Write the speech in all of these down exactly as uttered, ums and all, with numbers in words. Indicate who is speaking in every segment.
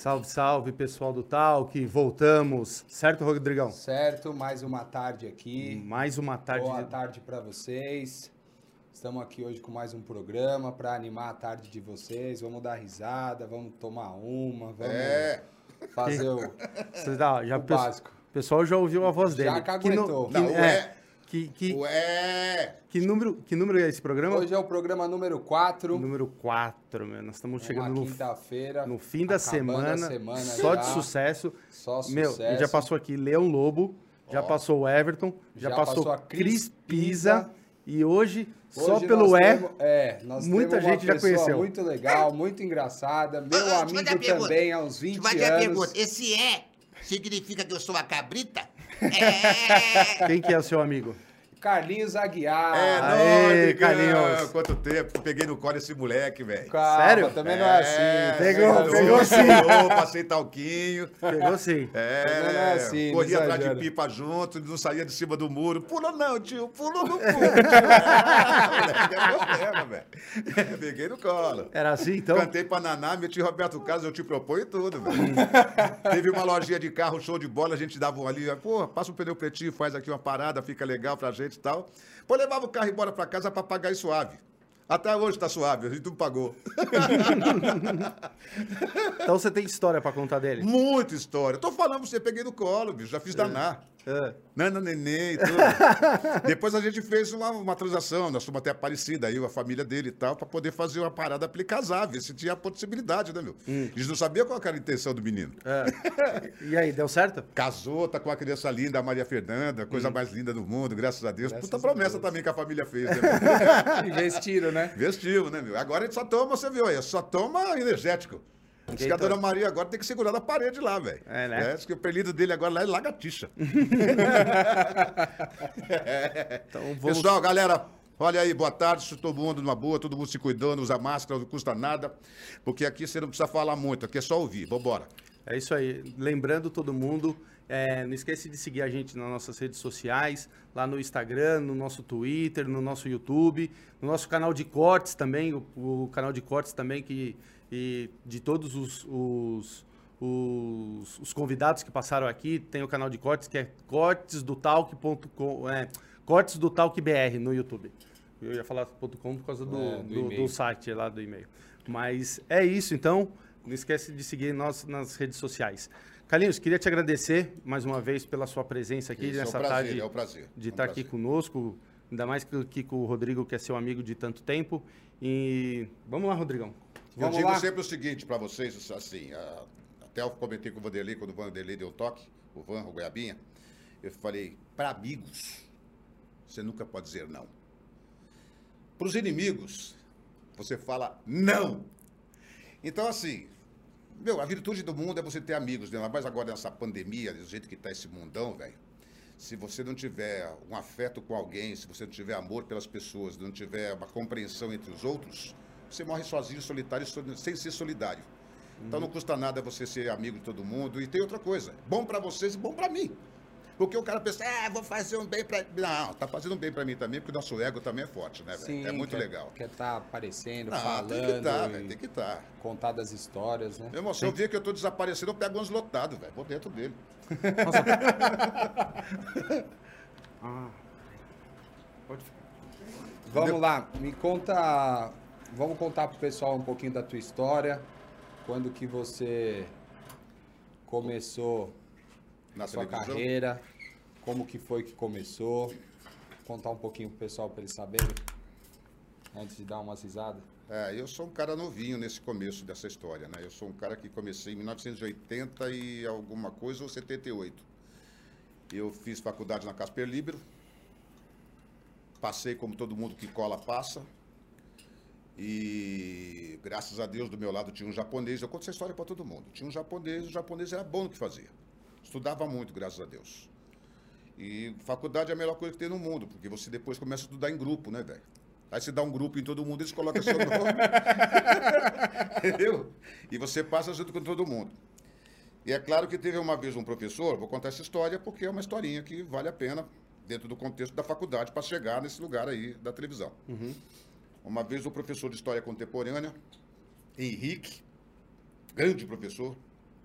Speaker 1: Salve, salve, pessoal do Talk. Voltamos. Certo, Rodrigão?
Speaker 2: Certo, mais uma tarde aqui.
Speaker 1: Mais uma tarde.
Speaker 2: Boa tarde para vocês. Estamos aqui hoje com mais um programa para animar a tarde de vocês. Vamos dar risada, vamos tomar uma, vamos
Speaker 3: É.
Speaker 2: fazer o,
Speaker 1: Você dá- já
Speaker 2: o
Speaker 1: pe-
Speaker 2: básico.
Speaker 1: O pessoal já ouviu a voz dele.
Speaker 2: Já caguetou.
Speaker 1: Que,
Speaker 3: Não,
Speaker 1: que,
Speaker 3: ué.
Speaker 1: é, que, que,
Speaker 3: Ué!
Speaker 1: que, número, que número é esse programa?
Speaker 2: Hoje é o programa número quatro.
Speaker 1: Número quatro, meu. Nós estamos chegando
Speaker 2: uma
Speaker 1: no,
Speaker 2: quinta-feira.
Speaker 1: no fim da
Speaker 2: acabando a
Speaker 1: semana.
Speaker 2: semana
Speaker 1: Só
Speaker 2: já.
Speaker 1: de sucesso.
Speaker 2: Só
Speaker 1: Meu,
Speaker 2: sucesso.
Speaker 1: já passou aqui Leão Lobo, já
Speaker 3: Ó.
Speaker 1: passou o Everton, já,
Speaker 2: Já
Speaker 1: passou,
Speaker 2: passou a
Speaker 1: Cris
Speaker 2: Cris
Speaker 1: Pisa.
Speaker 2: Pisa.
Speaker 1: E hoje, só
Speaker 2: Hoje
Speaker 1: pelo
Speaker 2: nós
Speaker 1: E,
Speaker 2: temos- é, nós
Speaker 1: muita
Speaker 2: temos uma
Speaker 1: gente já
Speaker 2: pessoa
Speaker 1: conheceu.
Speaker 2: muito legal, muito engraçada. Meu
Speaker 4: Ah, deixa eu
Speaker 2: amigo
Speaker 4: fazer a pergunta.
Speaker 2: também, há uns vinte
Speaker 4: Deixa eu fazer a
Speaker 2: anos.
Speaker 4: pergunta. Esse é significa que eu sou a cabrita? É.
Speaker 1: quem que é o seu amigo?
Speaker 2: Carlinhos Aguiar.
Speaker 3: É,
Speaker 1: Aê,
Speaker 3: nóis,
Speaker 1: Carlinhos.
Speaker 3: Quanto tempo? Peguei no colo esse moleque, velho.
Speaker 2: Calma,
Speaker 1: Sério?
Speaker 2: também não é assim.
Speaker 1: Pegou,
Speaker 2: também não é
Speaker 1: pegou
Speaker 2: assim.
Speaker 1: sim.
Speaker 3: Passei talquinho.
Speaker 1: Pegou sim.
Speaker 3: É,
Speaker 2: Também não é assim, não
Speaker 3: corria atrás de
Speaker 2: exagera.
Speaker 3: pipa junto, não saía de cima do muro. Pula não, tio, pula no muro. Moleque, é problema, velho. Peguei no colo.
Speaker 1: Era assim, então?
Speaker 3: Cantei pra Naná, meti Roberto Carlos, eu te proponho tudo, velho. Teve uma lojinha de carro, show de bola, a gente dava um ali, pô, passa um pneu pretinho, faz aqui uma parada, fica legal pra gente e tal. Pô, levava o carro embora pra casa pra pagar e suave. Até hoje tá suave, a gente não pagou.
Speaker 1: Então você tem história pra contar dele?
Speaker 3: Muita história. Tô falando pra você, peguei no colo, bicho, já fiz Naná.
Speaker 1: É.
Speaker 3: Nana, neném e tudo. Depois a gente fez uma, uma transação, nós fomos até Aparecida, aí, a família dele e tal, pra poder fazer uma parada pra ele casar, ver se tinha a possibilidade, né, meu? Eles não sabiam qual era a intenção do menino.
Speaker 1: É. E aí, deu certo?
Speaker 3: Casou, tá com uma criança linda, a Maria Fernanda, coisa mais linda do mundo, graças a Deus.
Speaker 2: Graças
Speaker 3: Puta
Speaker 2: a
Speaker 3: promessa
Speaker 2: Deus.
Speaker 3: também que a família fez, né, meu?
Speaker 2: Investiram, né?
Speaker 3: Vestiu, né, meu? Agora a gente só toma, você viu aí, só toma energético. Diz que a
Speaker 1: Então-
Speaker 3: dona Maria agora tem que segurar na parede lá, velho.
Speaker 1: É, né?
Speaker 3: Diz que o apelido dele agora lá é Lagartixa.
Speaker 1: Então vamos...
Speaker 3: Pessoal, galera, olha aí, boa tarde, todo mundo numa boa, todo mundo se cuidando, usa máscara, não custa nada, porque aqui você não precisa falar muito, aqui é só ouvir, vambora.
Speaker 1: É isso aí. Lembrando todo mundo, é, não esquece de seguir a gente nas nossas redes sociais, lá no Instagram, no nosso Twitter, no nosso YouTube, no nosso canal de cortes também, o, o canal de cortes também que e de todos os, os, os, os convidados que passaram aqui, tem o canal de cortes que é cortes do talk ponto com, é, cortes do talk B R no YouTube. Eu ia falar .com por causa do,
Speaker 2: É, do
Speaker 1: do,
Speaker 2: e-mail.
Speaker 1: do site lá do e-mail. Mas é isso, então. Não esquece de seguir nós nas redes sociais. Carlinhos, queria te agradecer mais uma vez pela sua presença aqui
Speaker 3: Isso,
Speaker 1: nessa
Speaker 3: é um prazer,
Speaker 1: tarde.
Speaker 3: é um prazer.
Speaker 1: De
Speaker 3: É um
Speaker 1: estar aqui
Speaker 3: prazer.
Speaker 1: conosco, ainda mais que aqui com o Rodrigo, que é seu amigo de tanto tempo. E vamos lá, Rodrigão.
Speaker 3: Eu
Speaker 2: Vamos
Speaker 3: digo
Speaker 2: lá?
Speaker 3: sempre o seguinte pra vocês, assim, a- até eu comentei com o Vanderlei, quando o Vanderlei deu toque, o Van, o Goiabinha, eu falei, para amigos, você nunca pode dizer não. Para os inimigos, você fala não. Então, assim, meu, a virtude do mundo é você ter amigos, né? Mas agora nessa pandemia, do jeito que tá esse mundão, velho, se você não tiver um afeto com alguém, se você não tiver amor pelas pessoas, não tiver uma compreensão entre os outros, você morre sozinho, solitário, soli- sem ser solidário. Então não custa nada você ser amigo de todo mundo. E tem outra coisa, bom pra vocês e bom pra mim. Porque o cara pensa, ah, vou fazer um bem pra... Não, tá fazendo um bem pra mim também, porque o nosso ego também é forte, né, velho?
Speaker 2: Sim,
Speaker 3: É muito
Speaker 2: quer,
Speaker 3: legal.
Speaker 2: Quer estar aparecendo,
Speaker 3: Não,
Speaker 2: falando,
Speaker 3: tem que estar,
Speaker 2: e
Speaker 3: velho, tem que estar.
Speaker 2: contar das histórias, né?
Speaker 3: Meu irmão, se eu ver que eu tô desaparecendo, eu pego uns lotados, velho. Vou dentro dele.
Speaker 1: Ah, pode ficar.
Speaker 2: Vamos lá, me conta, vamos contar pro pessoal um pouquinho da tua história, quando que você começou
Speaker 3: Na
Speaker 2: a sua
Speaker 3: televisão.
Speaker 2: carreira, como que foi que começou, contar um pouquinho pro pessoal para eles saberem, antes de dar umas risadas.
Speaker 3: É, eu sou um cara novinho nesse começo dessa história, né? Eu sou um cara que comecei em mil novecentos e oitenta e alguma coisa, ou setenta e oito. Eu fiz faculdade na Casper Libero, passei como todo mundo que cola passa, e graças a Deus do meu lado tinha um japonês, eu conto essa história para todo mundo, tinha um japonês, o japonês era bom no que fazia, estudava muito, graças a Deus. E faculdade é a melhor coisa que tem no mundo, porque você depois começa a estudar em grupo, né, velho? Aí você dá um grupo em todo mundo, eles colocam seu nome. Entendeu? E você passa junto com todo mundo. E é claro que teve uma vez um professor, vou contar essa história porque é uma historinha que vale a pena dentro do contexto da faculdade para chegar nesse lugar aí da televisão.
Speaker 1: Uhum.
Speaker 3: Uma vez o professor de História Contemporânea, Henrique, grande professor,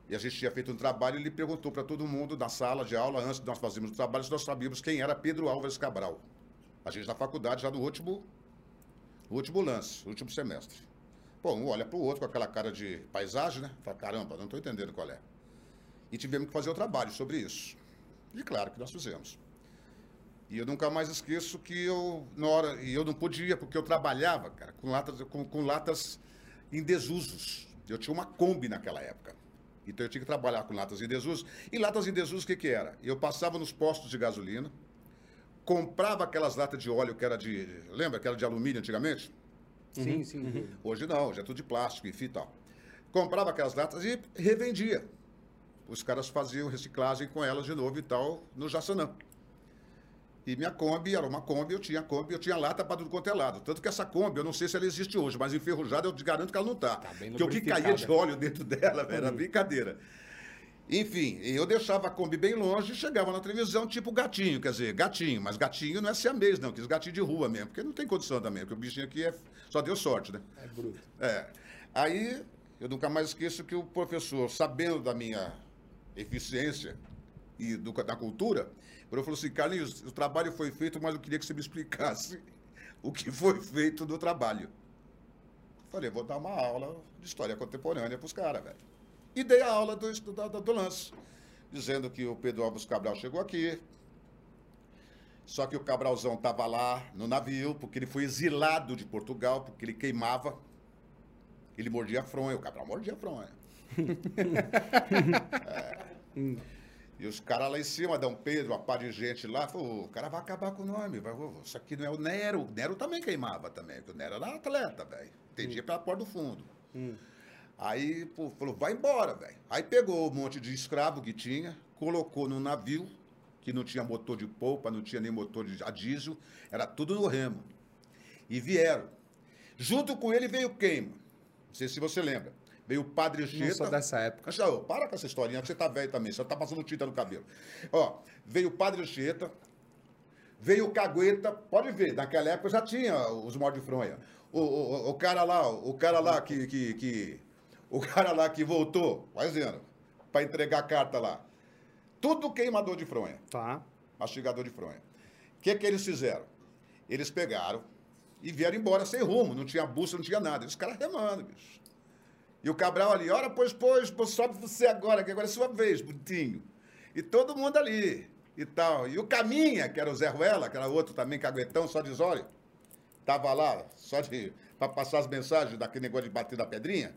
Speaker 3: E a gente tinha feito um trabalho e ele perguntou para todo mundo na sala de aula, antes de nós fazermos o trabalho, se nós sabíamos quem era Pedro Álvares Cabral. A gente na faculdade, já no último, no último lance, no último semestre. Pô, um olha para o outro com aquela cara de paisagem, né? Fala, caramba, não estou entendendo qual é. E tivemos que fazer o trabalho sobre isso. E claro que nós fizemos. E eu nunca mais esqueço que eu, na hora, e eu não podia, porque eu trabalhava, cara, com latas, com, com latas em desusos. Eu tinha uma Kombi naquela época. Então eu tinha que trabalhar com latas em desuso. E latas em desuso, o que que era? Eu passava nos postos de gasolina, comprava aquelas latas de óleo que era de... Lembra que era de alumínio antigamente?
Speaker 2: Sim,
Speaker 1: Uhum,
Speaker 2: sim.
Speaker 1: uhum.
Speaker 3: Hoje não, hoje é tudo de plástico, enfim e tal. Comprava aquelas latas e revendia. Os caras faziam reciclagem com elas de novo e tal, no Jaçanã. E minha Kombi era uma Kombi, eu tinha Kombi, eu tinha lata para tudo quanto é lado. Tanto que essa Kombi, eu não sei se ela existe hoje, mas enferrujada eu te garanto que ela não está.
Speaker 2: Tá bem
Speaker 3: Porque o que
Speaker 2: lubrificada.
Speaker 3: caía de óleo dentro dela, velho, era brincadeira. Enfim, eu deixava a Kombi bem longe e chegava na televisão tipo gatinho, quer dizer, gatinho, mas gatinho não é siamês não, quis gatinho de rua mesmo, porque não tem condição também, porque o bichinho aqui é, só deu sorte, né?
Speaker 2: É bruto.
Speaker 3: É. Aí, eu nunca mais esqueço que o professor, sabendo da minha eficiência e do, da cultura, ele falou assim, Carlinhos, o trabalho foi feito, mas eu queria que você me explicasse o que foi feito do trabalho. Falei, vou dar uma aula de história contemporânea para os caras, velho. E dei a aula do, do, do lance, dizendo que o Pedro Álvares Cabral chegou aqui, só que o Cabralzão estava lá no navio, porque ele foi exilado de Portugal, porque ele queimava, ele mordia a fronha, o Cabral mordia a fronha. é. E os caras lá em cima, Dom Pedro, uma par de gente lá, falou, o cara vai acabar com o nome, vai, isso aqui não é o Nero. O Nero também queimava também, porque o Nero era atleta, velho. Entendia hum. pela porta do fundo. Hum. Aí, pô, falou, vai embora, velho. Aí pegou um monte de escravo que tinha, colocou no navio, que não tinha motor de polpa, não tinha nem motor de a diesel, era tudo no remo. E vieram. Junto com ele veio quem? Não sei se você lembra. Veio o Padre Cheta.
Speaker 2: Não sou dessa época.
Speaker 3: Ô, para com essa historinha, que você tá velho também, você tá passando tinta no cabelo. Ó, veio o Padre Cheta, veio o Cagueta, pode ver, naquela época já tinha os mortos de fronha. O, o, o cara lá, o cara lá que, que, que o cara lá que voltou, vai dizendo, para entregar a carta lá. Tudo queimador de fronha.
Speaker 1: Tá.
Speaker 3: Mastigador de fronha. O que que eles fizeram? Eles pegaram e vieram embora sem rumo, não tinha bússola, não tinha nada. Os caras remando, bicho. E o Cabral ali, ora, pois, pois, pois, sobe você agora, que agora é sua vez, bonitinho. E todo mundo ali, e tal. E o Caminha, que era o Zé Ruela, que era outro também, caguetão, só de zóio, tava lá, só de, para passar as mensagens daquele negócio de bater da pedrinha.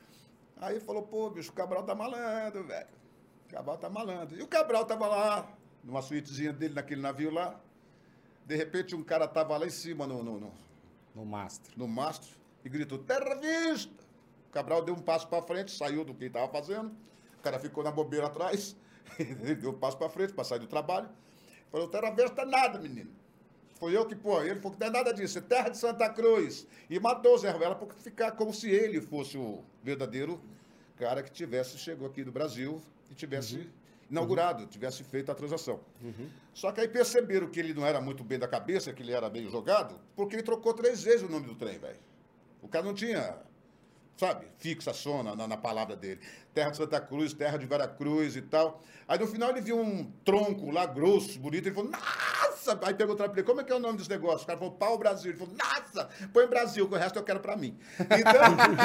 Speaker 3: Aí falou, pô, bicho, o Cabral tá malandro, velho. O Cabral tá malandro. E o Cabral tava lá, numa suítezinha dele, naquele navio lá. De repente, um cara tava lá em cima, no, no, no,
Speaker 2: no mastro,
Speaker 3: no mastro, e gritou, terra vista! O Cabral deu um passo para frente, saiu do que ele estava fazendo. O cara ficou na bobeira atrás. Ele deu um passo para frente para sair do trabalho. Falou, terra vista nada, menino. Foi eu que, pô, ele falou que não é nada disso, é terra de Santa Cruz. E matou o Zé Ruela para ficar como se ele fosse o verdadeiro cara que tivesse, chegou aqui do Brasil e tivesse uhum. inaugurado, uhum. tivesse feito a transação. Uhum. Só que aí perceberam que ele não era muito bem da cabeça, que ele era meio jogado, porque ele trocou três vezes o nome do trem, velho. O cara não tinha... sabe, fixação na, na palavra dele. Terra de Santa Cruz, terra de Veracruz e tal. Aí no final ele viu um tronco lá grosso, bonito, ele falou, nossa! Aí perguntou pra ele, como é que é o nome desse negócio? O cara falou, pau Brasil. Ele falou, nossa! Põe Brasil, que o resto eu quero pra mim. Então,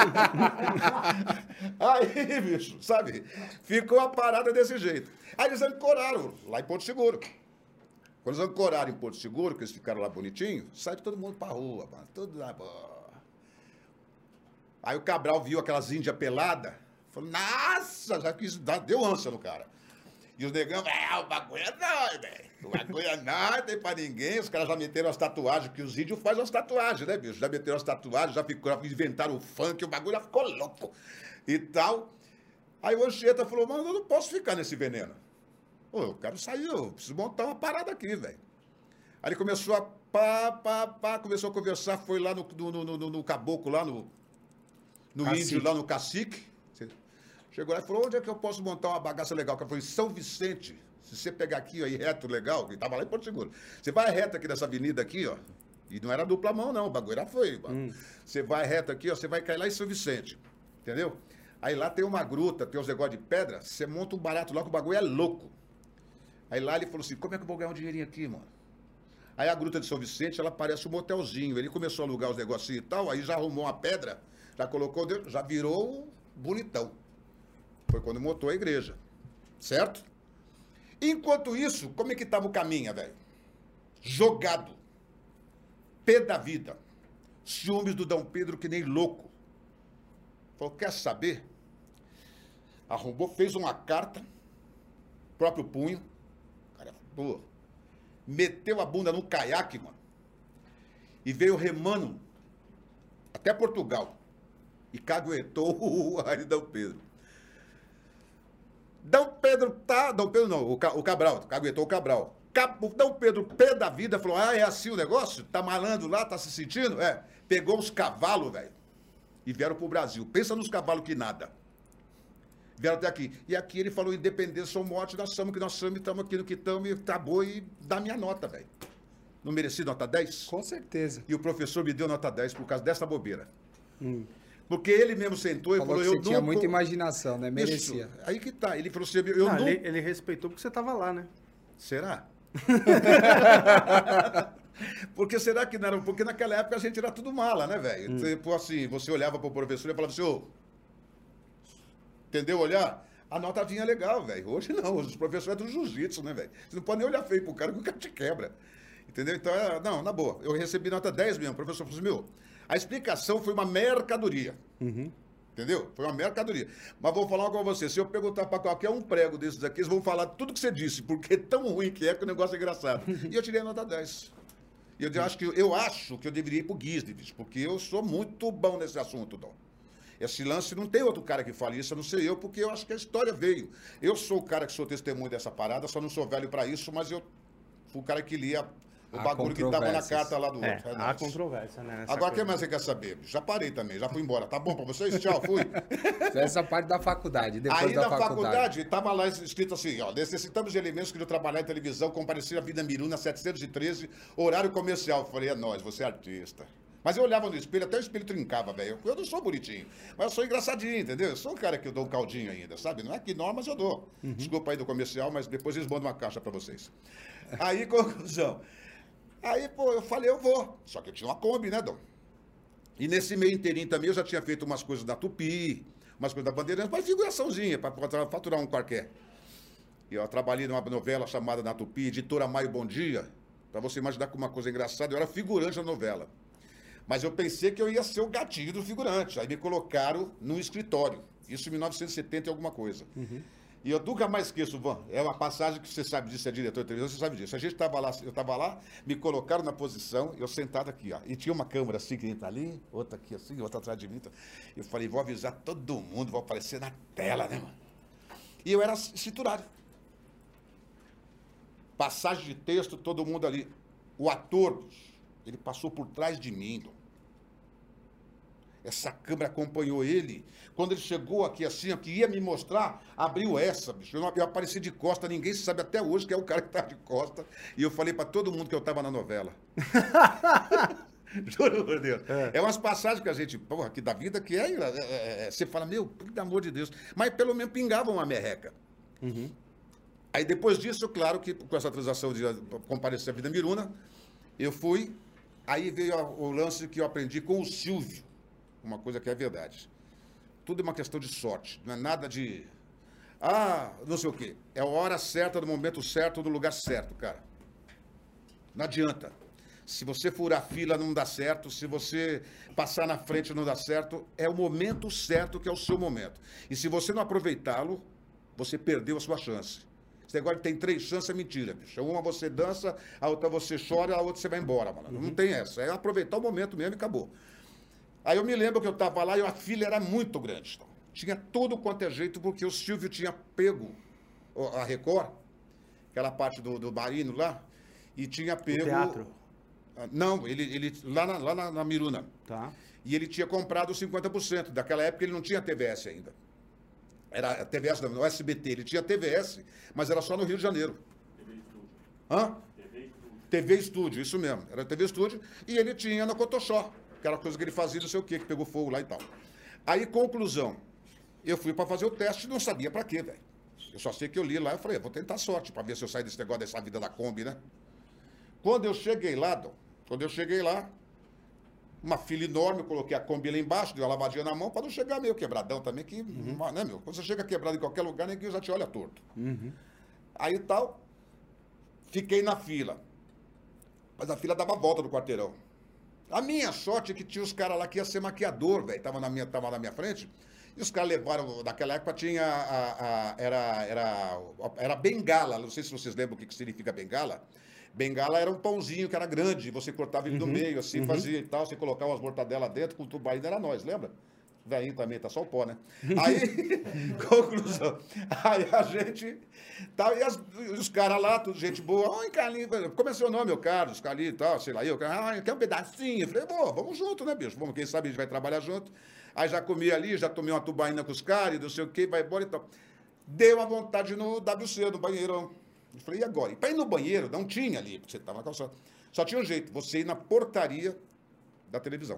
Speaker 3: aí, bicho, sabe, ficou a parada desse jeito. Aí eles ancoraram lá em Porto Seguro. Quando eles ancoraram em Porto Seguro, que eles ficaram lá bonitinho, saiu todo mundo pra rua, mano, tudo lá, boa. Aí o Cabral viu aquelas índias peladas, falou, nossa, já quis dar, deu ânsia no cara. E os negão, é, o bagulho é nóis, velho. O bagulho é nóis, não tem pra ninguém. Os caras já meteram as tatuagens, porque os índios fazem as tatuagens, né, bicho? Já meteram as tatuagens, já, ficou, já inventaram o funk, o bagulho já ficou louco e tal. Aí o Anchieta falou, mano, eu não posso ficar nesse veneno. Pô, eu quero sair, eu preciso montar uma parada aqui, velho. Aí ele começou a pá, pá, pá, começou a conversar, foi lá no, no, no, no, no caboclo, lá no... no cacique. Índio, lá no cacique. Chegou lá e falou, onde é que eu posso montar uma bagaça legal? O cara falou, em São Vicente. Se você pegar aqui, ó, aí reto, legal, que tava lá em Porto Seguro. Você vai reto aqui nessa avenida aqui, ó. E não era dupla mão, não. O bagulho era foi. Hum. Você vai reto aqui, ó. Você vai cair lá em São Vicente. Entendeu? Aí lá tem uma gruta, tem os negócios de pedra, você monta um barato lá que o bagulho é louco. Aí lá ele falou assim, como é que eu vou ganhar um dinheirinho aqui, mano? Aí a gruta de São Vicente, ela parece um motelzinho. Ele começou a alugar os negocinhos e tal, aí já arrumou uma pedra, já colocou dentro, já virou bonitão. Foi quando montou a igreja, certo? Enquanto isso, como é que estava o caminho, velho? Jogado. Pé da vida. Ciúmes do Dom Pedro que nem louco. Falou, quer saber? Arrumou, fez uma carta, próprio punho. Cara, pô, meteu a bunda no caiaque, mano. E veio remando até Portugal. E caguetou o aí Dom Pedro. Dom Pedro tá... Dom Pedro não, o, Ca, o Cabral. Caguetou o Cabral. O Dom Pedro, pé da vida, falou, ah, é assim o negócio? Tá malando lá, tá se sentindo? É. Pegou os cavalos, velho, e vieram pro Brasil. Pensa nos cavalos que nada. Vieram até aqui. E aqui ele falou, independência ou morte, nós somos que nós somos, estamos aqui no que estamos, e acabou e dá minha nota, velho. Não mereci nota dez?
Speaker 2: Com certeza.
Speaker 3: E o professor me deu nota dez por causa dessa bobeira. Hum. Porque ele mesmo sentou e
Speaker 2: falou,
Speaker 3: falou,
Speaker 2: que
Speaker 3: eu
Speaker 2: você
Speaker 3: não...
Speaker 2: tinha muita imaginação, né? Merecia.
Speaker 3: Isso. Aí que tá. Ele falou assim, eu
Speaker 1: não...
Speaker 3: não...
Speaker 1: Ele, ele respeitou porque você tava lá, né?
Speaker 3: Será? Porque será que não era? Porque naquela época a gente era tudo mala, né, velho? Hum. Tipo assim, você olhava pro professor e falava assim, ô, entendeu? Olhar, a nota vinha legal, velho. Hoje não, hoje os professores é do jiu-jitsu, né, velho? Você não pode nem olhar feio pro cara que o cara te quebra. Entendeu? Então, é, não, na boa. Eu recebi nota dez mesmo. O professor falou assim, meu, a explicação foi uma mercadoria. Uhum. Entendeu? Foi uma mercadoria. Mas vou falar com você, se eu perguntar para qualquer um prego desses aqui, eles vão falar tudo que você disse, porque é tão ruim que é que o negócio é engraçado. E eu tirei a nota dez. E eu acho que eu acho que eu deveria ir pro Guisdevis, porque eu sou muito bom nesse assunto, Dom. Esse lance não tem outro cara que fale isso, a não ser eu, porque eu acho que a história veio. Eu sou o cara que sou testemunho dessa parada, só não sou velho para isso, mas eu fui o cara que lia o bagulho que tava na carta lá do
Speaker 1: é,
Speaker 3: outro. É,
Speaker 1: há controvérsia, né?
Speaker 3: Agora, o que mais você quer saber? Já parei também, já fui embora. Tá bom pra vocês? Tchau, fui.
Speaker 2: Essa parte da faculdade, depois
Speaker 3: Aí,
Speaker 2: da
Speaker 3: na
Speaker 2: faculdade.
Speaker 3: faculdade, tava lá escrito assim, ó, necessitamos de elementos que irão trabalhar em televisão, comparecer à Vida Miruna setecentos e treze, horário comercial. Eu falei, é nóis, você é artista. Mas eu olhava no espelho, até o espelho trincava, velho. Eu não sou bonitinho, mas eu sou engraçadinho, entendeu? Eu sou um cara que eu dou um caldinho ainda, sabe? Não é que norma, mas eu dou. Uhum. Desculpa aí do comercial, mas depois eles mandam uma caixa pra vocês. Aí, conclusão. Aí, pô, eu falei, eu vou. Só que eu tinha uma Kombi, né, Dom? E nesse meio inteirinho também eu já tinha feito umas coisas da Tupi, umas coisas da Bandeirantes, mas figuraçãozinha, para faturar um qualquer. E eu trabalhei numa novela chamada Na Tupi, Editora Maio Bom Dia, para você imaginar como uma coisa engraçada, eu era figurante na novela. Mas eu pensei que eu ia ser o gatinho do figurante. Aí me colocaram num escritório. Isso em mil novecentos e setenta e alguma coisa. Uhum. E eu nunca mais esqueço, Van, é uma passagem que você sabe disso, é diretor de televisão, você sabe disso. A gente estava lá, eu estava lá, me colocaram na posição, eu sentado aqui, ó. E tinha uma câmera assim, que entra ali, outra aqui assim, outra atrás de mim. Eu falei, vou avisar todo mundo, vou aparecer na tela, né, mano? E eu era escriturário. Passagem de texto, todo mundo ali. O ator, ele passou por trás de mim, Dom. Essa câmera acompanhou ele. Quando ele chegou aqui assim, ó, que ia me mostrar, abriu essa, bicho. Eu, não, eu apareci de costa, ninguém sabe até hoje que é o cara que tá de costa. E eu falei para todo mundo que eu tava na novela. Juro por Deus. É. é umas passagens que a gente, porra, aqui da vida que é, é, é, você fala, meu, pelo amor de Deus. Mas pelo menos pingava uma merreca. Uhum. Aí depois disso, claro que com essa transação de comparecer à Vida Miruna, eu fui, aí veio o lance que eu aprendi com o Silvio. Uma coisa que é verdade. Tudo é uma questão de sorte, não é nada de... Ah, não sei o quê. É a hora certa, no momento certo, no lugar certo, cara. Não adianta. Se você furar fila, não dá certo. Se você passar na frente, não dá certo. É o momento certo que é o seu momento. E se você não aproveitá-lo, você perdeu a sua chance. Esse negócio de tem três chances é mentira, bicho. Uma você dança, a outra você chora, a outra você vai embora, mano. Uhum. Não tem essa. É aproveitar o momento mesmo e acabou. Aí eu me lembro que eu estava lá e a fila era muito grande. Então. Tinha tudo quanto é jeito, porque o Silvio tinha pego a Record, aquela parte do, do Marino lá, e tinha pego... O
Speaker 1: teatro?
Speaker 3: Não, ele, ele lá, na, lá na, na Miruna.
Speaker 1: Tá.
Speaker 3: E ele tinha comprado cinquenta por cento. Daquela época ele não tinha T V S ainda. Era T V S, não, no S B T. Ele tinha T V S, mas era só no Rio de Janeiro. T V Estúdio. Hã? T V Estúdio. T V Estúdio, isso mesmo. Era T V Estúdio. E ele tinha na Cotoxó. Aquela coisa que ele fazia, não sei o quê, que pegou fogo lá e tal. Aí, conclusão. eu fui para fazer o teste e não sabia para quê, velho. Eu só sei que eu li lá, eu falei, vou tentar sorte para ver se eu saio desse negócio, dessa vida da Kombi, né? Quando eu cheguei lá, Dom, quando eu cheguei lá, uma fila enorme, eu coloquei a Kombi lá embaixo, dei uma lavadinha na mão para não chegar meio quebradão também, que, uhum. né, meu? Quando você chega quebrado em qualquer lugar, ninguém já te olha torto.
Speaker 1: Uhum.
Speaker 3: Aí tal, fiquei na fila. Mas a fila dava volta do quarteirão. A minha sorte é que tinha os caras lá que ia ser maquiador, velho. Tava na minha, tava na minha frente. E os caras levaram, naquela época tinha a, a, era, era, era bengala. Não sei se vocês lembram o que, que significa bengala. Bengala era um pãozinho que era grande. Você cortava ele uhum, no meio, assim, uhum. fazia e tal. Você colocava umas mortadelas dentro, com o tubaína era nós, lembra? Velhinho também, tá só o pó, né? Aí, conclusão. Aí a gente. Tá, e as, os caras lá, tudo gente boa. Oi, Carlinhos. Como é seu nome, meu Carlos? Carlinhos e tal, sei lá. Eu, ah, quer um pedacinho? Eu falei, pô, vamos junto, né, bicho? Vamos, quem sabe a gente vai trabalhar junto. Aí já comi ali, já tomei uma tubaína com os caras, não sei o quê, vai embora e tal. Deu uma vontade no W C, no banheirão. Eu falei, e agora? E pra ir no banheiro, não tinha ali, porque você tava na calçada. Só tinha um jeito, você ir na portaria da televisão.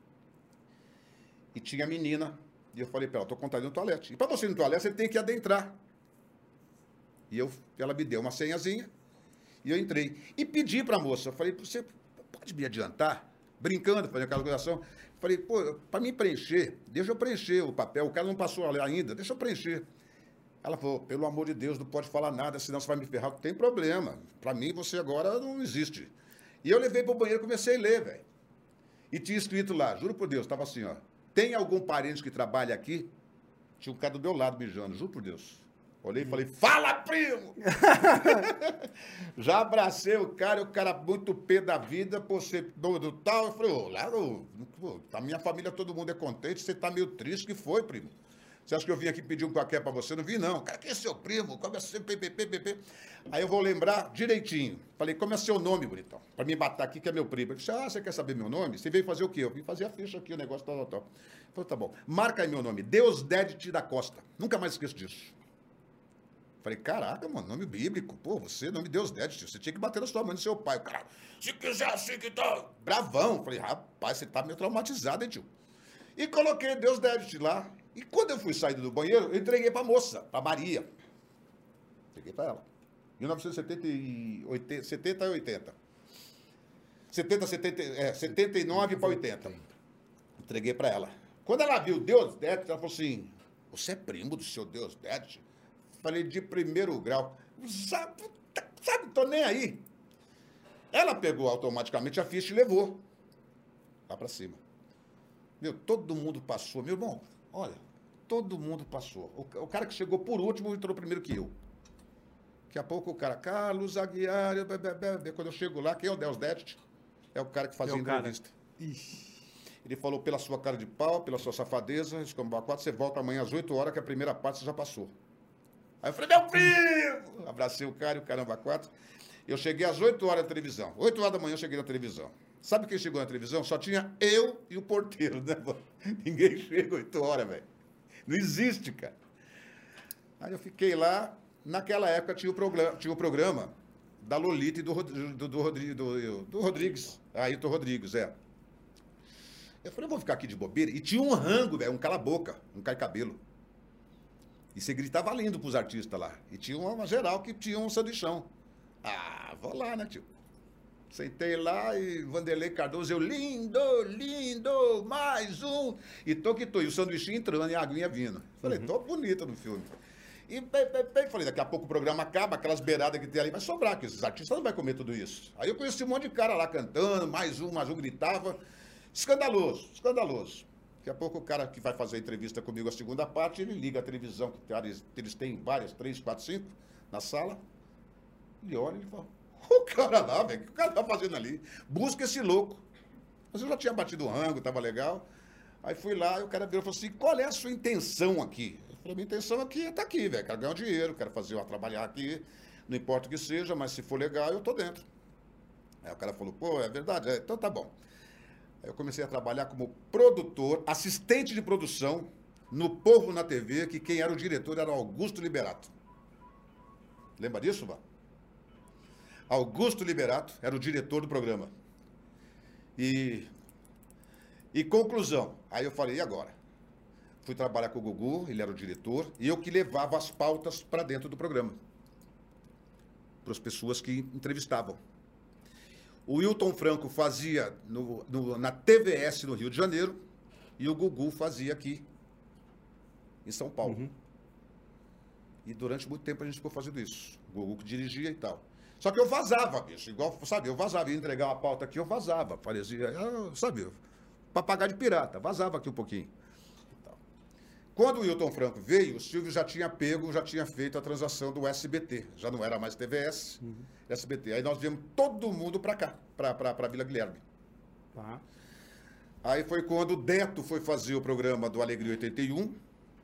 Speaker 3: E tinha a menina, e eu falei pra ela, tô contando no toalete. E pra você ir no toalete, você tem que adentrar. E eu, ela me deu uma senhazinha, e eu entrei. E pedi pra moça, eu falei, você pode me adiantar? Brincando, fazendo aquela calculação. Falei, pô, pra mim preencher, deixa eu preencher o papel, o cara não passou ainda, deixa eu preencher. Ela falou, pelo amor de Deus, não pode falar nada, senão você vai me ferrar. Não tem problema, pra mim você agora não existe. E eu levei pro banheiro e comecei a ler, velho. E tinha escrito lá, juro por Deus, tava assim, ó. Tem algum parente que trabalha aqui? Tinha um cara do meu lado mijando, juro por Deus. Olhei e falei, fala, primo! Já abracei o cara, o cara muito pé da vida, por ser do tal. Eu falei, ô, Laro, a minha família, todo mundo é contente, você tá meio triste, que foi, primo? Você acha que eu vim aqui pedir um qualquer pra você? Não vi, não. Cara, quem é seu primo? Como é seu P P P P P? Aí eu vou lembrar direitinho. Falei, como é seu nome, bonitão? Pra me bater aqui, que é meu primo. Ele disse, ah, você quer saber meu nome? Você veio fazer o quê? Eu vim fazer a ficha aqui, o negócio, tal, tal, tal. Eu falei, tá bom. Marca aí meu nome. Deusdedit da Costa. Nunca mais esqueço disso. Falei, caraca, mano, nome bíblico. Pô, você, nome Deusdedit. Você tinha que bater na sua mãe, no seu pai. O cara, se quiser assim que tá. Bravão. Falei, rapaz, você tá meio traumatizado, hein, tio? E coloquei Deusdedit lá. E quando eu fui sair do banheiro, eu entreguei pra moça, pra Maria. Entreguei pra ela. mil novecentos e setenta e oitenta, setenta e oitenta. setenta, setenta, é, setenta e nove para oitenta. Entreguei pra ela. Quando ela viu Deusdedit, ela falou assim, você é primo do seu Deusdedit? Falei, de primeiro grau. Sabe, sabe, tô nem aí. Ela pegou automaticamente a ficha e levou. Lá pra cima. Meu, todo mundo passou. Meu irmão, olha, todo mundo passou. O, o cara que chegou por último entrou primeiro que eu. Daqui a pouco o cara, Carlos Aguiar, be, be, be, be. Quando eu chego lá, quem é o Deusdedit? É o cara que fazia a entrevista. Ele falou, pela sua cara de pau, pela sua safadeza, escambau quatro, você volta amanhã às oito horas, que a primeira parte você já passou. Aí eu falei, meu filho! Abracei o cara e o caramba quatro. Eu cheguei às oito horas da televisão. oito horas da manhã eu cheguei na televisão. Sabe quem chegou na televisão? Só tinha eu e o porteiro, né, mano? Ninguém chega oito horas, velho. Não existe, cara. Aí eu fiquei lá. Naquela época tinha o programa, tinha o programa da Lolita e do, do, do, Rodrigo, do, do Rodrigues. Ailton Rodrigues, é. Eu falei, eu vou ficar aqui de bobeira. E tinha um rango, velho, um cala-boca, um cai-cabelo. E você gritava lindo pros artistas lá. E tinha uma, uma geral que tinha um sanduichão. Ah, vou lá, né, tio? Sentei lá e Vanderlei Cardoso, eu, lindo, lindo, mais um. E tô que tô. E o sanduichinho entrando e a aguinha vindo. Falei, uhum. Tô bonita no filme. E pe, pe, pe, falei, daqui a pouco o programa acaba, aquelas beiradas que tem ali, vai sobrar, que esses artistas não vão comer tudo isso. Aí eu conheci um monte de cara lá cantando, mais um, mais um gritava. Escandaloso, escandaloso. Daqui a pouco o cara que vai fazer a entrevista comigo a segunda parte, ele liga a televisão, que eles têm várias, três, quatro, cinco, na sala. Ele olha e ele fala, o cara lá, velho, o que o cara tá fazendo ali? Busca esse louco. Mas eu já tinha batido o rango, tava legal. Aí fui lá e o cara virou e falou assim, qual é a sua intenção aqui? Eu falei, minha intenção aqui é tá aqui, velho, quero ganhar um dinheiro, quero fazer, ó, trabalhar aqui, não importa o que seja, mas se for legal, eu tô dentro. Aí o cara falou, pô, é verdade? É, então tá bom. Aí eu comecei a trabalhar como produtor, assistente de produção, no Povo na T V, que quem era o diretor era Augusto Liberato. Lembra disso, Vá? Augusto Liberato era o diretor do programa. E, e conclusão. Aí eu falei, e agora? fui trabalhar com o Gugu, ele era o diretor, e eu que levava as pautas para dentro do programa, para as pessoas que entrevistavam. O Wilton Franco fazia no, no, na T V S no Rio de Janeiro, e o Gugu fazia aqui em São Paulo. Uhum. E durante muito tempo a gente ficou fazendo isso. O Gugu que dirigia e tal. Só que eu vazava, bicho. Igual, sabe, eu vazava. Ia entregar uma pauta aqui, eu vazava. Parecia, sabe, papagaio de pirata. Vazava aqui um pouquinho. Quando o Wilton Franco veio, o Silvio já tinha pego, já tinha feito a transação do S B T. Já não era mais T V S, uhum. S B T. Aí nós viemos todo mundo para cá, para Vila Guilherme. Tá. Aí foi quando o Deto foi fazer o programa do Alegria oitenta e um.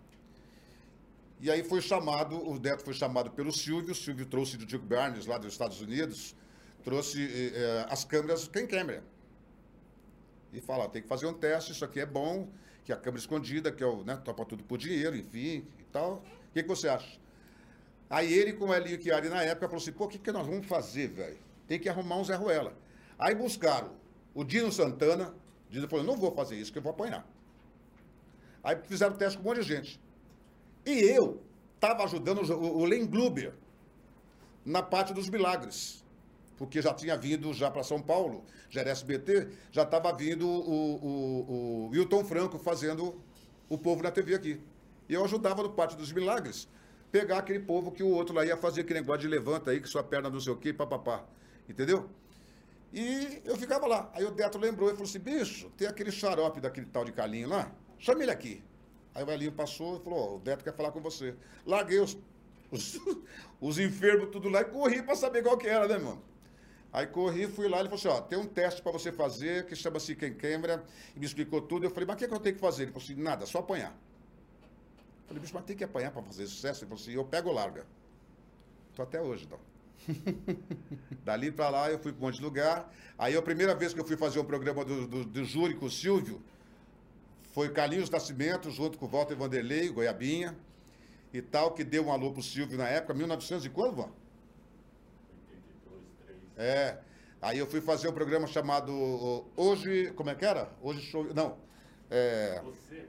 Speaker 3: E aí foi chamado, o Deto foi chamado pelo Silvio. O Silvio trouxe do Duke Barnes, lá dos Estados Unidos, trouxe eh, as câmeras Ken Câmera. E fala, tem que fazer um teste, isso aqui é bom, que é a câmera escondida, que é o, né, topa tudo por dinheiro, enfim, e tal. O que, que você acha? Aí ele, com o Elinho Chiari na época, falou assim, pô, o que, que nós vamos fazer, velho? Tem que arrumar um Zé Ruela. Aí buscaram o Dino Santana. O Dino falou, não vou fazer isso, que eu vou apanhar. Aí fizeram o teste com um monte de gente. E eu estava ajudando o, o Len Gruber na parte dos milagres. Porque já tinha vindo já para São Paulo, já era S B T, já estava vindo o, o, o Wilton Franco fazendo o povo na T V aqui. E eu ajudava no parte dos milagres, pegar aquele povo que o outro lá ia fazer aquele negócio de levanta aí, que sua perna não sei o quê, papapá. Entendeu? E eu ficava lá. Aí o Deto lembrou e falou assim, bicho, tem aquele xarope daquele tal de Carlinho lá, chama ele aqui. Aí o Elinho passou e falou, oh, o Deto quer falar com você. Larguei os, os, os enfermos tudo lá e corri para saber qual que era, né, mano? Aí corri, fui lá, ele falou assim, ó, tem um teste para você fazer, que chama-se Ken Câmera, e me explicou tudo. Eu falei, mas o que, é que eu tenho que fazer? Ele falou assim, nada, só apanhar. Eu falei, bicho, mas tem que apanhar para fazer sucesso? Ele falou assim, eu pego ou larga. Tô até hoje, então. Dali para lá, eu fui para um monte de lugar. Aí a primeira vez que eu fui fazer um programa do, do, do Júri com o Silvio, foi Carlinhos Nascimento, junto com o Walter Vanderlei, Goiabinha, e tal, que deu um alô pro Silvio na época, mil e novecentos e quando, Van?
Speaker 5: oitenta e dois, três.
Speaker 3: É. Aí eu fui fazer um programa chamado Hoje, como é que era? Hoje Show, não. É...
Speaker 5: Você?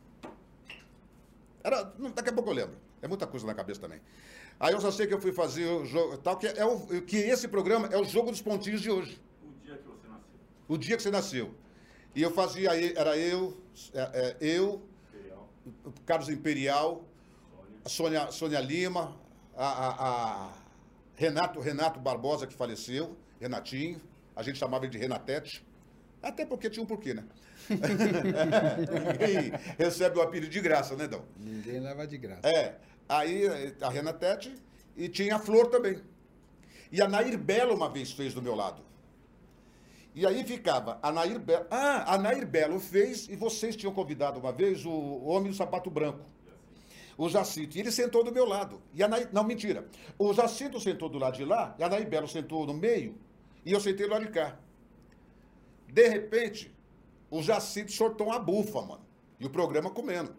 Speaker 3: Era, daqui a pouco eu lembro. É muita coisa na cabeça também. Aí eu só sei que eu fui fazer o jogo, tal, que, é o, que esse programa é o jogo dos pontinhos de hoje.
Speaker 5: O dia que você nasceu.
Speaker 3: O dia que você nasceu. E eu fazia, era eu, é, é, eu,
Speaker 5: Imperial.
Speaker 3: Carlos Imperial,
Speaker 5: Sônia,
Speaker 3: a Sônia, Sônia Lima, a, a, a Renato, Renato Barbosa, que faleceu, Renatinho, a gente chamava ele de Renatete, até porque tinha um porquê, né? Ninguém recebe o apelido de graça, né, Dão?
Speaker 2: Ninguém leva de graça.
Speaker 3: É, aí a Renatete e tinha a Flor também. E a Nair Belo uma vez fez do meu lado. E aí ficava a Nair Belo. Ah, a Nair Belo fez, e vocês tinham convidado uma vez o Homem do Sapato Branco. O Jacinto. E ele sentou do meu lado. E a Nair... Não, mentira. O Jacinto sentou do lado de lá, e a Nair Belo sentou no meio, e eu sentei do lado de cá. De repente, o Jacinto soltou uma bufa, mano. E o programa comendo.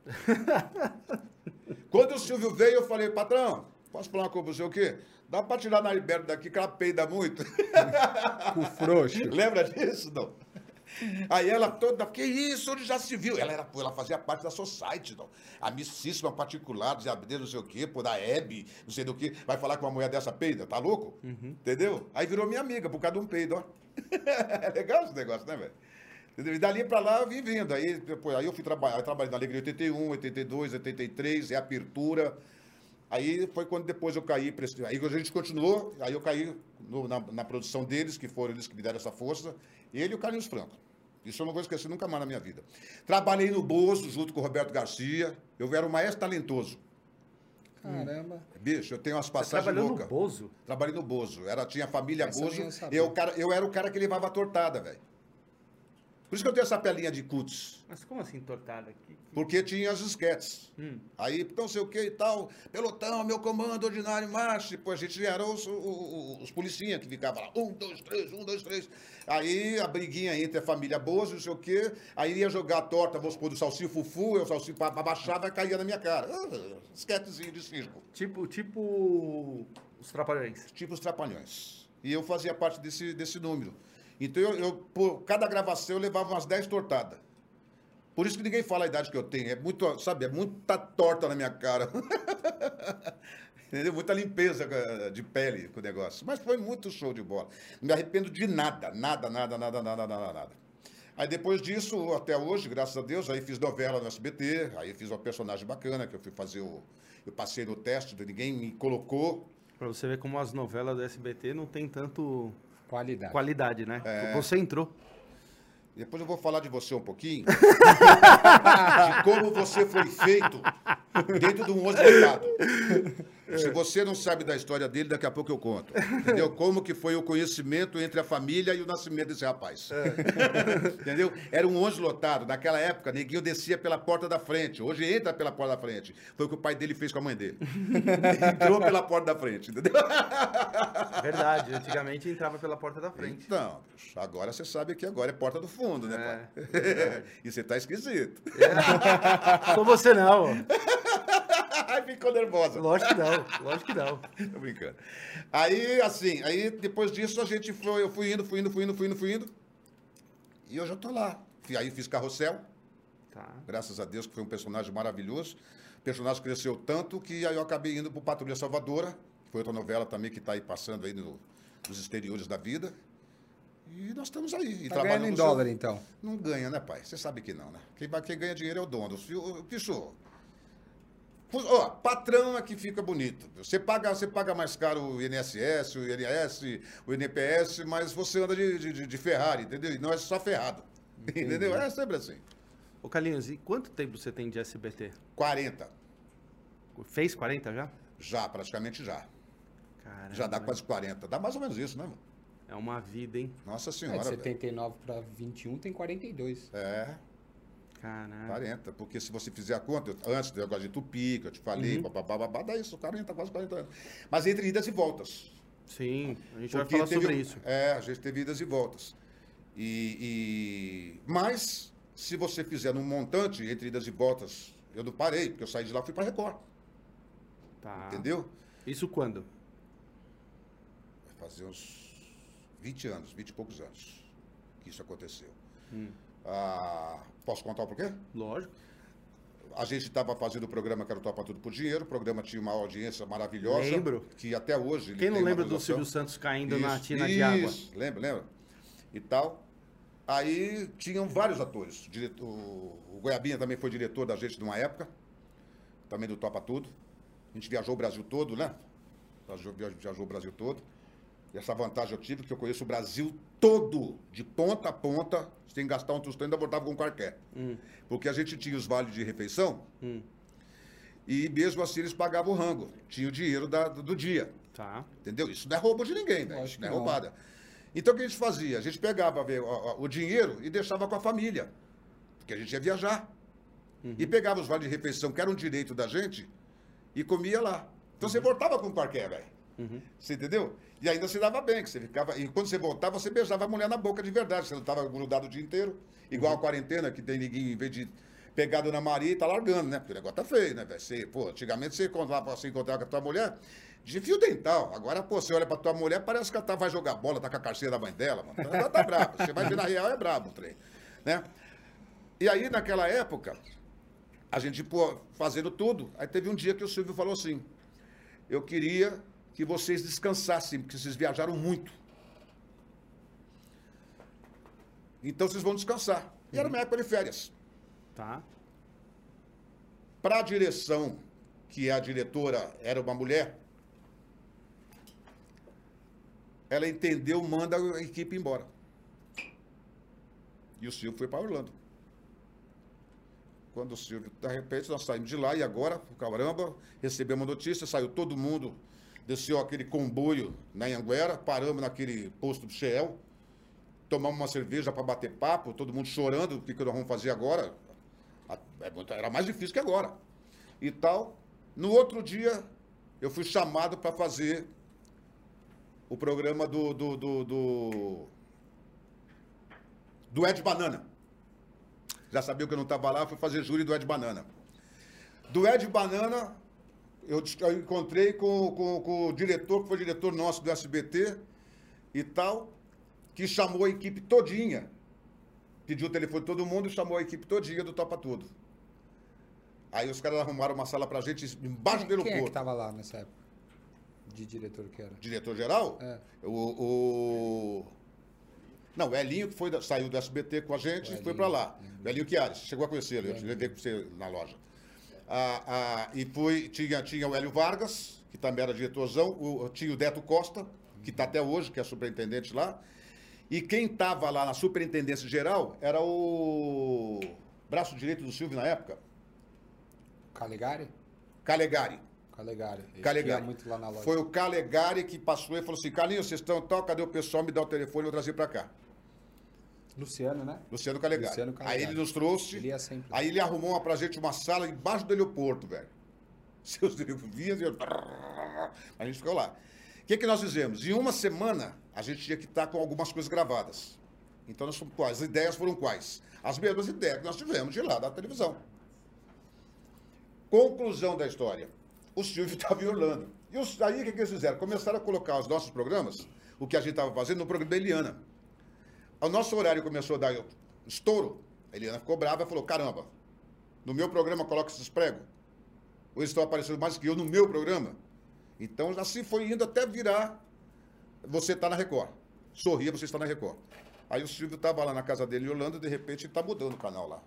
Speaker 3: Quando o Silvio veio, eu falei, patrão, posso falar com você o quê? Dá pra tirar a Nair Belo daqui, que ela peida muito.
Speaker 2: O frouxo.
Speaker 3: Lembra disso, não? Aí ela toda, que isso, onde já se viu? Ela, era, ela fazia parte da Society, não? Amicíssima particular, de abrir não sei o quê, pô, da Hebe, não sei do que. Vai falar com uma mulher dessa peida, tá louco? Uhum. Entendeu? Aí virou minha amiga, por causa de um peido, ó. É legal esse negócio, né, velho? E dali pra lá eu vim vindo. Aí, depois, aí eu fui trabalhar, eu trabalhei na Alegria oitenta e um, oitenta e dois, oitenta e três, reapertura. Aí foi quando depois eu caí, aí a gente continuou, aí eu caí no, na, na produção deles, que foram eles que me deram essa força, ele e o Carlinhos Franco. Isso eu não vou esquecer nunca mais na minha vida. Trabalhei no Bozo, junto com o Roberto Garcia, eu era o maestro talentoso.
Speaker 2: Caramba.
Speaker 3: Bicho, eu tenho umas
Speaker 1: Você
Speaker 3: passagens
Speaker 1: trabalhou
Speaker 3: loucas.
Speaker 1: no Bozo?
Speaker 3: Trabalhei no Bozo, era, tinha a família
Speaker 2: Essa eu
Speaker 3: Bozo,
Speaker 2: não sabia.
Speaker 3: eu, cara, eu era o cara que levava a tortada, velho. Por isso que eu tenho essa pelinha de cutis.
Speaker 1: Mas como assim tortada? Que, que...
Speaker 3: Porque tinha as esquetes.
Speaker 1: Hum.
Speaker 3: Aí, não sei o que e tal, pelotão, meu comando ordinário, marcha. Pô, a gente era os, os, os policinhas que ficavam lá, um, dois, três, um, dois, três. Aí a briguinha entre a família Bozo, não sei o quê. Aí ia jogar a torta, vamos supor, do Salsinho Fufu, eu o Salsinho abaixava e caía na minha cara. Ah, esquetezinho de circo.
Speaker 1: Tipo, tipo os Trapalhões.
Speaker 3: Tipo os Trapalhões. E eu fazia parte desse, desse número. Então, eu, eu, por cada gravação, eu levava umas dez tortadas. Por isso que ninguém fala a idade que eu tenho. É muito, sabe, é muita torta na minha cara. Entendeu? Muita limpeza de pele com o negócio. Mas foi muito show de bola. Não me arrependo de nada, nada, nada, nada, nada, nada, nada. Aí depois disso, até hoje, graças a Deus, aí fiz novela no S B T, aí fiz uma personagem bacana, que eu fui fazer o... Eu passei no teste, ninguém me colocou.
Speaker 1: Pra você ver como as novelas do S B T não tem tanto
Speaker 2: Qualidade.
Speaker 1: qualidade, né?
Speaker 3: É.
Speaker 1: Você entrou.
Speaker 3: Depois eu vou falar de você um pouquinho, de como você foi feito dentro de um ônibus lotado. Se você não sabe da história dele, daqui a pouco eu conto. Entendeu? Como que foi o conhecimento entre a família e o nascimento desse rapaz. Entendeu? Era um ônibus lotado. Naquela época, neguinho descia pela porta da frente. Hoje entra pela porta da frente. Foi o que o pai dele fez com a mãe dele. Entrou pela porta da frente, entendeu?
Speaker 1: Verdade, antigamente entrava pela porta da frente.
Speaker 3: Então, bicho, agora você sabe que agora é porta do fundo, né, pai?
Speaker 1: É,
Speaker 3: E você tá esquisito.
Speaker 1: Sou você não, ó.
Speaker 3: Ai, ficou nervosa.
Speaker 1: Lógico que não, lógico que não.
Speaker 3: Tô brincando. Aí, assim, aí depois disso a gente foi, eu fui indo, fui indo, fui indo, fui indo, fui indo. E hoje eu tô lá. Fui- Aí fiz Carrossel,
Speaker 1: Tá.
Speaker 3: graças a Deus, que foi um personagem maravilhoso. O personagem cresceu tanto que aí eu acabei indo pro Patrulha Salvadora, que foi outra novela também que tá aí passando aí no- nos exteriores da vida. E nós estamos aí. E
Speaker 2: Tá ganhando em
Speaker 3: no
Speaker 2: dólar,
Speaker 3: seu-
Speaker 2: então.
Speaker 3: Não ganha, né, pai? Você sabe que não, né? Quem, vai- quem ganha dinheiro é o dono. O bicho, ó, patrão é que fica bonito. Você paga, você paga mais caro o I N S S, o I N S, o I N P S, mas você anda de, de, de Ferrari, entendeu? E não é só ferrado. Entendeu? É sempre assim.
Speaker 1: Ô, Carlinhos, e quanto tempo você tem de S B T?
Speaker 3: quarenta.
Speaker 1: Fez quarenta já?
Speaker 3: Já, praticamente já.
Speaker 1: Caramba.
Speaker 3: Já dá quase quarenta. Dá mais ou menos isso, né, mano?
Speaker 1: É uma vida, hein?
Speaker 3: Nossa
Speaker 2: É, de
Speaker 3: senhora, velho.
Speaker 2: setenta e nove para vinte e um tem quarenta e dois.
Speaker 3: É,
Speaker 1: Caramba.
Speaker 3: quarenta. Porque se você fizer a conta, eu- antes do negócio de Tupi, que eu te falei,
Speaker 1: Uhum.
Speaker 3: babá, babá, dá isso, quarenta, quase quarenta anos. Mas entre idas e voltas.
Speaker 1: Sim, a gente
Speaker 3: Porque
Speaker 1: vai falar
Speaker 3: teve-
Speaker 1: sobre isso.
Speaker 3: É, a gente teve idas e voltas. E, e- Mas, se você fizer num montante entre idas e voltas, eu não parei, porque eu saí de lá e fui para Record.
Speaker 1: Tá.
Speaker 3: Entendeu?
Speaker 1: Isso quando?
Speaker 3: Vai fazer uns vinte anos, vinte e poucos anos que isso aconteceu.
Speaker 1: Hum.
Speaker 3: Ah, posso contar o porquê?
Speaker 1: Lógico.
Speaker 3: A gente estava fazendo o programa que era o Topa Tudo por Dinheiro. O programa tinha uma audiência maravilhosa.
Speaker 1: Lembro.
Speaker 3: Que até hoje... ele
Speaker 1: Quem não
Speaker 3: tem uma
Speaker 1: lembra do
Speaker 3: visualização.
Speaker 1: Silvio Santos caindo na
Speaker 3: Isso,
Speaker 1: tina de água?
Speaker 3: Isso, lembra, lembra? E tal. Aí tinham vários atores. O, diretor, o Goiabinha também foi diretor da gente numa época. Também do Topa Tudo. A gente viajou o Brasil todo, né? Viajou, viajou o Brasil todo. E essa vantagem eu tive, que eu conheço o Brasil todo, de ponta a ponta. Você tem que gastar um tostão e ainda voltava com qualquer.
Speaker 1: Hum,
Speaker 3: Porque a gente tinha os vales de refeição
Speaker 1: hum.
Speaker 3: e mesmo assim eles pagavam o rango. Tinha o dinheiro da- do, do dia.
Speaker 1: Tá.
Speaker 3: Entendeu? Isso não é roubo de ninguém, velho.
Speaker 2: Lógico
Speaker 3: Isso não é
Speaker 2: que não.
Speaker 3: roubada. Então o que a gente fazia? A gente pegava velho, o, o dinheiro e deixava com a família. Porque a gente ia viajar. E pegava os vales de refeição, que era um direito da gente, e comia lá. Então você voltava com qualquer, velho.
Speaker 1: Uhum.
Speaker 3: Você entendeu? E ainda se dava bem, que você ficava. E quando você voltava, você beijava a mulher na boca de verdade. Você não estava grudado o dia inteiro. Igual a quarentena, que tem ninguém, em vez de pegar a Dona Maria e tá largando, né? Porque o negócio tá feio, né, velho? Você, pô, antigamente você encontrava, você encontrava com a tua mulher de fio dental. Agora, pô, você olha pra tua mulher, parece que ela tá, vai jogar bola, tá com a carceira da mãe dela, mano. Ela tá brava. Você vai ver na real, é brabo o trem. Né? E aí, naquela época, a gente, pô, fazendo tudo. Aí teve um dia que o Silvio falou assim: eu queria que vocês descansassem, porque vocês viajaram muito. Então vocês vão descansar. E era uma época de férias.
Speaker 1: Tá.
Speaker 3: Para a direção, que a diretora era uma mulher, ela entendeu, manda a equipe embora. E o Silvio foi para Orlando. Quando o Silvio, de repente, nós saímos de lá e agora, caramba, recebemos uma notícia, saiu todo mundo, desceu aquele comboio na Anhanguera, paramos naquele posto do Shell, tomamos uma cerveja para bater papo, todo mundo chorando, o que, que nós vamos fazer agora? É muito- Era mais difícil que agora. E tal. No outro dia, eu fui chamado para fazer o programa do, do, do, do, do Ed Banana. Já sabia que eu não estava lá, fui fazer júri do Ed Banana. Do Ed Banana, eu, dis- eu encontrei com, com, com o diretor, que foi diretor nosso do S B T e tal, que chamou a equipe todinha pediu o telefone de todo mundo e chamou a equipe todinha do Topa Tudo. Aí os caras arrumaram uma sala pra gente embaixo do
Speaker 2: Quem é que
Speaker 3: aeroporto.
Speaker 2: tava lá nessa época? De diretor que era?
Speaker 3: Diretor-geral?
Speaker 2: É.
Speaker 3: O, o... Não, o Elinho, que foi da- saiu do S B T com a gente
Speaker 2: O
Speaker 3: e foi
Speaker 2: Elinho,
Speaker 3: pra lá.
Speaker 2: lembro.
Speaker 3: O Elinho Chiares, chegou a conhecê-lo, eu te levei com você na loja. Ah, ah, e foi, tinha, tinha o Hélio Vargas, que também era diretorzão, o, tinha o Deto Costa, que está até hoje, que é superintendente lá. E quem estava lá na superintendência geral era o braço direito do Silvio na época,
Speaker 2: Calegari?
Speaker 3: Calegari.
Speaker 2: Calegari. Ele
Speaker 3: Calegari.
Speaker 2: ia muito lá na loja.
Speaker 3: Foi o Calegari que passou e falou assim, Carlinhos, vocês estão tal, cadê o pessoal? Me dá o telefone, eu vou trazer para cá.
Speaker 2: Luciano, né?
Speaker 3: Luciano Calegari.
Speaker 2: Luciano Calegari.
Speaker 3: Aí ele nos trouxe,
Speaker 2: Ele ia sempre.
Speaker 3: aí ele arrumou uma, pra gente uma sala embaixo do aeroporto, velho. Seus vinham e eu... A gente ficou lá. O que, que nós fizemos? Em uma semana, a gente tinha que estar com algumas coisas gravadas. Então, nós, as ideias foram quais? As mesmas ideias que nós tivemos de lá da televisão. Conclusão da história. O Silvio estava em Orlando. E os, aí, o que, que eles fizeram? Começaram a colocar os nossos programas, o que a gente estava fazendo, no programa da Eliana. O nosso horário começou a dar estouro. A Eliana ficou brava e falou, caramba, no meu programa coloca esses pregos. Ou eles estão aparecendo mais que eu no meu programa. Então, assim foi indo até virar, você está na Record. Sorria, você está na Record. Aí o Silvio estava lá na casa dele em Orlando, de repente ele está mudando o canal lá.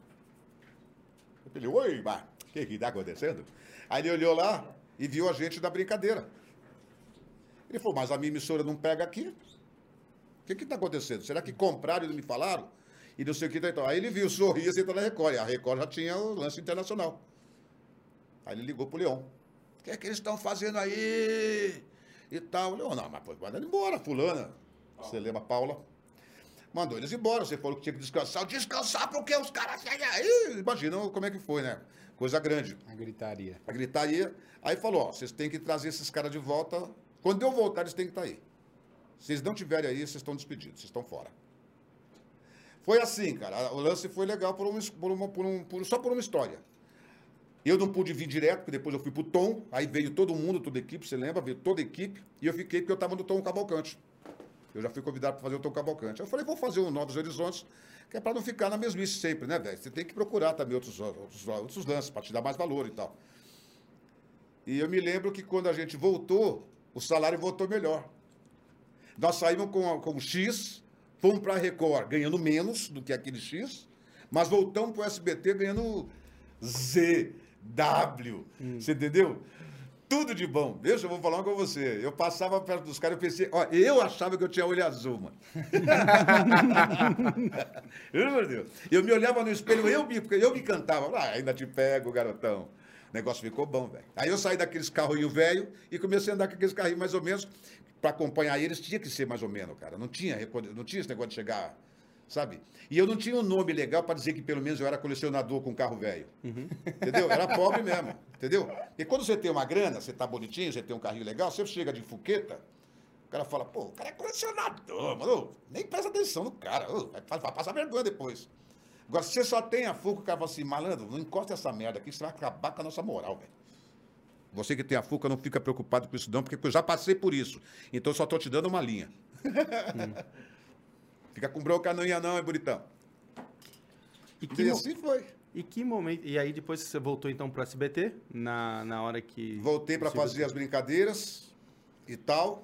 Speaker 3: Eu falei, oi, mas o que que está acontecendo? Aí ele olhou lá e viu a gente da brincadeira. Ele falou, mas a minha emissora não pega aqui. O que que está acontecendo? Será que compraram e não me falaram? E não sei o que. Então. Aí ele viu, sorria, você está na Record. E a Record já tinha o lance internacional. Aí ele ligou pro Leão. O que é que eles estão fazendo aí? E tal. O Leão, não, mas pô, manda ele embora, fulana. Você lembra, Paula? Mandou eles embora. Você falou que tinha que descansar. Descansar porque os caras saem aí. Imagina como é que foi, né? Coisa grande.
Speaker 2: A gritaria.
Speaker 3: A gritaria. Aí falou, ó, vocês têm que trazer esses caras de volta. Quando eu voltar, eles têm que estar aí. Se vocês não estiverem aí, vocês estão despedidos, vocês estão fora. Foi assim, cara. O lance foi legal por uma, por uma, por um, por, só por uma história. Eu não pude vir direto, porque depois eu fui pro Tom, aí veio todo mundo, toda a equipe, você lembra? Veio toda a equipe, e eu fiquei porque eu estava no Tom Cavalcante. Eu já fui convidado para fazer o Tom Cavalcante. Eu falei, vou fazer o Novos Horizontes, que é para não ficar na mesmice sempre, né, velho? Você tem que procurar também outros, outros, outros lances, para te dar mais valor e tal. E eu me lembro que quando a gente voltou, o salário voltou melhor. Nós saímos com, com X, fomos para a Record ganhando menos do que aquele X, mas voltamos para o S B T ganhando Z, W. Hum. Você entendeu? Tudo de bom. Deixa eu vou falar uma com você. Eu passava perto dos caras e pensei, ó, eu achava que eu tinha olho azul, mano. Meu Deus. Eu me olhava no espelho, eu me, eu me cantava. Ah, ainda te pego, garotão. O negócio ficou bom, velho. Aí eu saí daqueles carrinhos velhos e comecei a andar com aqueles carrinhos mais ou menos. Para acompanhar eles, tinha que ser mais ou menos, cara. Não tinha, não tinha esse negócio de chegar, sabe? E eu não tinha um nome legal para dizer que pelo menos eu era colecionador com carro velho. Uhum. Entendeu? Era pobre mesmo, entendeu? E quando você tem uma grana, você tá bonitinho, você tem um carrinho legal, você chega de fuqueta, o cara fala, pô, o cara é colecionador, mano. Nem presta atenção no cara, ô, vai, vai passar vergonha depois. Agora, se você só tem a fuca, o cara fala assim, malandro, não encosta essa merda aqui, você vai acabar com a nossa moral, velho. Você que tem a fuca, não fica preocupado com isso não, porque eu já passei por isso. Então, eu só tô te dando uma linha. Hum. Fica com bronca não ia não, é bonitão.
Speaker 1: E, que
Speaker 3: e assim foi.
Speaker 1: E que momento... E aí, depois você voltou, então, pro S B T? Na, na hora que...
Speaker 3: Voltei para fazer as brincadeiras e tal.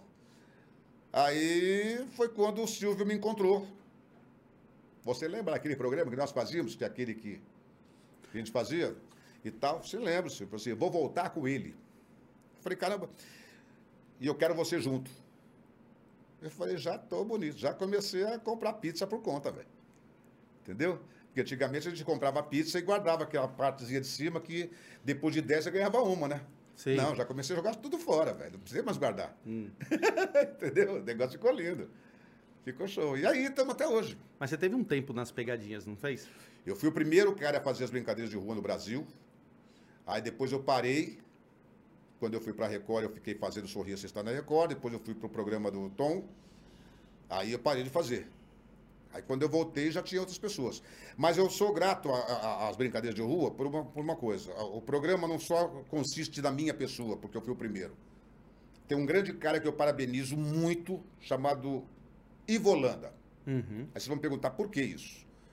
Speaker 3: Aí, foi quando o Silvio me encontrou. Você lembra daquele programa que nós fazíamos, que é aquele que a gente fazia? E tal, você lembra, Silvio, assim, eu vou voltar com ele. Eu falei, caramba, e eu quero você junto. Eu falei, já tô bonito, já comecei a comprar pizza por conta, velho. Entendeu? Porque antigamente a gente comprava pizza e guardava aquela partezinha de cima que depois de dez você ganhava uma, né?
Speaker 1: Sim.
Speaker 3: Não, já comecei a jogar tudo fora, velho. Não precisei mais guardar.
Speaker 1: Hum.
Speaker 3: Entendeu? O negócio ficou lindo. Ficou show. E aí, estamos até hoje.
Speaker 1: Mas você teve um tempo nas pegadinhas, não fez?
Speaker 3: Eu fui o primeiro cara a fazer as brincadeiras de rua no Brasil. Aí depois eu parei. Quando eu fui para a Record, eu fiquei fazendo Sorria, Você Está na Record. Depois eu fui para o programa do Tom. Aí eu parei de fazer. Aí quando eu voltei, já tinha outras pessoas. Mas eu sou grato às brincadeiras de rua por uma, por uma coisa. O programa não só consiste na minha pessoa, porque eu fui o primeiro. Tem um grande cara que eu parabenizo muito, chamado Ivo Holanda.
Speaker 1: Uhum.
Speaker 3: Aí vocês vão me perguntar por que isso.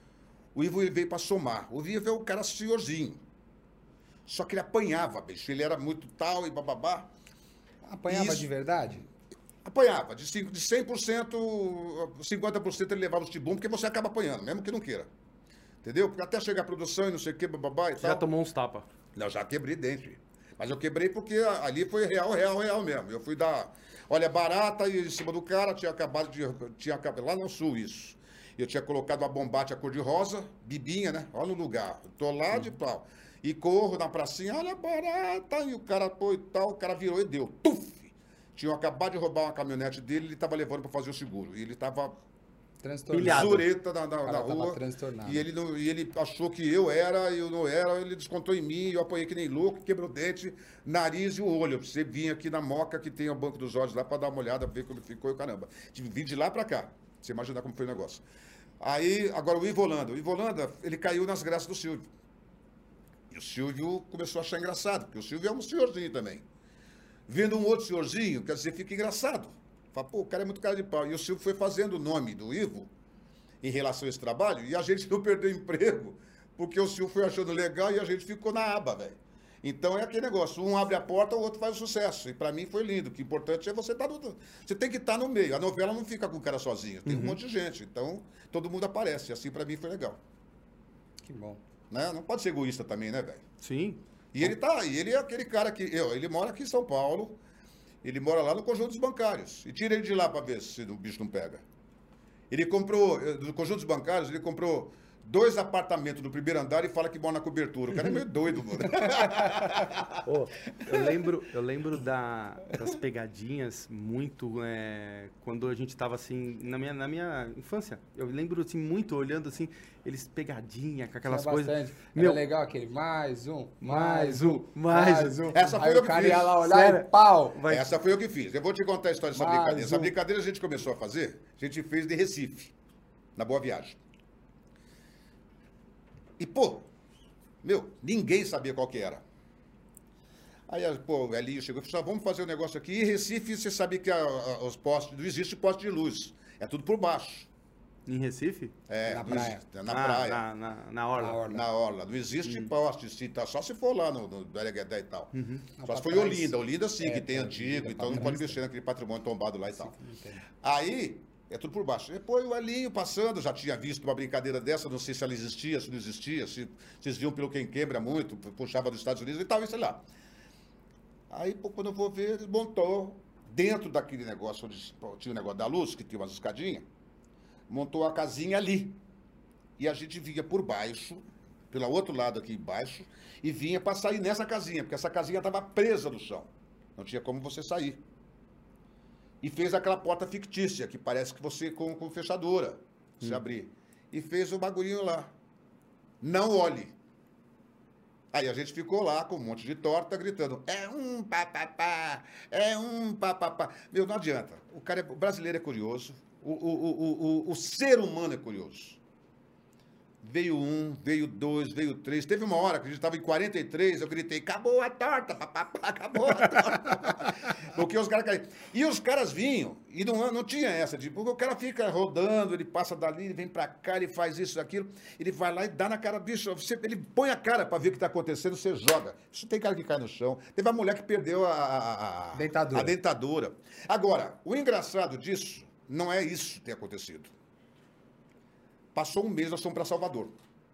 Speaker 3: O Ivo ele veio para somar. O Ivo é o cara senhorzinho. Só que ele apanhava, bicho. Ele era muito tal e bababá.
Speaker 2: Apanhava
Speaker 3: Isso.
Speaker 2: de verdade?
Speaker 3: Apanhava. De, cinco, de cem por cento, cinquenta por cento ele levava os tibum, porque você acaba apanhando, mesmo que não queira. Entendeu? Porque até chegar a produção e não sei o que, bababá e
Speaker 1: Você
Speaker 3: tal.
Speaker 1: já tomou uns tapas.
Speaker 3: Não, já quebrei dente. Mas eu quebrei porque ali foi real, real, real mesmo. Eu fui dar, olha, barata e em cima do cara, tinha acabado de, tinha acabado, lá no sul isso. Eu tinha colocado uma bombate a cor de rosa, bibinha, né? Olha o lugar. Eu tô lá de pau. E corro na pracinha, olha, barata. E o cara, pô, e tal, o cara virou e deu. Tuf! Tinham acabado de roubar uma caminhonete dele, ele tava levando para fazer o seguro. E ele tava
Speaker 2: Transtornado.
Speaker 3: zureta na, na,
Speaker 2: O cara
Speaker 3: na
Speaker 2: tava
Speaker 3: rua.
Speaker 2: transtornado.
Speaker 3: E ele, não, e ele achou que eu era, eu não era, ele descontou em mim, eu apanhei que nem louco, quebrou o dente, nariz e o olho. Você vinha aqui na Moca, que tem o Banco dos Olhos lá, para dar uma olhada, ver como ficou e o caramba. Tive que vir de lá para cá, pra você imaginar como foi o negócio. Aí, agora o Ivo Holanda. O Ivo Holanda, ele caiu nas graças do Silvio. E o Silvio começou a achar engraçado, porque o Silvio é um senhorzinho também. Vendo um outro senhorzinho, quer dizer, fica engraçado. Fala, pô, o cara é muito cara de pau. E o Silvio foi fazendo o nome do Ivo em relação a esse trabalho, e a gente não perdeu emprego, porque o Silvio foi achando legal e a gente ficou na aba, velho. Então é aquele negócio, um abre a porta, o outro faz o sucesso. E pra mim foi lindo. O que é importante é você estar no... Você tem que estar no meio. A novela não fica com o cara sozinho, tem um monte de gente. Então, todo mundo aparece. Assim, pra mim, foi legal.
Speaker 2: Que bom.
Speaker 3: Né? Não pode ser egoísta também, né, velho?
Speaker 1: Sim.
Speaker 3: E ele tá, e ele é aquele cara que, eu, ele mora aqui em São Paulo, ele mora lá no Conjunto dos Bancários. E tira ele de lá para ver se o bicho não pega. Ele comprou, do Conjunto dos Bancários, ele comprou dois apartamentos no primeiro andar e fala que mora na cobertura. O cara é meio doido, mano.
Speaker 1: Ô, eu lembro, eu lembro da, das pegadinhas muito é, quando a gente tava assim, na minha, na minha infância. Eu lembro assim, muito olhando assim, eles pegadinha com aquelas
Speaker 2: Tinha
Speaker 1: coisas.
Speaker 2: bastante. Era
Speaker 1: Meu,
Speaker 2: legal aquele mais um,
Speaker 1: mais
Speaker 2: mais
Speaker 1: um,
Speaker 2: um,
Speaker 1: mais
Speaker 2: mais um.
Speaker 3: Essa foi
Speaker 2: Aí
Speaker 3: eu
Speaker 2: o
Speaker 3: que
Speaker 2: cara
Speaker 3: fiz.
Speaker 2: ia lá olhar
Speaker 1: Sério?
Speaker 2: e pau.
Speaker 1: vai-
Speaker 3: Essa foi eu que fiz. Eu vou te contar a história dessa
Speaker 2: Mais
Speaker 3: brincadeira. Essa
Speaker 2: um.
Speaker 3: brincadeira a gente começou a fazer, a gente fez de Recife, na Boa Viagem. E, pô, meu, ninguém sabia qual que era. Aí, pô, o Elinho chegou e falou, vamos fazer um negócio aqui. E Recife, você sabe que a, a, os postes, não existe poste de luz. É tudo por baixo.
Speaker 1: Em Recife?
Speaker 3: É,
Speaker 2: Na
Speaker 3: não
Speaker 2: praia.
Speaker 3: existe, é na
Speaker 1: Ah,
Speaker 3: praia.
Speaker 1: Na, na, na orla.
Speaker 2: Na orla.
Speaker 3: Na orla. Não existe poste, se tá, só se for lá no, no Bereguedé e tal.
Speaker 2: Não,
Speaker 3: Só
Speaker 2: pra
Speaker 3: se foi
Speaker 2: trás.
Speaker 3: Olinda. Olinda sim,
Speaker 2: É,
Speaker 3: que tem
Speaker 2: é,
Speaker 3: antigo,
Speaker 2: é
Speaker 3: então não
Speaker 2: pra
Speaker 3: pode
Speaker 2: trás.
Speaker 3: mexer naquele patrimônio tombado lá e tal.
Speaker 2: Não tem.
Speaker 3: Aí, é tudo por baixo. Depois o Elinho passando, já tinha visto uma brincadeira dessa, não sei se ela existia, se não existia, se vocês viam pelo Quem Quebra muito, puxava dos Estados Unidos e tal, e sei lá. Aí, pô, quando eu vou ver, ele montou dentro daquele negócio onde pô, tinha o negócio da luz, que tinha umas escadinhas, montou a casinha ali. E a gente vinha por baixo, pelo outro lado aqui embaixo, e vinha para sair nessa casinha, porque essa casinha estava presa no chão. Não tinha como você sair. E fez aquela porta fictícia, que parece que você com, com fechadura, se abrir. E fez o bagulhinho lá. Não olhe. Aí a gente ficou lá com um monte de torta, gritando, é um papapá, é um papapá. Meu, não adianta. O, cara é, o brasileiro é curioso, o, o, o, o, o ser humano é curioso. Veio um, veio dois, veio três. Teve uma hora que a gente estava em quarenta e três, eu gritei, acabou a torta, papapá, acabou a torta. Porque os caras caíram. E os caras vinham, e não, não tinha essa, de, porque o cara fica rodando, ele passa dali, ele vem pra cá, ele faz isso, aquilo, ele vai lá e dá na cara, bicho, você, ele põe a cara pra ver o que tá acontecendo, você joga. Isso tem cara que cai no chão. Teve a mulher que perdeu a, a, a,
Speaker 2: Dentadura.
Speaker 3: a dentadura. Agora, o engraçado disso não é isso ter acontecido. Passou um mês, nós fomos para Salvador.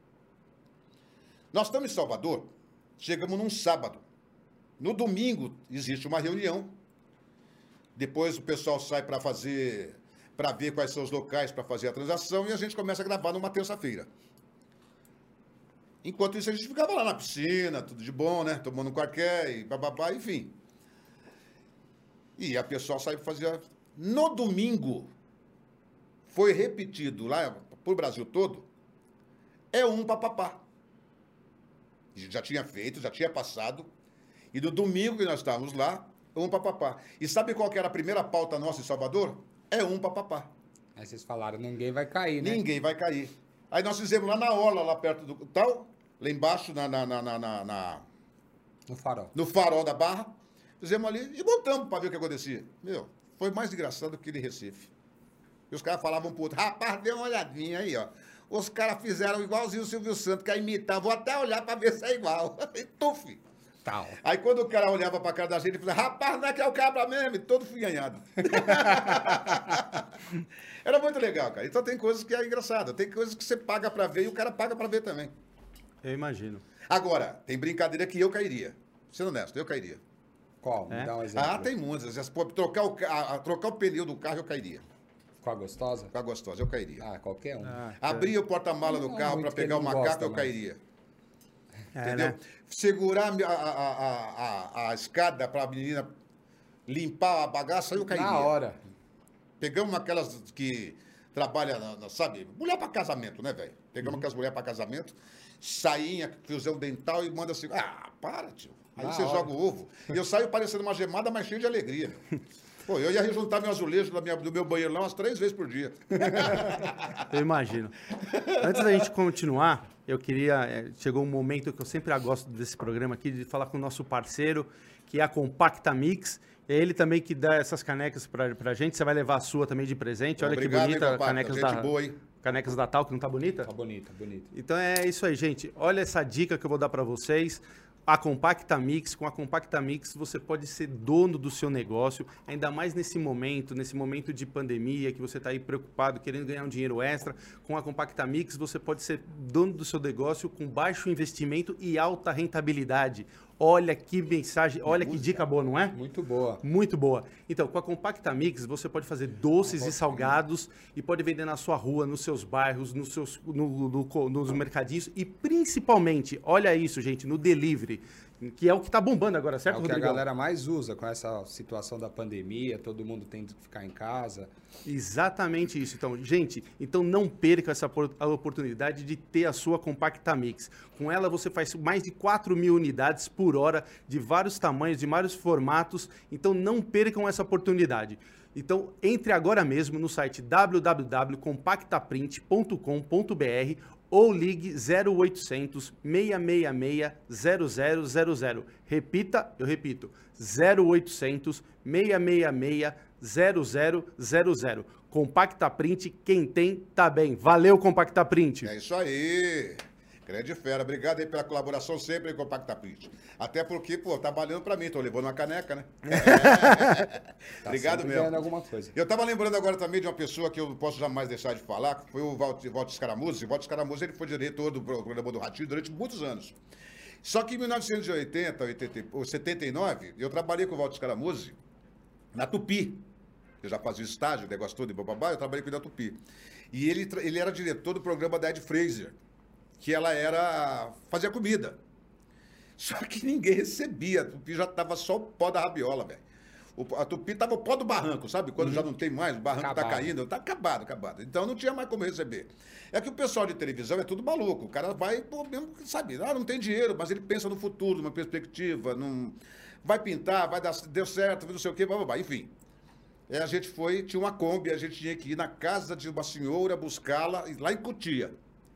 Speaker 3: Nós estamos em Salvador, chegamos num sábado. No domingo, existe uma reunião. Depois o pessoal sai para fazer, para ver quais são os locais para fazer a transação e a gente começa a gravar numa terça-feira. Enquanto isso, a gente ficava lá na piscina, tudo de bom, né? Tomando um qualquer e bababá, enfim. E a pessoa sai para fazer... No domingo, foi repetido lá por Brasil todo, é um papapá. Já tinha feito, já tinha passado. E no domingo que nós estávamos lá, um papapá. E sabe qual que era a primeira pauta nossa em Salvador? É um papapá.
Speaker 2: Aí vocês falaram, ninguém vai cair, né?
Speaker 3: Ninguém vai cair. Aí nós fizemos lá na orla, lá perto do tal, lá embaixo, na, na, na, na, na, na
Speaker 2: No farol.
Speaker 3: no farol da Barra. Fizemos ali e montamos para ver o que acontecia. Meu, foi mais engraçado que aquele Recife. E os caras falavam pro outro, rapaz, dê uma olhadinha aí, ó. Os caras fizeram igualzinho o Silvio Santos, que é imitar. Vou até olhar pra ver se é igual. E tuf.
Speaker 2: Tal.
Speaker 3: Aí quando o cara olhava pra cara da gente, ele falava, rapaz, não é que é o cabra mesmo? E todo figanhado. Era muito legal, cara. Então tem coisas que é engraçado. Tem coisas que você paga pra ver e o cara paga pra ver também.
Speaker 1: Eu imagino.
Speaker 3: Agora, tem brincadeira que eu cairia. Sendo honesto, eu cairia.
Speaker 2: Qual?
Speaker 1: É?
Speaker 2: Me dá um exemplo.
Speaker 3: Ah, tem muitas. Às vezes, pô, trocar, o, ca- a- a- trocar o pneu do carro, eu cairia.
Speaker 2: Com a gostosa?
Speaker 3: Com a gostosa, eu cairia.
Speaker 2: Ah, qualquer um.
Speaker 1: Ah,
Speaker 3: Abrir o porta-mala do
Speaker 2: Não,
Speaker 3: carro
Speaker 2: muito
Speaker 3: pra
Speaker 2: que
Speaker 3: pegar
Speaker 2: ele
Speaker 3: o
Speaker 2: não
Speaker 3: macaco,
Speaker 2: gosta,
Speaker 3: eu
Speaker 2: mas-
Speaker 3: cairia.
Speaker 1: é,
Speaker 3: Entendeu?
Speaker 1: né?
Speaker 3: Segurar a, a, a, a, a escada pra menina limpar a bagaça, eu cairia.
Speaker 2: Na hora.
Speaker 3: Pegamos aquelas que trabalham, na- na- sabe? Mulher pra casamento, né, velho? Pegamos aquelas mulheres pra casamento, sainha, fiozão dental e manda assim, ah, para, tio. Aí
Speaker 2: Na
Speaker 3: você
Speaker 2: hora.
Speaker 3: joga o ovo. E eu saio parecendo uma gemada, mas cheio de alegria. Pô, eu ia rejuntar meu azulejo da minha- do meu banheiro lá umas três vezes por dia.
Speaker 1: Eu imagino. Antes da gente continuar, eu queria. eh, Chegou um momento que eu sempre gosto desse programa aqui, de falar com o nosso parceiro, que é a Compacta Mix. É ele também que dá essas canecas pra, pra gente. Você vai levar a sua também de presente. Olha
Speaker 3: Obrigado,
Speaker 1: que
Speaker 3: hein,
Speaker 1: bonita.
Speaker 3: Compacta?
Speaker 1: Canecas
Speaker 3: Gente
Speaker 1: da,
Speaker 3: boa, hein?
Speaker 1: canecas da Tal, que não tá bonita?
Speaker 2: Tá bonita, bonita.
Speaker 1: Então é isso aí, gente. Olha essa dica que eu vou dar para vocês. A Compacta Mix, com a Compacta Mix você pode ser dono do seu negócio, ainda mais nesse momento, nesse momento de pandemia, que você está aí preocupado, querendo ganhar um dinheiro extra. Com a Compacta Mix você pode ser dono do seu negócio com baixo investimento e alta rentabilidade. Olha que mensagem, olha que dica boa, não é?
Speaker 2: Muito boa.
Speaker 1: Muito boa. Então, com a Compacta Mix, você pode fazer doces e salgados e pode vender na sua rua, nos seus bairros, nos, seus, no, no, co- nos mercadinhos e principalmente, olha isso, gente, no delivery, que é o que tá bombando agora,
Speaker 2: É
Speaker 1: certo,
Speaker 2: o que a
Speaker 1: Rodrigão?
Speaker 2: galera mais usa com essa situação da pandemia, todo mundo tendo que ficar em casa.
Speaker 1: Exatamente isso. Então, gente, então não perca essa por- a oportunidade de ter a sua Compacta Mix. Com ela você faz mais de quatro mil unidades por hora, de vários tamanhos, de vários formatos. Então não percam essa oportunidade. Então entre agora mesmo no site w w w ponto compacta print ponto com ponto b r ou ligue zero oitocentos, seis seis seis, zero zero zero zero. Repita, eu repito, zero oitocentos, seis seis seis, zero zero zero zero. Compacta Print, quem tem, tá bem. Valeu, Compacta Print.
Speaker 3: É isso aí. Grande fera. Obrigado aí pela colaboração sempre com o Compacta Print. Até porque, pô, tá valendo pra mim. Tô levando uma caneca, né?
Speaker 2: Tá
Speaker 3: Obrigado
Speaker 2: sempre
Speaker 3: mesmo.
Speaker 2: ganhando alguma coisa.
Speaker 3: Eu tava lembrando agora também de uma pessoa que eu não posso jamais deixar de falar, que foi o Walter, Walter Scaramuzzi. O Walter Scaramuzzi, ele foi diretor do programa do Ratinho durante muitos anos. Só que em mil novecentos e oitenta, oitenta, ou setenta e nove, eu trabalhei com o Walter Scaramuzzi na Tupi. Eu já fazia estágio, o negócio todo e bababá, eu trabalhei com ele na Tupi. E ele, tra- ele era diretor do programa da Ed Fraser, que ela era fazia comida. Só que ninguém recebia. A Tupi já tava só o pó da rabiola, velho. O- A Tupi tava o pó do barranco, sabe? Quando já não tem mais, o barranco
Speaker 2: Acabado.
Speaker 3: tá caindo, tá acabado, acabado. Então não tinha mais como receber. É que o pessoal de televisão é tudo maluco. O cara vai, pô, mesmo, que sabe, ah, não tem dinheiro, mas ele pensa no futuro, numa perspectiva, num... vai pintar, vai dar, deu certo, não sei o quê, blá, blá, blá. Enfim. É, a gente foi, tinha uma Kombi, a gente tinha que ir na casa de uma senhora buscá-la, lá em Cotia.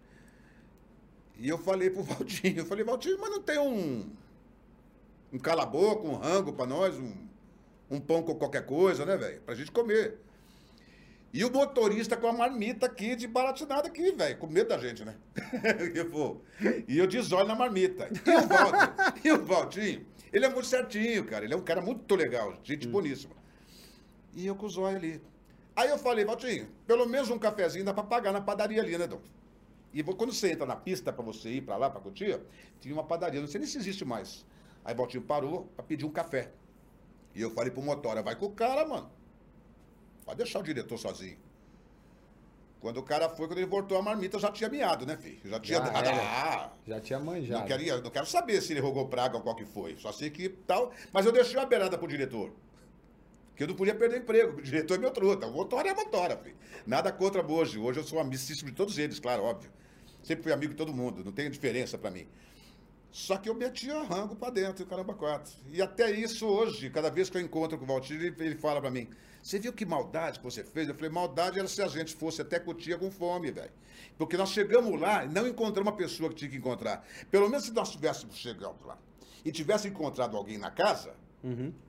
Speaker 3: E eu falei pro Valtinho, eu falei, Valtinho, mas não tem um, um cala-boca, um rango pra nós, um, um pão com qualquer coisa, né, velho? Pra gente comer. E o motorista com a marmita aqui, de baratinada aqui, velho, com medo da gente, né? eu vou. E eu desolho na marmita. E o Walter, e o Valtinho, ele é muito certinho, cara, ele é um cara muito legal, gente boníssima. E eu com o zóio ali. Aí eu falei, Valtinho, pelo menos um cafezinho dá pra pagar na padaria ali, né, Dom? E vo- quando você entra na pista pra você ir pra lá, pra Cotia, tinha uma padaria, não sei nem se existe mais. Aí o Valtinho parou pra pedir um café. E eu falei pro motora, vai com o cara, mano. Pode deixar o diretor sozinho. Quando o cara foi, quando ele voltou, a marmita já tinha miado, né, filho? Já tinha
Speaker 2: Já
Speaker 3: dado.
Speaker 2: era.
Speaker 3: Ah,
Speaker 2: Já tinha manjado.
Speaker 3: não, queria, não quero saber se ele rogou praga ou qual que foi. Só sei que tal. Mas eu deixei uma beirada pro diretor. Porque eu não podia perder emprego. O diretor é meu truta. O motora é a motora, filho. Nada contra hoje. Hoje eu sou amicíssimo de todos eles, claro, óbvio. Sempre fui amigo de todo mundo. Não tem diferença pra mim. Só que eu metia rango pra dentro, caramba, quatro. E até isso hoje, cada vez que eu encontro com o Valtinho, ele, ele fala pra mim, você viu que maldade que você fez? Eu falei, maldade era se a gente fosse até Cotia com fome, velho. Porque nós chegamos lá e não encontramos uma pessoa que tinha que encontrar. Pelo menos se nós tivéssemos chegado lá e tivesse encontrado alguém na casa,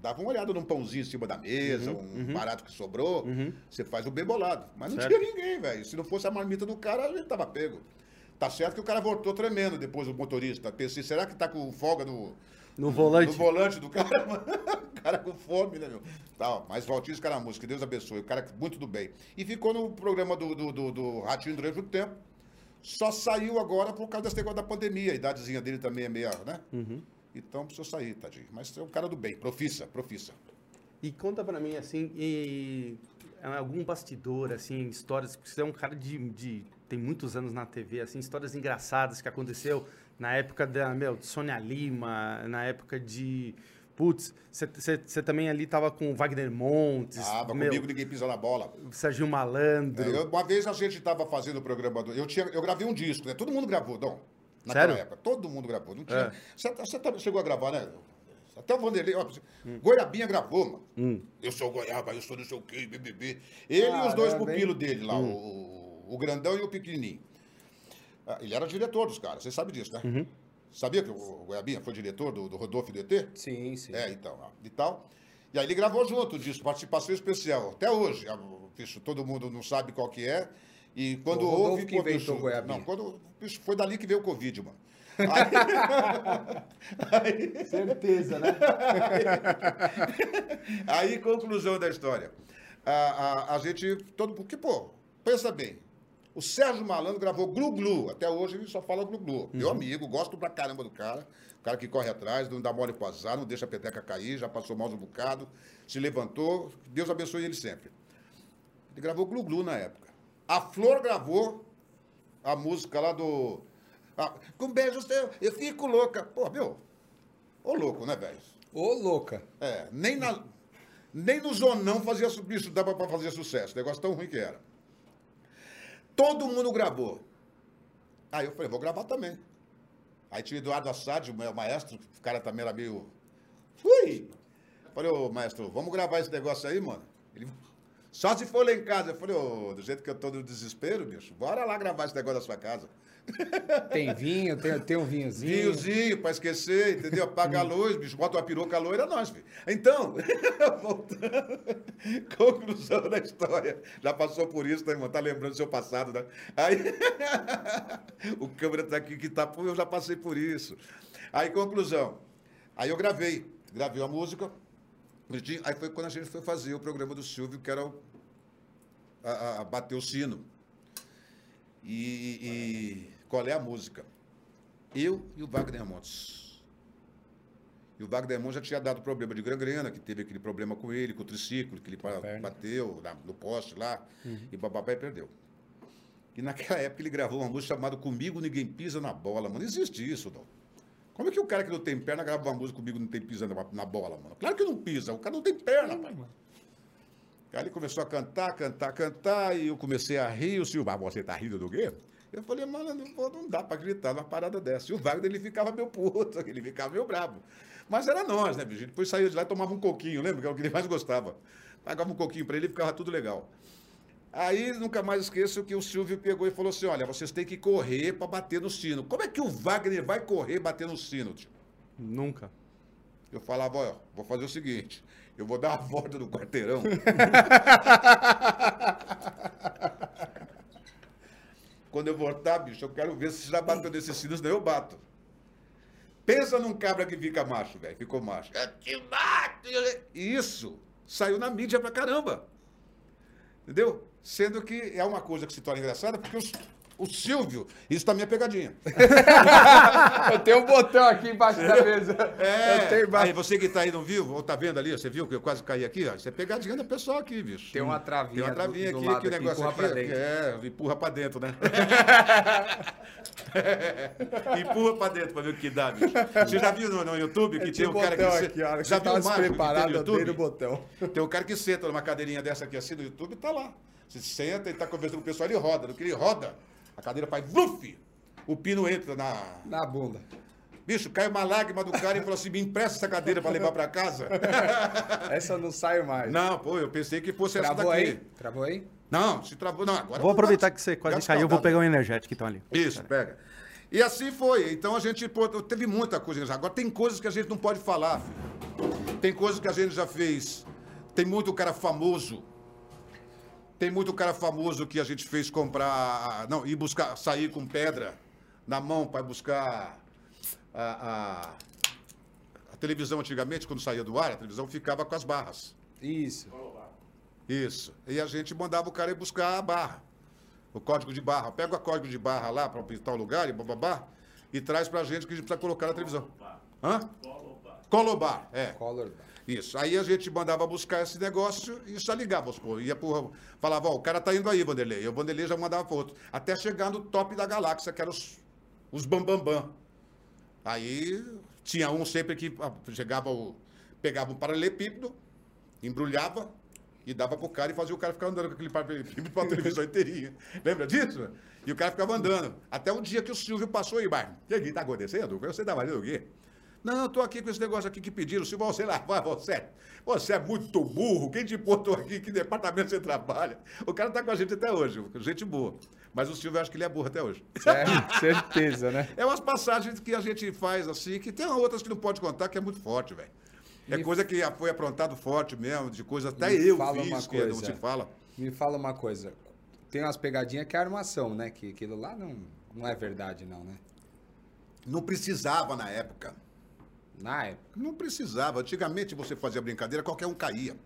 Speaker 3: dava uma olhada num pãozinho em cima da mesa, um barato que sobrou,
Speaker 1: Uhum.
Speaker 3: você faz o bem bolado. Mas não
Speaker 1: Certo.
Speaker 3: tinha ninguém, velho. Se não fosse a marmita do cara, a gente tava pego. Tá certo que o cara voltou tremendo depois, o motorista. Pensei, será que tá com folga no...
Speaker 1: No volante.
Speaker 3: No volante do cara, mano. O cara com fome, né, meu? Tal. Mas Valtinho Escaramujo, que Deus abençoe. O cara muito do bem. E ficou no programa do, do, do, do Ratinho durante muito tempo. Só saiu agora por causa desse negócio da pandemia. A idadezinha dele também é meia, né?
Speaker 1: Uhum.
Speaker 3: Então precisou sair, tadinho. Mas é um cara do bem. Profissa, profissa.
Speaker 1: E conta pra mim, assim, e algum bastidor, assim, histórias, porque você é um cara de, de... Tem muitos anos na T V, assim, histórias engraçadas que aconteceu na época da, meu, de Sônia Lima, na época de... Putz, você também ali tava com o Wagner Montes,
Speaker 3: Ah,
Speaker 1: meu,
Speaker 3: comigo ninguém pisa na bola.
Speaker 1: Serginho Malandro.
Speaker 3: É, eu- uma vez a gente tava fazendo o programa do. Eu, tinha, eu gravei um disco, né? Todo mundo gravou, Dom. Naquela
Speaker 1: Sério?
Speaker 3: época. Todo mundo gravou. Não tinha.
Speaker 1: É.
Speaker 3: Você você também chegou a gravar, né? Até o Vanderlei. Ó, Goiabinha gravou, mano.
Speaker 1: Hum.
Speaker 3: Eu sou Goiaba, eu sou não sei o quê, B B B. Ele e os dois
Speaker 2: Caramba, hein?
Speaker 3: pupilos dele lá, o, o grandão e o pequenininho. Ah, ele era diretor dos caras, você sabe disso, né?
Speaker 1: Uhum.
Speaker 3: Sabia que o Goiabinha foi diretor do, do Rodolfo do E T?
Speaker 2: Sim, sim.
Speaker 3: É, então, ó, e tal. E aí ele gravou junto disso, participação especial. Até hoje, a- bicho, todo mundo não sabe qual que é. E quando
Speaker 2: O Rodolfo
Speaker 3: houve...
Speaker 2: que
Speaker 3: pô,
Speaker 2: inventou
Speaker 3: bicho,
Speaker 2: o Goiabinha.
Speaker 3: Não, quando, bicho, foi dali que veio o Covid, mano.
Speaker 2: Certeza, né?
Speaker 3: Aí, conclusão da história. A, a, a gente, todo, porque, pô, pensa bem. O Sérgio Malandro gravou Glu Glu. Até hoje ele só fala Glu Glu. Meu amigo, gosto pra caramba do cara. O cara que corre atrás, não dá mole pro azar, não deixa a peteca cair, já passou mal um bocado, se levantou. Deus abençoe ele sempre. Ele gravou Glu Glu na época. A Flor gravou a música lá do... ah, com beijo seu, eu fico louca. Pô, meu, ô louco, né, velho?
Speaker 2: Ô, louca.
Speaker 3: É, nem, na, nem no Zonão fazia, su- bicho, dava pra fazer sucesso. Negócio tão ruim que era. Todo mundo gravou. Aí eu falei, vou gravar também. Aí tinha o Eduardo Assad, o meu maestro, o cara também era meio... Fui! Falei, ô maestro, vamos gravar esse negócio aí, mano? Ele, só se for lá em casa. Eu falei, ô, do jeito que eu tô no desespero, bicho, bora lá gravar esse negócio da sua casa.
Speaker 2: Tem vinho, tem, tem um vinhozinho.
Speaker 3: Vinhozinho pra esquecer, entendeu? Apaga a luz, bicho, bota uma peruca loira, é nós, filho. Então, voltando, conclusão da história. Já passou por isso, né, irmão? Tá lembrando do seu passado, né? Aí, o câmera tá aqui que tá, pô, eu já passei por isso. Aí, conclusão. Aí eu gravei, gravei a música, bonitinho. Aí foi quando a gente foi fazer o programa do Silvio, que era o, a, a- a bater o sino. E, e qual é a música? Eu e o Wagner Montes. E o Wagner Montes já tinha dado problema de gangrena, que teve aquele problema com ele, com o triciclo, que ele pa-
Speaker 2: perna.
Speaker 3: bateu na- no poste lá, e papai perdeu. E naquela época ele gravou uma música chamada Comigo Ninguém Pisa na Bola, mano. Não existe isso, não. Como é que o cara que não tem perna grava uma música Comigo Não Tem Pisa na, na Bola, mano? Claro que não pisa, o cara não tem perna, pai. Aí ele começou a cantar, cantar, cantar, e eu comecei a rir, o Silvio, ah, você tá rindo do quê? Eu falei, mano, não, pô, não dá pra gritar numa parada dessa. E o Wagner, ele ficava meio puto, ele ficava meio bravo. Mas era nós, né, bicho? Depois saía de lá e tomava um coquinho, lembra? Que era o que ele mais gostava. Pagava um coquinho pra ele e ficava tudo legal. Aí, nunca mais esqueço que o Silvio pegou e falou assim, olha, vocês têm que correr pra bater no sino. Como é que o Wagner vai correr bater no sino, tio?
Speaker 1: Nunca.
Speaker 3: Eu falava, ó, vou fazer o seguinte, eu vou dar a volta no quarteirão. Quando eu voltar, bicho, eu quero ver se você já bateu nesse sino, senão eu bato. Pensa num cabra que fica macho, velho, ficou macho. Eu te mato! Isso saiu na mídia pra caramba. Entendeu? Sendo que é uma coisa que se torna engraçada, porque os, o Silvio, isso tá minha pegadinha.
Speaker 2: Eu tenho um botão aqui embaixo da mesa.
Speaker 3: É,
Speaker 2: Eu tenho embaixo.
Speaker 3: aí você que tá aí não viu, ou tá vendo ali, você viu que eu quase caí aqui, ó, isso é pegadinha do pessoal aqui, bicho.
Speaker 2: Tem uma travinha
Speaker 3: Tem uma travinha
Speaker 2: do- do
Speaker 3: aqui,
Speaker 2: lado
Speaker 3: que o
Speaker 2: aqui,
Speaker 3: negócio
Speaker 2: empurra
Speaker 3: aqui,
Speaker 2: pra
Speaker 3: é-
Speaker 2: dentro.
Speaker 3: é, empurra pra dentro, né? Empurra pra dentro pra ver o que dá, bicho. Você já viu no, no YouTube que tem um cara que...
Speaker 2: botão
Speaker 3: se-
Speaker 2: aqui, a hora que
Speaker 3: já
Speaker 2: você
Speaker 3: viu
Speaker 2: tava
Speaker 3: o
Speaker 2: se
Speaker 3: macho que tem
Speaker 2: preparado,
Speaker 3: no
Speaker 2: eu dei no
Speaker 3: YouTube?
Speaker 2: botão.
Speaker 3: Tem um cara que senta numa cadeirinha dessa aqui assim no YouTube e tá lá. Você senta e tá conversando com o pessoal, ele roda. No que ele roda, a cadeira faz vluf! O pino entra na...
Speaker 2: Na bunda.
Speaker 3: Bicho, cai uma lágrima do cara e falou assim, me empresta essa cadeira pra levar pra casa.
Speaker 2: Essa eu não saio mais.
Speaker 3: Não, pô, eu pensei que fosse
Speaker 2: Travou
Speaker 3: essa daqui.
Speaker 2: aí? Travou aí?
Speaker 3: Não, se travou. Não, agora
Speaker 1: Vou
Speaker 3: eu
Speaker 1: aproveitar que você quase
Speaker 3: gato
Speaker 1: caiu, eu vou
Speaker 3: escaldado.
Speaker 1: pegar um energético então ali.
Speaker 3: Isso, pega. E assim foi. Então a gente pô, teve muita coisa. Agora tem coisas que a gente não pode falar, filho. Tem coisas que a gente já fez. Tem muito cara famoso. Tem muito cara famoso que a gente fez comprar. Não, ir buscar, sair com pedra na mão para buscar a, a, a televisão antigamente, quando saía do ar, a televisão ficava com as barras.
Speaker 2: Isso.
Speaker 3: Isso. E a gente mandava o cara ir buscar a barra. O código de barra. Pega o código de barra lá para tal lugar e bababá e traz pra gente que a gente precisa colocar na televisão. Hã? Colobar, é.
Speaker 2: Color.
Speaker 3: Isso. Aí a gente mandava buscar esse negócio e só ligava os pô. Ia por. Falava, ó, o cara tá indo aí, Vanderlei. E o Vanderlei já mandava pro outro. Até chegar no top da galáxia, que eram os, os bambambam. Bam, bam. Aí tinha um sempre que ah, chegava o. Pegava um paralelepípedo, embrulhava e dava pro cara e fazia o cara ficar andando com aquele paralelepípedo pra televisão inteirinha. Lembra disso? E o cara ficava andando. Até o dia que o Silvio passou aí, Bar. O que tá acontecendo? Você tá fazendo o quê? Não, eu tô aqui com esse negócio aqui que pediram. Se você lá, vai, você, você é muito burro. Quem te botou aqui? Que departamento você trabalha? O cara tá com a gente até hoje, gente boa. Mas o Silvio, eu acho que ele é burro até hoje.
Speaker 2: É, certeza, né?
Speaker 3: É umas passagens que a gente faz assim, que tem outras que não pode contar, que é muito forte, velho. É
Speaker 2: Me
Speaker 3: coisa que foi aprontado forte mesmo, de coisa até
Speaker 2: Me
Speaker 3: eu
Speaker 2: fala
Speaker 3: fiz,
Speaker 2: uma
Speaker 3: que não
Speaker 2: coisa.
Speaker 3: se fala.
Speaker 2: Me fala uma coisa. Tem umas pegadinhas que é armação, né? Que aquilo lá não, não é verdade, não, né?
Speaker 3: Não precisava na época.
Speaker 2: Na época.
Speaker 3: Não precisava. Antigamente você fazia brincadeira, qualquer um caía.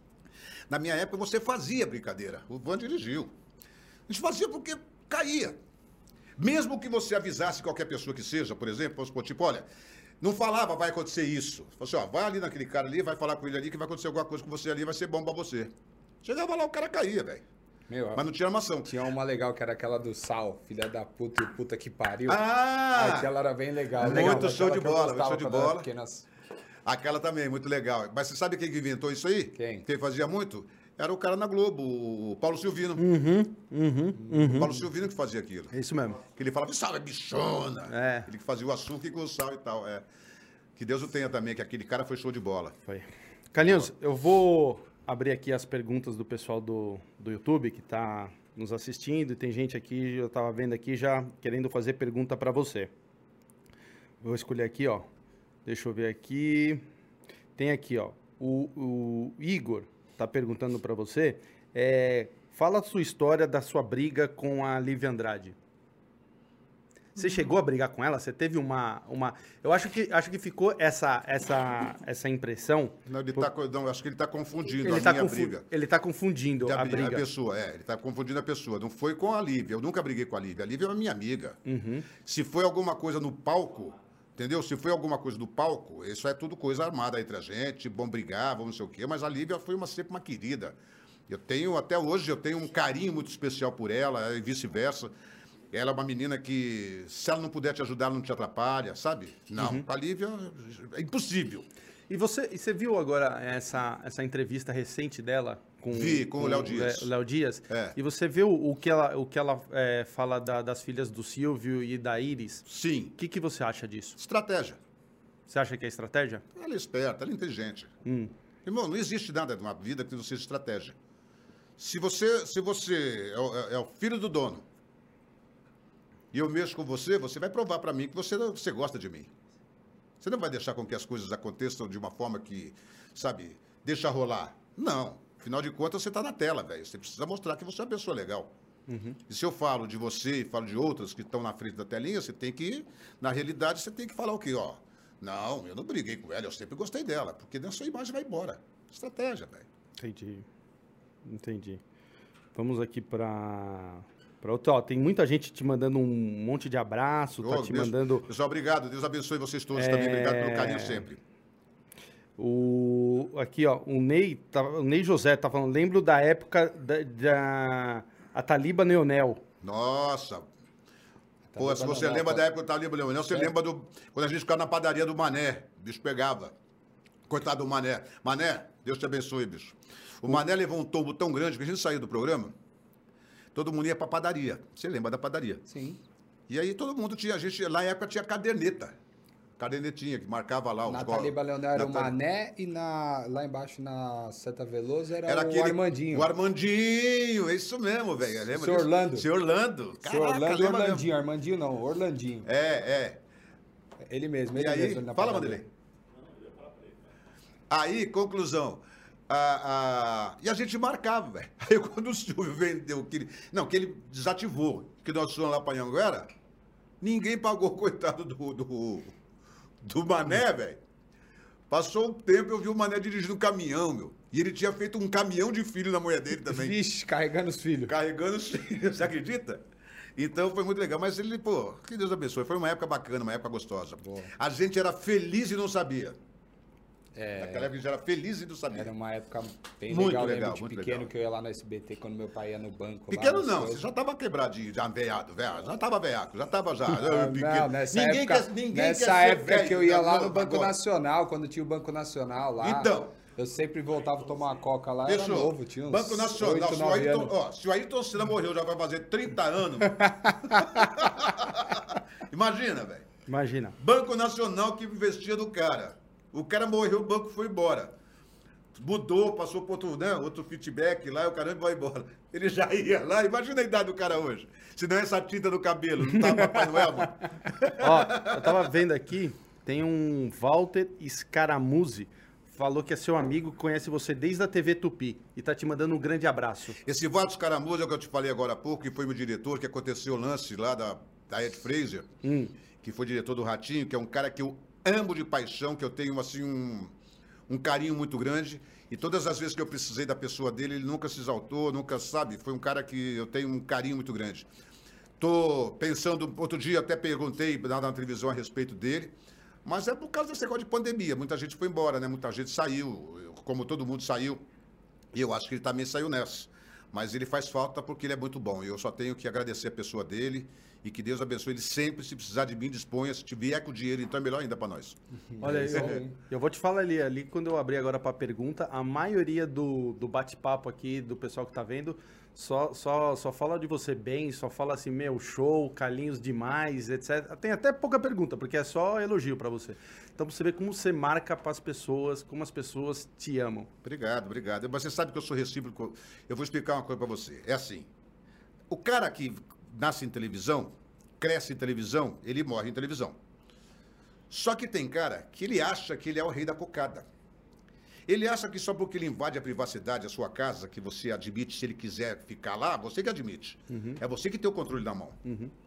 Speaker 3: Na minha época você fazia brincadeira. O Van dirigiu. A gente fazia porque caía. Mesmo que você avisasse qualquer pessoa que seja, por exemplo, vamos supor, tipo, olha, não falava, vai acontecer isso. Falou assim, ó, vai ali naquele cara ali, vai falar com ele ali que vai acontecer alguma coisa com você ali, vai ser bom pra você. Chegava lá, o cara caía, velho.
Speaker 2: Meu,
Speaker 3: Mas não tinha armação.
Speaker 2: tinha uma legal que era aquela do Sal, filha da puta e puta que pariu.
Speaker 3: Ah!
Speaker 2: Aquela era bem legal.
Speaker 3: Muito
Speaker 2: legal,
Speaker 3: show
Speaker 2: aquela
Speaker 3: de
Speaker 2: que eu
Speaker 3: bola,
Speaker 2: gostava
Speaker 3: show de
Speaker 2: quando eu era
Speaker 3: bola.
Speaker 2: pequenas.
Speaker 3: Aquela também, muito legal. Mas você sabe quem que inventou isso aí?
Speaker 2: Quem?
Speaker 3: Quem fazia muito? Era o cara na Globo, o Paulo Silvino.
Speaker 1: Uhum, uhum, uhum.
Speaker 3: O Paulo Silvino que fazia aquilo.
Speaker 1: É isso mesmo.
Speaker 3: Que ele falava, sal é bichona.
Speaker 1: É.
Speaker 3: Ele que fazia o açúcar com o sal e tal. É. Que Deus o tenha também, que aquele cara foi show de bola.
Speaker 1: Foi. Carlinhos, eu vou abrir aqui as perguntas do pessoal do, do YouTube que está nos assistindo. E tem gente aqui, eu estava vendo aqui já querendo fazer pergunta para você. Vou escolher aqui, ó. Deixa eu ver aqui. Tem aqui, ó. O, o Igor está perguntando para você. É, fala a sua história da sua briga com a Lívia Andrade. Você chegou a brigar com ela? Você teve uma... uma... Eu acho que, acho que ficou essa, essa, essa impressão...
Speaker 3: Não, ele tá, co- não, acho que ele está confundindo
Speaker 1: Ele
Speaker 3: a
Speaker 1: está
Speaker 3: minha briga.
Speaker 1: ele tá confundindo
Speaker 3: Da
Speaker 1: a
Speaker 3: bri-
Speaker 1: briga.
Speaker 3: A pessoa, é. Ele está confundindo a pessoa. Não foi com a Lívia. Eu nunca briguei com a Lívia. A Lívia é uma minha amiga.
Speaker 1: Uhum.
Speaker 3: Se foi alguma coisa no palco, entendeu? Se foi alguma coisa no palco, isso é tudo coisa armada entre a gente, bom brigar, vamos não sei o quê. Mas a Lívia foi uma, sempre uma querida. Eu tenho, até hoje, eu tenho um carinho muito especial por ela e vice-versa. Ela é uma menina que, se ela não puder te ajudar, ela não te atrapalha, sabe? Não,
Speaker 1: Uhum.
Speaker 3: com a Lívia é impossível.
Speaker 1: E você, e você viu agora essa, essa entrevista recente dela com,
Speaker 3: Vi, com o Léo Dias.
Speaker 1: o Léo Dias?
Speaker 3: É.
Speaker 1: E você viu o que ela, o que ela é, fala da- das filhas do Silvio e da Iris?
Speaker 3: Sim,
Speaker 1: O que, que você acha disso?
Speaker 3: estratégia.
Speaker 1: Você acha que é estratégia?
Speaker 3: Ela é esperta, ela é inteligente.
Speaker 1: Hum.
Speaker 3: Irmão, não existe nada numa vida que não seja estratégia. Se você, se você é o, é o filho do dono e eu mexo com você, você vai provar para mim que você, não- você gosta de mim. Você não vai deixar com que as coisas aconteçam de uma forma que, sabe, deixa rolar. Não. Afinal de contas, você está na tela, velho. Você precisa mostrar que você é uma pessoa legal. E se eu falo de você e falo de outras que estão na frente da telinha, você tem que, na realidade, você tem que falar o quê? Ó, não, eu não briguei com ela, eu sempre gostei dela, porque daí a sua imagem vai embora. Estratégia, velho.
Speaker 1: Entendi. Entendi. Vamos aqui para para outro. Ó, tem muita gente te mandando um monte de abraço, tá
Speaker 3: Ô,
Speaker 1: te
Speaker 3: Deus-
Speaker 1: mandando.
Speaker 3: Pessoal, obrigado. Deus abençoe vocês todos
Speaker 1: É.
Speaker 3: também. Obrigado pelo carinho sempre.
Speaker 1: O, aqui, ó, o Ney, tá, o Ney José tá falando, lembro da época da, da a Taliba Neonel.
Speaker 3: Nossa. Pô,
Speaker 2: Taliba
Speaker 3: se você
Speaker 2: Leonel,
Speaker 3: lembra
Speaker 2: tá-
Speaker 3: da época do Taliba Leonel, você
Speaker 2: É.
Speaker 3: lembra do. Quando a gente ficava na padaria do Mané, o bicho pegava. Coitado do Mané. Mané, Deus te abençoe, bicho. O Mané levou um tombo tão grande que a gente saiu do programa, todo mundo ia pra padaria. Você lembra da padaria?
Speaker 2: Sim.
Speaker 3: E aí todo mundo tinha, a gente, na época tinha caderneta. cadernetinha que marcava lá os
Speaker 2: Na
Speaker 3: gols.
Speaker 2: Taliba Leonel era o
Speaker 3: Natali-
Speaker 2: Mané e na, lá embaixo na Santa Veloso era,
Speaker 3: Era
Speaker 2: o
Speaker 3: aquele,
Speaker 2: Armandinho.
Speaker 3: O Armandinho, é isso mesmo, velho. Lembra
Speaker 2: Seu
Speaker 3: disso?
Speaker 2: Orlando.
Speaker 3: Seu Orlando.
Speaker 2: Seu
Speaker 3: Caraca,
Speaker 2: Orlando e
Speaker 3: lembra mesmo.
Speaker 2: Orlandinho. Armandinho não, Orlandinho.
Speaker 3: É, é.
Speaker 2: Ele mesmo,
Speaker 3: E
Speaker 2: ele
Speaker 3: aí,
Speaker 2: mesmo. ali na
Speaker 3: fala,
Speaker 2: padaria.
Speaker 3: Vanderlei. Aí, conclusão. A, a- E a gente marcava, velho. Aí quando o Silvio vendeu, que ele... não, que ele desativou, que nós fomos lá pra Anhanguera, ninguém pagou, coitado do, do, do Mané, velho. Passou um tempo, eu vi o Mané dirigindo um caminhão, meu. E ele tinha feito um caminhão de filho na mulher dele também.
Speaker 2: Vixe, carregando os filhos.
Speaker 3: Carregando os filhos, você acredita? Então foi muito legal. Mas ele, pô, que Deus abençoe. Foi uma época bacana, uma época gostosa.
Speaker 2: Boa.
Speaker 3: A gente era feliz e não sabia.
Speaker 2: É,
Speaker 3: Naquela época a gente era feliz e não sabia.
Speaker 2: era uma época bem
Speaker 3: Muito
Speaker 2: legal. Eu
Speaker 3: legal,
Speaker 2: lembro de
Speaker 3: muito
Speaker 2: pequeno
Speaker 3: legal.
Speaker 2: que eu ia lá no S B T quando meu pai ia no banco. lá,
Speaker 3: Pequeno
Speaker 2: as
Speaker 3: não,
Speaker 2: coisas.
Speaker 3: você já tava quebradinho, já veiado, velho. Já tava veiaco, já tava já.
Speaker 2: Ah,
Speaker 3: pequeno.
Speaker 2: não, nessa
Speaker 3: ninguém
Speaker 2: época,
Speaker 3: quer, ninguém
Speaker 2: nessa
Speaker 3: quer ser
Speaker 2: época
Speaker 3: velho,
Speaker 2: que eu ia lá
Speaker 3: não,
Speaker 2: no Banco
Speaker 3: agora.
Speaker 2: Nacional, quando tinha o Banco Nacional lá.
Speaker 3: Então.
Speaker 2: Eu sempre voltava a tomar uma coca lá, era
Speaker 3: Fechou.
Speaker 2: novo, tinha uns
Speaker 3: Banco Nacional.
Speaker 2: oito,
Speaker 3: se, o
Speaker 2: nove
Speaker 3: Ayrton,
Speaker 2: anos.
Speaker 3: ó, se o Ayrton Senna morreu, já vai fazer trinta anos. Imagina, velho.
Speaker 1: Imagina.
Speaker 3: Banco Nacional que investia no cara. O cara morreu, o banco foi embora. Mudou, passou por outro, né, outro feedback lá, e o caramba vai embora. Ele já ia lá, imagina a idade do cara hoje. Se não é essa tinta no cabelo, não tá Papai Noel, mano.
Speaker 1: Ó, eu tava vendo aqui, tem um Walter Scaramuzzi, falou que é seu amigo, conhece você desde a T V Tupi e tá te mandando um grande abraço.
Speaker 3: Esse Valdo Escaramuza, é o que eu te falei agora há pouco, que foi meu diretor, que aconteceu o lance lá da, da Ed Fraser,
Speaker 1: Hum.
Speaker 3: que foi diretor do Ratinho, que é um cara que eu amo de paixão, que eu tenho, assim, um, um carinho muito grande. E todas as vezes que eu precisei da pessoa dele, ele nunca se exaltou, nunca, sabe? Foi um cara que eu tenho um carinho muito grande. Tô pensando, outro dia até perguntei na, na televisão a respeito dele, mas é por causa desse negócio de pandemia. Muita gente foi embora, né? Muita gente saiu, eu- como todo mundo saiu. E eu acho que ele também saiu nessa. Mas ele faz falta porque ele é muito bom. E eu só tenho que agradecer a pessoa dele e que Deus abençoe ele sempre. Se precisar de mim, disponha. Se vier com dinheiro, então é melhor ainda para nós.
Speaker 1: Olha,
Speaker 2: isso
Speaker 1: eu,
Speaker 2: aí.
Speaker 1: eu vou te falar ali, ali quando eu abri agora pra pergunta, a maioria do, do bate-papo aqui, do pessoal que tá vendo, só, só, só fala de você bem, só fala assim, meu, show, Carlinhos demais, etcétera. Tem até pouca pergunta, porque é só elogio pra você. Então você vê como você marca pras pessoas, como as pessoas te amam.
Speaker 3: Obrigado, obrigado. Mas você sabe que eu sou recíproco. Eu vou explicar uma coisa para você. É assim, o cara que nasce em televisão, cresce em televisão, ele morre em televisão. Só que tem cara que ele acha que ele é o rei da cocada. Ele acha que só porque ele invade a privacidade, a sua casa, que você admite, se ele quiser ficar lá, você que admite. É você que tem o controle na mão.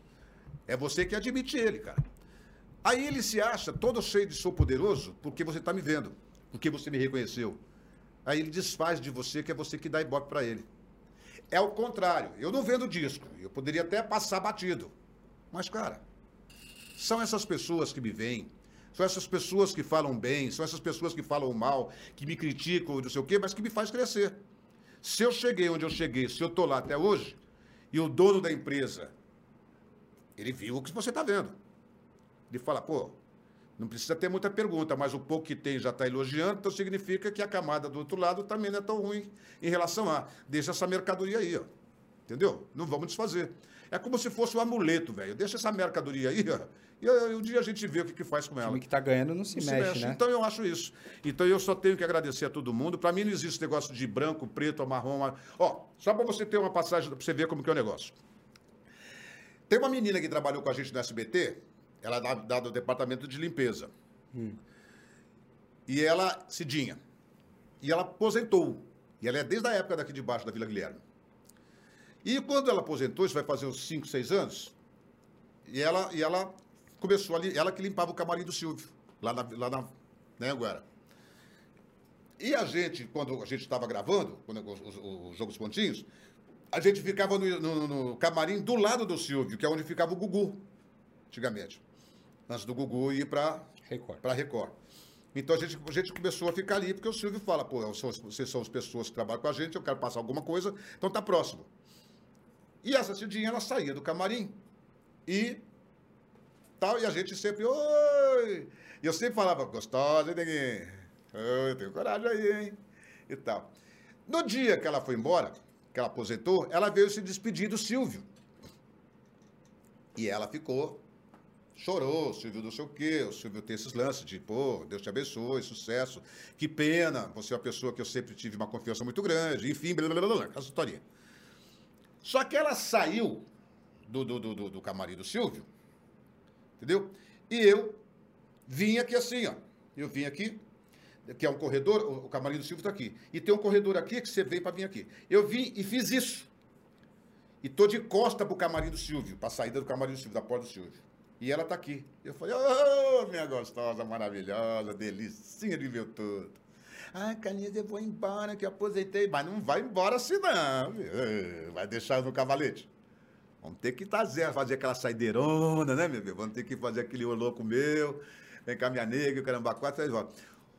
Speaker 3: É você que admite ele, cara. Aí ele se acha todo cheio de sou poderoso porque você está me vendo, porque você me reconheceu. Aí ele desfaz de você que é você que dá ibope para ele. É o contrário. Eu não vendo disco. Eu poderia até passar batido. Mas, cara, são essas pessoas que me veem. São essas pessoas que falam bem. São essas pessoas que falam mal, que me criticam, não sei o quê, mas que me faz crescer. Se eu cheguei onde eu cheguei, se eu estou lá até hoje, e o dono da empresa, ele viu o que você está vendo. Ele fala, pô, não precisa ter muita pergunta, mas o pouco que tem já está elogiando, então significa que a camada do outro lado também não é tão ruim em relação a... Deixa essa mercadoria aí, ó. Entendeu? Não vamos desfazer. É como se fosse um amuleto, velho. Deixa essa mercadoria aí, ó. E aí, um dia a gente vê o que, que faz com
Speaker 2: O
Speaker 3: ela.
Speaker 2: time que tá ganhando não se,
Speaker 3: Não
Speaker 2: mexe, né?
Speaker 3: Então eu acho isso. Então eu só tenho que agradecer a todo mundo. Para mim não existe negócio de branco, preto, marrom. Mar... Ó, só para você ter uma passagem, para você ver como que é o negócio. Tem uma menina que trabalhou com a gente no S B T, ela é da, da, do departamento de limpeza.
Speaker 1: Hum.
Speaker 3: E ela, Cidinha, e ela aposentou. E ela é desde a época daqui de baixo, da Vila Guilherme. E quando ela aposentou, isso vai fazer uns cinco, seis anos, e ela, e ela começou ali, ela que limpava o camarim do Silvio, lá na, lá na né, Anguera. E a gente, quando a gente estava gravando, quando, os, os, os Jogos Pontinhos, a gente ficava no, no, no camarim do lado do Silvio, que é onde ficava o Gugu, antigamente. Antes do Gugu ir para
Speaker 2: Record.
Speaker 3: para Record. Então a gente, a gente começou a ficar ali, porque o Silvio fala, pô, vocês são as pessoas que trabalham com a gente, eu quero passar alguma coisa, então tá próximo. E essa Cidinha, ela saía do camarim e tal, e a gente sempre, oi! E eu sempre falava, gostosa, hein, neguinho? Eu tenho coragem aí, hein? E tal. No dia que ela foi embora, que ela aposentou, ela veio se despedir do Silvio. E ela ficou Chorou, o Silvio não sei o quê, o Silvio tem esses lances de, pô, Deus te abençoe, sucesso, que pena, você é uma pessoa que eu sempre tive uma confiança muito grande, enfim, blá, blá, blá, blá, essa historinha. Só que ela saiu do, do, do, do camarim do Silvio, entendeu? E eu vim aqui assim, ó, eu vim aqui, que é um corredor, o camarim do Silvio está aqui, e tem um corredor aqui que você veio para vir aqui. Eu vim e fiz isso, e tô de costa pro camarim do Silvio, para a saída do camarim do Silvio, da porta do Silvio. E ela tá aqui. Eu falei, ô, oh, minha gostosa, maravilhosa, delicinha de ver tudo. Ah, Carlinhos, eu vou embora, que eu aposentei. Mas não vai embora assim, não. Vai deixar eu no cavalete. Vamos ter que trazer, fazer aquela saideirona, né, meu filho? Vamos ter que fazer aquele louco meu. Vem cá, minha nega, o caramba, quatro, três voltas.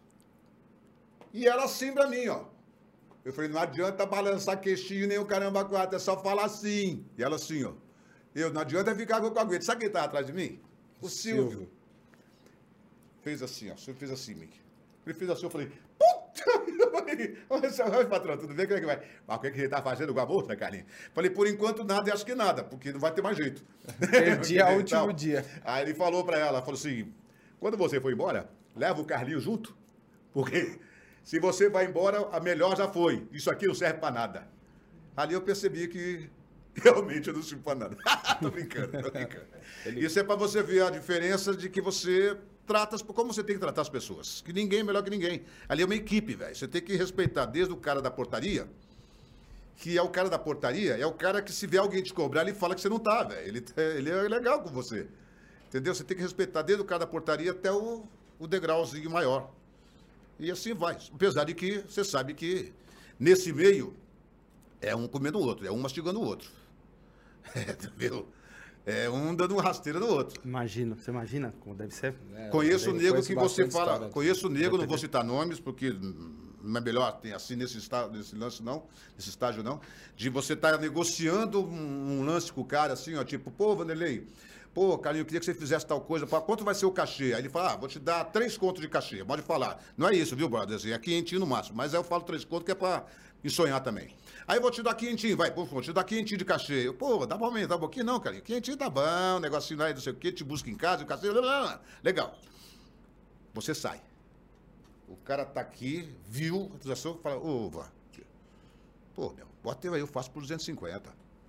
Speaker 3: E ela assim pra mim, ó. Eu falei, não adianta balançar queixinho nem o caramba quatro, é só falar assim. E ela assim, ó. Eu, não adianta ficar com o aguento. Sabe quem tá atrás de mim? O Silvio. Silvio. Fez assim, ó. O Silvio fez assim, Mick. Ele fez assim, eu falei, puta! Oi, patrão, tudo bem? Como é que vai? Mas o que, é que ele tá fazendo com a bolsa, Carlinhos? Falei, por enquanto nada e acho que nada, porque não vai ter mais jeito.
Speaker 2: Perdi a último dia.
Speaker 3: Aí ele falou pra ela, falou assim, quando você for embora, leva o Carlinhos junto, porque se você vai embora, a melhor já foi. Isso aqui não serve pra nada. Ali eu percebi que realmente eu não sirvo pra nada. Tô brincando, tô brincando. Ele... Isso é pra você ver a diferença de que você trata, as... como você tem que tratar as pessoas. Que ninguém é melhor que ninguém. Ali é uma equipe, velho. Você tem que respeitar desde o cara da portaria, que é o cara da portaria, é o cara que se vê alguém te cobrar, ele fala que você não tá, velho. Ele, ele é legal com você. Entendeu? Você tem que respeitar desde o cara da portaria até o, o degrauzinho maior. E assim vai. Apesar de que você sabe que nesse meio é um comendo o outro, é um mastigando o outro. É, entendeu? É um dando uma rasteira no outro.
Speaker 1: Imagina, você imagina como deve ser?
Speaker 3: É, conheço o nego que você fala, história. Conheço o nego, não vou citar nomes, porque não é melhor ter assim nesse, estado, nesse lance não, nesse estágio não, de você estar tá negociando um, um lance com o cara assim, ó, tipo, pô, Vanderlei, pô, Carlinhos, eu queria que você fizesse tal coisa, pá, quanto vai ser o cachê? Aí ele fala, ah, vou te dar três contos de cachê, pode falar. Não é isso, viu, brother? Assim, é quinhentinho no máximo, mas aí eu falo três contos que é pra sonhar também. Aí eu vou te dar quinhentinho, vai, pô, vou te dar quinhentinho de cachê. Eu, pô, dá pra aumentar um pouquinho? Não, Carlinhos, quinhentinho tá bom, negocinho aí, não sei o quê, te busca em casa, o cachê, legal. Você sai. O cara tá aqui, viu a transação, fala, ô, vá, pô, meu, bota eu aí, eu faço por duzentos e cinquenta.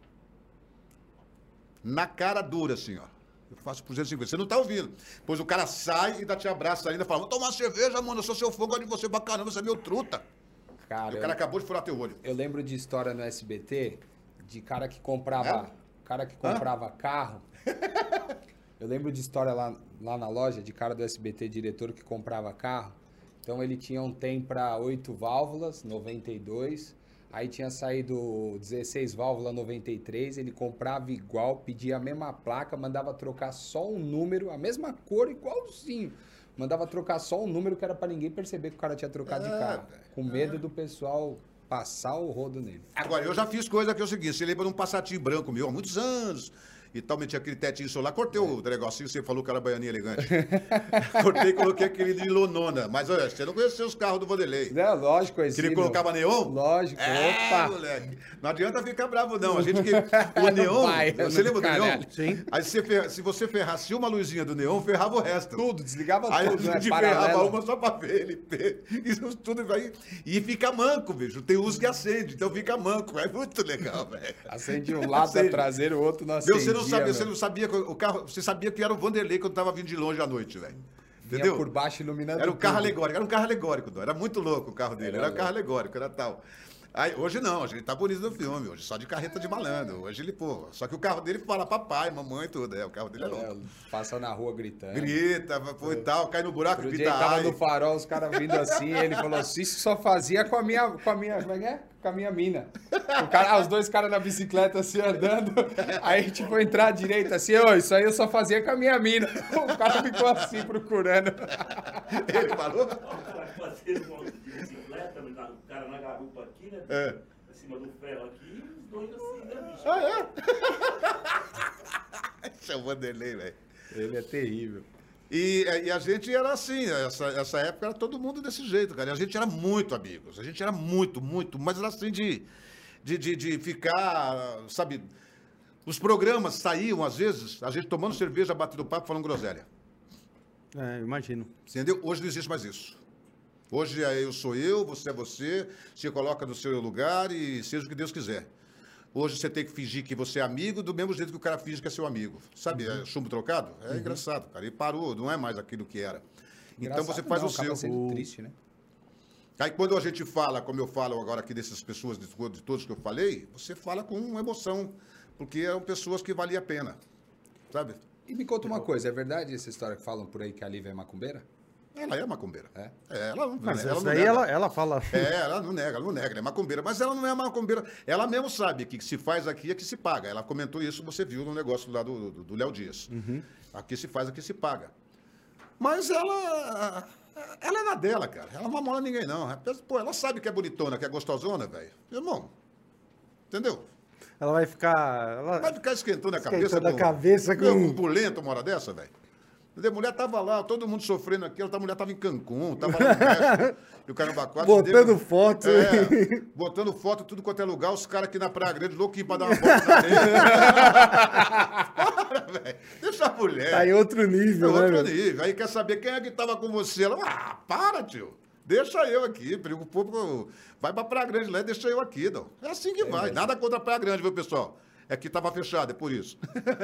Speaker 3: Na cara dura, assim, ó. Eu faço por duzentos e cinquenta. Você não tá ouvindo. Pois o cara sai e ainda te abraça ainda, fala, vou tomar cerveja, mano, eu sou seu fã, gosto de você pra caramba, você é meu truta.
Speaker 2: Cara,
Speaker 3: e o cara eu, acabou de furar teu olho.
Speaker 2: Eu lembro de história no S B T de cara que comprava, é? cara que comprava Hã? carro. Eu lembro de história lá, lá na loja de cara do S B T, diretor que comprava carro. Então ele tinha um T E M para oito válvulas, noventa e dois. Aí tinha saído dezesseis válvulas, noventa e três. Ele comprava igual, pedia a mesma placa, mandava trocar só um número, a mesma cor, igualzinho. Mandava trocar só um número que era pra ninguém perceber que o cara tinha trocado ah, de carro. Com medo do pessoal passar o rodo nele.
Speaker 3: Agora, eu já fiz coisa que é o seguinte, você lembra de um Passatinho branco meu há muitos anos, e tal, meti aquele tetinho solar, cortei é. o negocinho, você falou que era baianinha elegante. Cortei e coloquei aquele de lonona. Mas olha, você não conheceu os carros do Vanderlei.
Speaker 2: Não, lógico, conheci.
Speaker 3: Que ele colocava neon?
Speaker 2: Lógico,
Speaker 3: é,
Speaker 2: opa.
Speaker 3: Moleque. Não adianta ficar bravo, não. A gente que... O neon, Vai, você lembra do neon?
Speaker 1: Sim.
Speaker 3: Aí você ferra, se você ferrasse uma luzinha do neon, ferrava o resto.
Speaker 2: Tudo, desligava
Speaker 3: aí
Speaker 2: tudo,
Speaker 3: Aí a gente
Speaker 2: né?
Speaker 3: ferrava
Speaker 2: Paralelo.
Speaker 3: uma só pra ver ele. Isso tudo vai... E fica manco, bicho. Tem uso que acende, então fica manco. É muito legal, velho.
Speaker 2: Acende um lado da traseira, o outro não acendia.
Speaker 3: Você não sabia, você não sabia o carro, você sabia que era o Vanderlei quando tava vindo de longe à noite, velho. Entendeu?
Speaker 2: Vinha por baixo iluminando
Speaker 3: Era um carro
Speaker 2: tudo.
Speaker 3: alegórico, era um carro alegórico, Dó. Era muito louco o carro dele, era, era um carro alegórico, era tal. Aí, hoje não, hoje ele tá bonito no filme, hoje só de carreta de malandro. Hoje ele, pô, só que o carro dele fala papai, mamãe, tudo, é, o carro dele é louco.
Speaker 2: É, passa na rua gritando.
Speaker 3: Grita, pô, e tal, cai no buraco,
Speaker 2: Outro
Speaker 3: grita.
Speaker 2: Dia ele tava
Speaker 3: ai.
Speaker 2: no farol, os caras vindo assim, e ele falou assim, isso só fazia com a minha, com a minha, como é que é? Com a minha mina. O cara, os dois caras na bicicleta assim, andando, aí tipo, entrar à direita assim, ô, isso aí eu só fazia com a minha mina. O cara ficou assim, procurando.
Speaker 3: Ele falou?
Speaker 5: O cara fazia um de bicicleta, o cara na garupa aqui, né?
Speaker 3: É.
Speaker 5: Em cima do ferro aqui, e os dois assim, né, bicho?
Speaker 3: Ah, é? Esse é o Vanderlei, velho.
Speaker 2: Ele é terrível.
Speaker 3: E, e a gente era assim, essa, essa época era todo mundo desse jeito, cara. E a gente era muito amigos. A gente era muito, muito, mas era assim de, de, de, de ficar, sabe, Os programas saíam, às vezes, a gente tomando cerveja, batendo papo, falando groselha.
Speaker 1: É, imagino.
Speaker 3: Entendeu? Hoje não existe mais isso. Hoje é eu sou eu, você é você, se coloca no seu lugar e seja o que Deus quiser. Hoje você tem que fingir que você é amigo do mesmo jeito que o cara finge que é seu amigo. Sabe, uhum. é chumbo trocado? É uhum. engraçado, cara. Ele parou, não é mais aquilo que era. Engraçado, então você faz
Speaker 2: não,
Speaker 3: o seu.
Speaker 2: acaba sendo triste, né?
Speaker 3: Aí quando a gente fala, como eu falo agora aqui dessas pessoas, de, de todos que eu falei, você fala com emoção, porque eram pessoas que valia a pena, sabe?
Speaker 2: E me conta uma coisa, é verdade essa história que falam por aí que a Lívia é macumbeira?
Speaker 3: Ela é macumbeira.
Speaker 2: É?
Speaker 3: É, ela não,
Speaker 1: Mas
Speaker 3: ela
Speaker 1: isso
Speaker 3: não
Speaker 1: daí
Speaker 3: nega.
Speaker 1: ela, ela fala.
Speaker 3: É, ela não nega, ela não nega, ela é macumbeira. Mas ela não é macumbeira. Ela mesmo sabe que se faz aqui é que se paga. Ela comentou isso, você viu no negócio lá do do, do Léo Dias.
Speaker 1: Uhum.
Speaker 3: Aqui se faz, aqui se paga. Mas ela... Ela é na dela, cara. Ela não amola ninguém, não. Pô, ela sabe que é bonitona, que é gostosona, velho. Irmão, entendeu?
Speaker 1: Ela vai ficar... Ela...
Speaker 3: Vai ficar esquentando a cabeça
Speaker 1: Esquentando a
Speaker 3: com...
Speaker 1: cabeça com...
Speaker 3: um pulento uma hora dessa, velho. A mulher tava lá, todo mundo sofrendo aqui, a mulher tava em Cancún, tava lá no México, e o caramba quatro.
Speaker 1: Botando
Speaker 3: deu...
Speaker 1: foto.
Speaker 3: É, botando foto tudo quanto é lugar, os caras aqui na Praia Grande, louquinho pra dar uma volta na areia. Para, velho. Deixa a mulher.
Speaker 1: Tá em outro nível,
Speaker 3: é
Speaker 1: né?
Speaker 3: outro
Speaker 1: meu?
Speaker 3: nível. Aí quer saber quem é que tava com você. Ela, ah, para, tio. Deixa eu aqui. O povo vai pra Praia Grande lá e deixa eu aqui, não. É assim que é vai. Mesmo. Nada contra a Praia Grande, viu, pessoal? É que tava fechado, é por isso.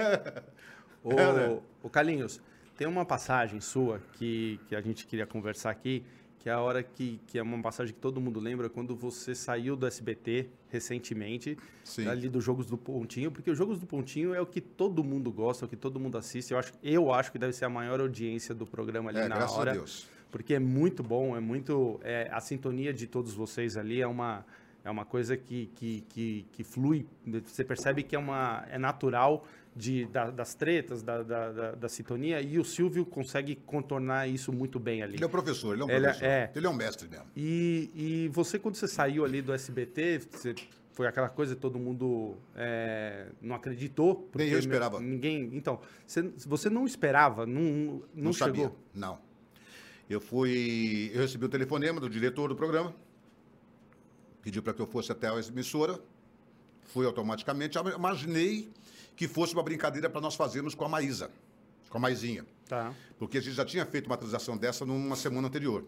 Speaker 1: Ô,
Speaker 3: é, né?
Speaker 1: ô, Carlinhos, tem uma passagem sua que, que a gente queria conversar aqui, que é a hora que, que é uma passagem que todo mundo lembra, quando você saiu do S B T recentemente,
Speaker 3: Sim.
Speaker 1: ali dos Jogos do Pontinho, porque os Jogos do Pontinho é o que todo mundo gosta, é o que todo mundo assiste. Eu acho, eu acho que deve ser a maior audiência do programa ali
Speaker 3: É,
Speaker 1: na
Speaker 3: graças
Speaker 1: hora.
Speaker 3: a Deus.
Speaker 1: Porque é muito bom, é muito... É, a sintonia de todos vocês ali é uma, é uma coisa que, que, que, que flui. Você percebe que é, uma, é natural de, da, das tretas, da, da, da, da sintonia, e o Silvio consegue contornar isso muito bem ali.
Speaker 3: Ele é um professor, ele é um
Speaker 1: Ele é-
Speaker 3: professor.
Speaker 1: é.
Speaker 3: Ele é um mestre mesmo.
Speaker 1: E, e você, quando você saiu ali do S B T, você, foi aquela coisa que todo mundo é, não acreditou. porque
Speaker 3: Nem eu esperava.
Speaker 1: Ninguém... Então, você, você não esperava, não, não,
Speaker 3: Não
Speaker 1: chegou?
Speaker 3: sabia, não. Eu fui, eu recebi o telefonema do diretor do programa, pediu para que eu fosse até a emissora, fui automaticamente, imaginei que fosse uma brincadeira para nós fazermos com a Maísa, com a Maisinha,
Speaker 1: Tá.
Speaker 3: porque a gente já tinha feito uma transação dessa numa semana anterior.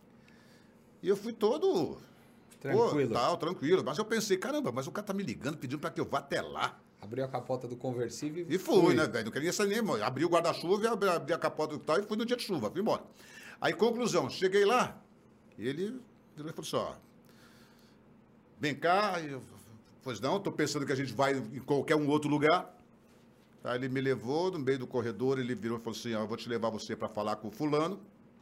Speaker 3: E eu fui todo...
Speaker 2: Tranquilo.
Speaker 3: Pô, tal, tranquilo. Mas eu pensei, caramba, mas o cara tá me ligando, pedindo para que eu vá até lá.
Speaker 2: Abriu a capota do conversível
Speaker 3: E fui, né, velho? Não queria sair nem, abri o guarda-chuva, abri, abri a capota do tal e fui no dia de chuva, fui embora. Aí, conclusão, cheguei lá, ele virou e falou assim, ó, vem cá, e eu, pois não, tô pensando que a gente vai em qualquer um outro lugar. Aí ele me levou, no meio do corredor, ele virou e falou assim, ó, eu vou te levar você para falar com o fulano.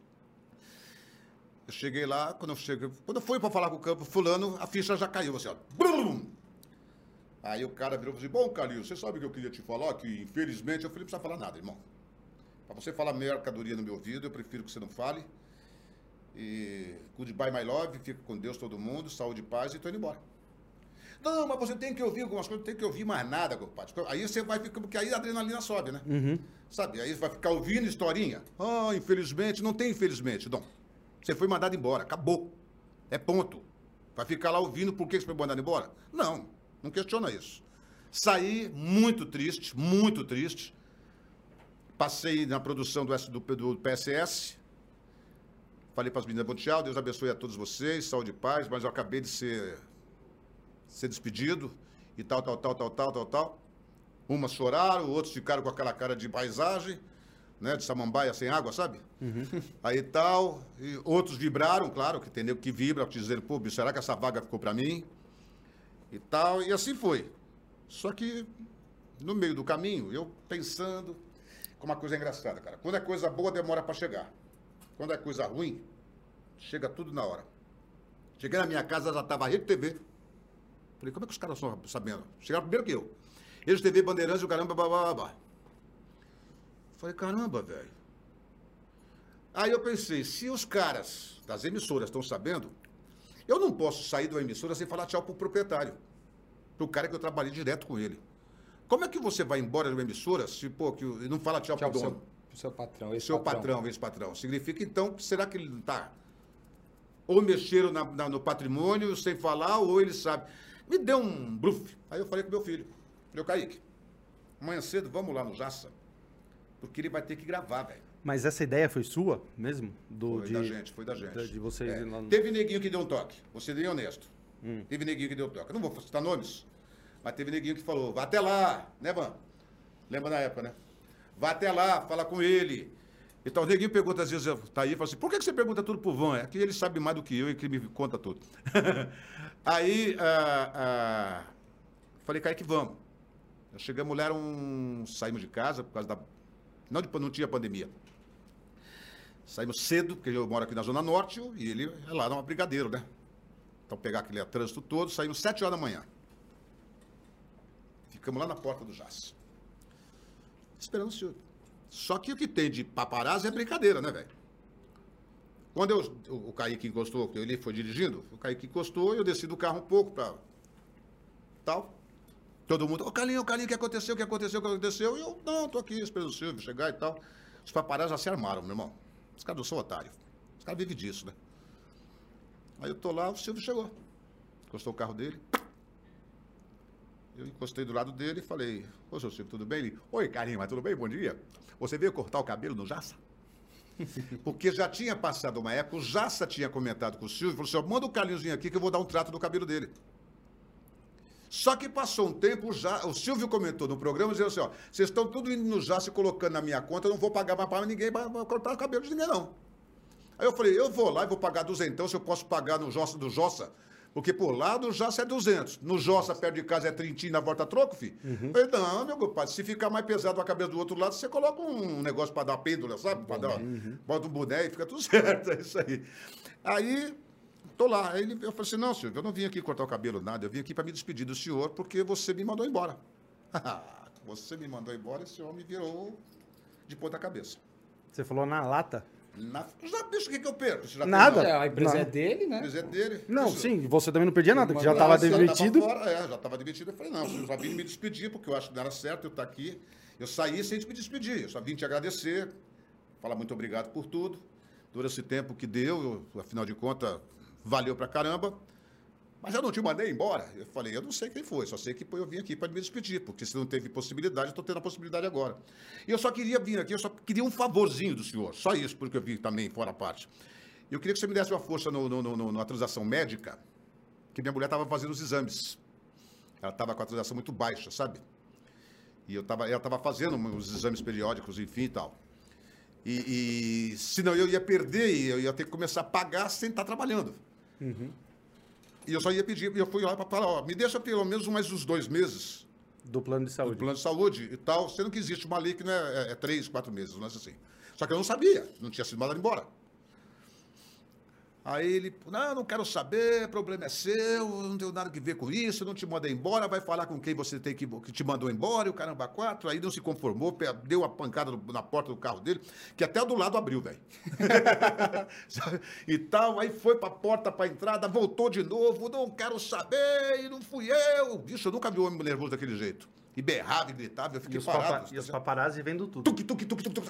Speaker 3: Eu cheguei lá, quando eu cheguei, quando eu fui para falar com o campo fulano, a ficha já caiu, assim, ó. Brum! Aí o cara virou e falou assim, bom, Carlinhos, você sabe o que eu queria te falar? Que, infelizmente, eu falei, não precisa falar nada, irmão. Para você falar mercadoria no meu ouvido, eu prefiro que você não fale. E goodbye, my love, fica com Deus todo mundo, saúde e paz, e tô indo embora. Não, mas você tem que ouvir algumas coisas, não tem que ouvir mais nada, compadre. Aí você vai ficar, porque aí a adrenalina sobe, né?
Speaker 1: Uhum.
Speaker 3: Sabe? Aí você vai ficar ouvindo historinha. Ah, infelizmente, não tem infelizmente. Não. Você foi mandado embora, acabou. É ponto. Vai ficar lá ouvindo por que você foi mandado embora? Não, não questiona isso. Saí muito triste, muito triste. Passei na produção do, do, do P S S. Falei para as meninas, bom tchau, Deus abençoe a todos vocês, saúde e paz, mas eu acabei de ser, ser despedido e tal, tal, tal, tal, tal, tal, tal. Umas choraram, outros ficaram com aquela cara de paisagem, né, de samambaia sem água, sabe? Uhum. Aí tal, e outros vibraram, claro, que entendeu que vibra, dizendo, pô, bicho, será que essa vaga ficou para mim? E tal, e assim foi. Só que, no meio do caminho, eu pensando, como uma coisa engraçada, cara. Quando é coisa boa, demora para chegar. Quando é coisa ruim, chega tudo na hora. Cheguei na minha casa, já estava a Rede T V. Falei, como é que os caras estão sabendo? Chegaram primeiro que eu. Rede T V, Bandeirantes, o caramba, babá. Falei, caramba, velho. Aí eu pensei, se os caras das emissoras estão sabendo, eu não posso sair de uma emissora sem falar tchau pro proprietário. Pro cara que eu trabalhei direto com ele. Como é que você vai embora de uma emissora se, pô, que não fala tchau, tchau pro dono?
Speaker 2: Seu, pro seu patrão, esse
Speaker 3: Seu
Speaker 2: patrão.
Speaker 3: patrão, esse patrão. Significa, então, que será que ele não tá? Ou mexeram na, na, no patrimônio sem falar, ou ele sabe. Me deu um bluff. Aí eu falei com meu filho, meu Kaique. amanhã cedo, vamos lá no Jaça, porque ele vai ter que gravar, velho.
Speaker 1: Mas essa ideia foi sua mesmo? Do,
Speaker 3: Foi
Speaker 1: de,
Speaker 3: da gente, foi da gente.
Speaker 1: De, de vocês
Speaker 3: É.
Speaker 1: ir lá no...
Speaker 3: Teve neguinho que deu um toque, vou ser bem honesto.
Speaker 1: Hum.
Speaker 3: Teve neguinho que deu um toque. Eu não vou citar nomes, mas teve neguinho que falou, vá até lá, né, Van? Lembra na época, né? Vá até lá, fala com ele. Então, o neguinho pergunta, às vezes, tá aí e fala assim, por que que você pergunta tudo pro Van? É que ele sabe mais do que eu e que me conta tudo. Aí, ah, ah, falei, Kaique, vamos. Nós chegamos lá, era um... saímos de casa por causa da... Não, não tinha pandemia. Saímos cedo, porque eu moro aqui na Zona Norte, e ele é lá no Brigadeiro, né? Então, pegar aquele trânsito todo, saímos sete horas da manhã. Ficamos lá na porta do Jaça. Esperando o senhor. Só que o que tem de paparazzi é brincadeira, né, velho? Quando eu, o, o Kaique encostou, ele foi dirigindo, o Kaique encostou e eu desci do carro um pouco pra... Tal. Todo mundo, ô oh, Carlinhos, Carlinhos, o que aconteceu, o que aconteceu, o que aconteceu? E eu, não, tô aqui esperando o Silvio chegar e tal. Os paparazzi já se armaram, meu irmão. Os caras não são otários. Os caras vivem disso, né? Aí eu tô lá, o Silvio chegou. Encostou o carro dele. Eu encostei do lado dele e falei, ô, seu Silvio, tudo bem? Ele, oi, Carlinhos, mas tudo bem? Bom dia. Você veio cortar o cabelo no Jaça? Porque já tinha passado uma época, o Jaça tinha comentado com o Silvio, falou assim, manda o Carlinhos vir aqui que eu vou dar um trato no cabelo dele. Só que passou um tempo, o, Já, o Silvio comentou no programa, dizendo assim, ó, vocês estão tudo indo no Jaça e colocando na minha conta, eu não vou pagar mais para ninguém para cortar o cabelo de ninguém, não. Aí eu falei, eu vou lá e vou pagar duzentão, se eu posso pagar no Jossa do Jossa, porque por lá do Jaça é duzentos, no Jossa perto de casa é trintinho na volta-troco, filho. Uhum. Eu falei, não, meu compadre, se ficar mais pesado a cabeça do outro lado, você coloca um negócio para dar pêndula, sabe? Pra dar, uhum. Bota um boné e fica tudo certo, é isso aí. Aí... Tô lá. Aí ele, eu falei assim, não, Silvio, eu não vim aqui cortar o cabelo, nada. Eu vim aqui para me despedir do senhor porque você me mandou embora. Você me mandou embora, esse homem virou de ponta cabeça.
Speaker 1: Você falou na lata?
Speaker 3: Na, já, bicho, o que, que eu perco? Já
Speaker 1: nada.
Speaker 2: É, a empresa
Speaker 1: não.
Speaker 2: é dele, né?
Speaker 3: A empresa é dele.
Speaker 1: Não,
Speaker 3: isso.
Speaker 1: Sim, você também não perdia nada, porque já
Speaker 3: Não,
Speaker 1: estava
Speaker 3: já
Speaker 1: demitido.
Speaker 3: Tava fora, é, já estava demitido. Eu falei, não, eu só vim me despedir, porque eu acho que não era certo eu estar aqui. Eu saí sem me despedir, eu só vim te agradecer, falar muito obrigado por tudo, todo esse tempo que deu, eu, afinal de contas... Valeu pra caramba, mas eu não te mandei embora. Eu falei, eu não sei quem foi, só sei que eu vim aqui para me despedir, porque se não teve possibilidade, eu estou tendo a possibilidade agora. E eu só queria vir aqui, eu só queria um favorzinho do senhor, só isso, porque eu vim também fora a parte. Eu queria que você me desse uma força no, no, no, na transação médica, que minha mulher estava fazendo os exames. Ela estava com a transação muito baixa, sabe? E eu tava, ela estava fazendo os exames periódicos, enfim e tal. E, e senão eu ia perder e eu ia ter que começar a pagar sem estar trabalhando. Uhum. E eu só ia pedir, eu fui lá para falar, ó, me deixa pelo menos mais uns dois meses.
Speaker 1: Do plano de saúde.
Speaker 3: Do plano de saúde e tal, sendo que existe uma lei que não é, é, é três, quatro meses, não é assim. Só que eu não sabia, não tinha sido mandado embora. Aí ele, não, não quero saber, problema é seu, não tenho nada a ver com isso, não te mandei embora, vai falar com quem você tem que, que te mandou embora, e o caramba quatro, aí não se conformou, deu uma pancada na porta do carro dele, que até o do lado abriu, velho. E tal, aí foi pra porta, pra entrada, voltou de novo, não quero saber, e não fui eu. Bicho, eu nunca vi um homem nervoso daquele jeito. E berrava e gritava, eu fiquei
Speaker 1: e os
Speaker 3: parado.
Speaker 1: Papa, e os paparazzi vendo tudo.
Speaker 3: Tuque, tuque, tuque, tuque, tuque,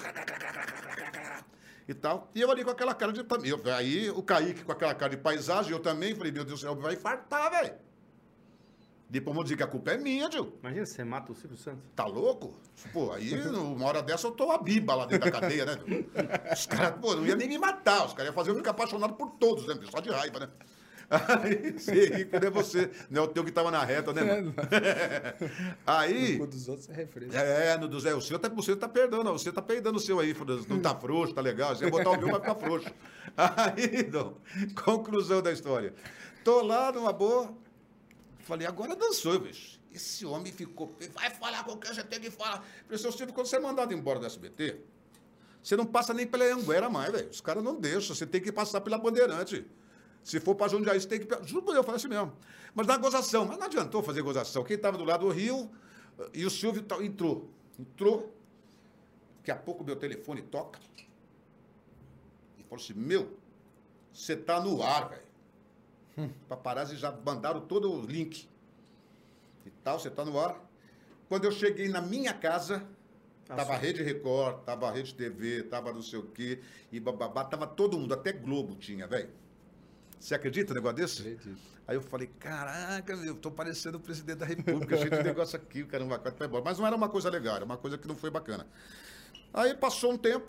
Speaker 3: e tal. E eu ali com aquela cara de... Eu, aí o Kaique com aquela cara de paisagem, eu também falei, meu Deus do céu, vai infartar, velho. Depois vão dizer que a culpa é minha, tio.
Speaker 1: Imagina, você mata o Silvio Santos.
Speaker 3: Tá louco? Pô, aí uma hora dessa eu tô a biba lá dentro da cadeia, né? Os caras, pô, não ia nem me matar, os caras iam fazer eu ficar apaixonado por todos, né? Só de raiva, né? Aí, sim, cadê você? Não é o teu que tava na reta, né, mano? Aí...
Speaker 2: No dos outros é refresco.
Speaker 3: É, no do Zé, o seu tá, o seu tá perdendo, você tá peidando o seu aí, não tá frouxo, tá legal, você botar o meu vai ficar frouxo. Aí, não, conclusão da história. Tô lá numa boa, falei, agora dançou, bicho. Esse homem ficou, vai falar com quem você tem que falar. Falei, seu Silvio, quando você é mandado embora do S B T, você não passa nem pela Anguera mais, velho. Os caras não deixam, você tem que passar pela Bandeirante. Se for para Jundiaí, você tem que... Juro por Deus, eu falei assim mesmo. Mas dá gozação. Mas não adiantou fazer gozação. Quem estava do lado do Rio, e o Silvio entrou. Entrou. Daqui a pouco o meu telefone toca. E falou assim, meu, você tá no ar, velho. Hum. Paparazzi já mandaram todo o link. E tal, você tá no ar. Quando eu cheguei na minha casa, ah, tava a Rede Record, tava a Rede T V, tava não sei o quê, e bababá, tava todo mundo, até Globo tinha, velho. Você acredita no negócio desse?
Speaker 2: Acredito.
Speaker 3: Aí eu falei, caraca, meu, eu tô parecendo o presidente da República, cheio de negócio aqui, o caramba, quatro vai embora. Mas não era uma coisa legal, era uma coisa que não foi bacana. Aí passou um tempo,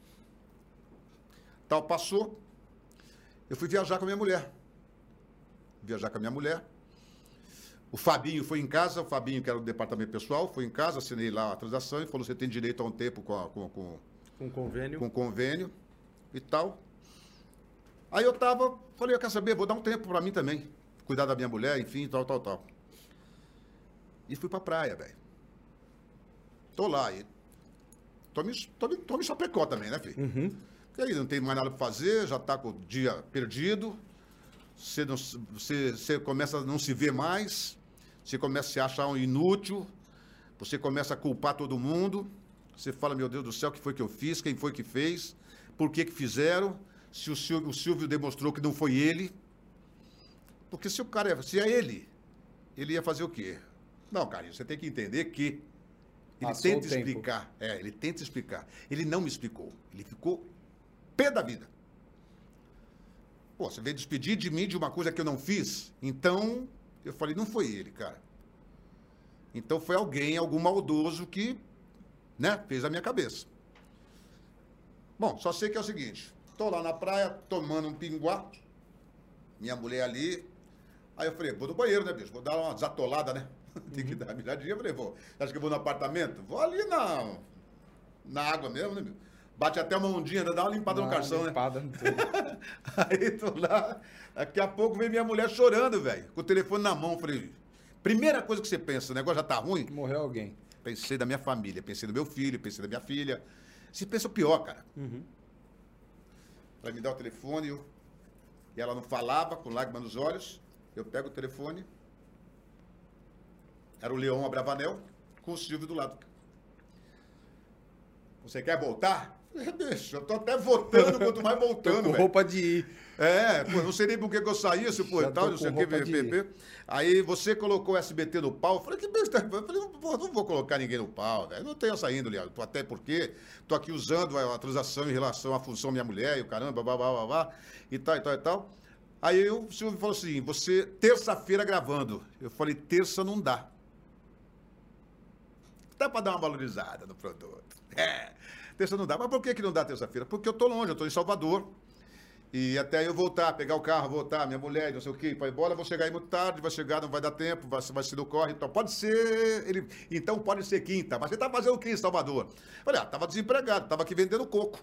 Speaker 3: tal, passou, eu fui viajar com a minha mulher. Viajar com a minha mulher. O Fabinho foi em casa, o Fabinho, que era do departamento pessoal, foi em casa, assinei lá a transação e falou, você tem direito a um tempo com, a, com, com,
Speaker 1: Com convênio.
Speaker 3: com convênio e tal. Aí eu tava, falei, eu quero saber, vou dar um tempo pra mim também. Cuidar da minha mulher, enfim, tal, tal, tal. E fui pra praia, velho. Tô lá aí. Tô me, tô, me, tô me chapecó também, né, filho?
Speaker 1: Uhum.
Speaker 3: Porque aí não tem mais nada pra fazer, já tá com o dia perdido. Você, não, você, você começa a não se ver mais. Você começa a se achar um inútil. Você começa a culpar todo mundo. Você fala, meu Deus do céu, o que foi que eu fiz? Quem foi que fez? Por que que fizeram? Se o Silvio, o Silvio demonstrou que não foi ele. Porque se o cara é, se é ele, ele ia fazer o quê? Não, cara, você tem que entender que ele
Speaker 2: Passou
Speaker 3: tenta
Speaker 2: o tempo.
Speaker 3: explicar. É, ele tenta explicar. Ele não me explicou. Ele ficou pé da vida. Pô, você veio despedir de mim de uma coisa que eu não fiz? Então, eu falei, não foi ele, cara. Então foi alguém, algum maldoso que, né, fez a minha cabeça. Bom, só sei que é o seguinte, tô lá na praia, tomando um pinguá, minha mulher ali, aí eu falei, vou no banheiro, né, bicho? Vou dar uma desatolada, né? Tem que dar uma miradinha. Eu falei, vou, acho que eu vou no apartamento? Vou ali na, na água mesmo, né, meu? Bate até uma ondinha, dá uma limpada
Speaker 2: Dá
Speaker 3: no
Speaker 2: uma
Speaker 3: calção,
Speaker 2: limpada no tudo.
Speaker 3: né? Aí tô lá, daqui a pouco vem minha mulher chorando, velho, com o telefone na mão. Falei, primeira coisa que você pensa, o negócio já tá ruim?
Speaker 2: Morreu alguém.
Speaker 3: Pensei da minha família, pensei no meu filho, pensei da minha filha. Você pensa o pior, cara.
Speaker 1: Uhum.
Speaker 3: Ela me dá o telefone, eu, e ela não falava, com lágrimas nos olhos. Eu pego o telefone. Era o Leão Abravanel, com o Silvio do lado. Você quer voltar? É, bicho, eu tô até votando, quanto mais
Speaker 1: Tô
Speaker 3: voltando,
Speaker 1: com
Speaker 3: velho.
Speaker 1: roupa de ir.
Speaker 3: É, pô, não sei nem por que que eu saí, se pô,
Speaker 2: Já
Speaker 3: e tal,
Speaker 2: tô
Speaker 3: não sei o
Speaker 2: com
Speaker 3: que,
Speaker 2: roupa de
Speaker 3: P P. Aí você colocou o S B T no pau. Eu falei, que besta. Eu falei, pô, não vou colocar ninguém no pau, velho. Não tenho essa índole, até porque tô aqui usando a, a transação em relação à função minha mulher e o caramba, blá, blá, blá, blá, e tal, e tal, e tal. Aí o Silvio falou assim, você, terça-feira gravando. Eu falei, terça não dá. Dá pra dar uma valorizada no produto. É, terça não dá. Mas por que que não dá terça-feira? Porque eu tô longe, eu tô em Salvador. E até eu voltar, pegar o carro, voltar, minha mulher, não sei o quê, para ir embora, vou chegar aí muito tarde, vai chegar, não vai dar tempo, vai, vai ser do corre, então pode ser, ele, então pode ser quinta, mas você tá fazendo o quê em Salvador? Olha, ah, tava desempregado, tava aqui vendendo coco.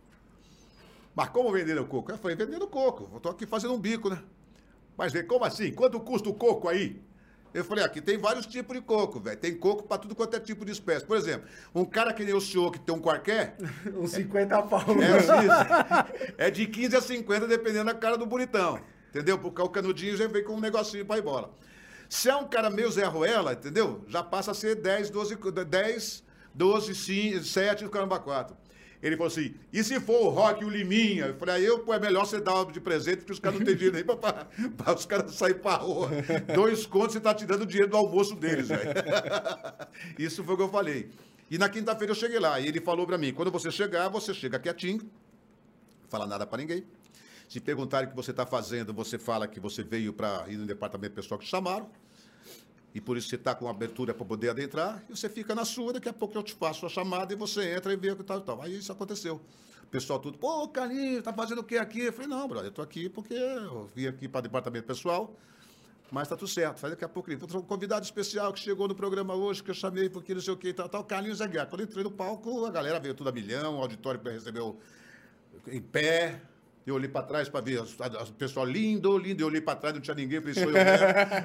Speaker 3: Mas como vendendo coco? Eu falei, vendendo coco, eu tô aqui fazendo um bico, né? Mas como assim? Quanto custa o coco aí? Eu falei, aqui tem vários tipos de coco, velho. Tem coco para tudo quanto é tipo de espécie. Por exemplo, um cara que nem o senhor que tem um qualquer,
Speaker 1: Uns cinquenta pau.
Speaker 3: é, assim, é de quinze a cinquenta, dependendo da cara do bonitão. Entendeu? Porque o canudinho já vem com um negocinho para ir bola. Se é um cara meio Zé Ruela, entendeu? Já passa a ser dez, doze, dez, doze, cinco, sete, caramba, quatro. Ele falou assim, e se for o Rock e o Liminha? Eu falei, aí eu, pô, é melhor você dar de presente, porque os caras não têm dinheiro nem pra, pra os caras saírem pra rua. Dois contos, você tá tirando o dinheiro do almoço deles, velho. Isso foi o que eu falei. E na quinta-feira eu cheguei lá, e ele falou pra mim, quando você chegar, você chega quietinho, não fala nada pra ninguém. Se perguntarem o que você tá fazendo, você fala que você veio pra ir no departamento pessoal que te chamaram, e por isso você está com abertura para poder adentrar, e você fica na sua, daqui a pouco eu te faço a chamada e você entra e vê o que tal e tal. Aí isso aconteceu. O pessoal tudo, pô, Carlinhos, tá fazendo o que aqui? Eu falei, não, brother, eu tô aqui porque eu vim aqui para o departamento pessoal, mas tá tudo certo. Aí daqui a pouco ele um convidado especial que chegou no programa hoje, que eu chamei porque não sei o que e tal, tal, Carlinhos Aguiar. Quando eu entrei no palco, a galera veio tudo a milhão, o auditório recebeu em pé. Eu olhei para trás para ver o pessoal lindo, lindo. Eu olhei para trás, não tinha ninguém, falei, sou eu mesmo.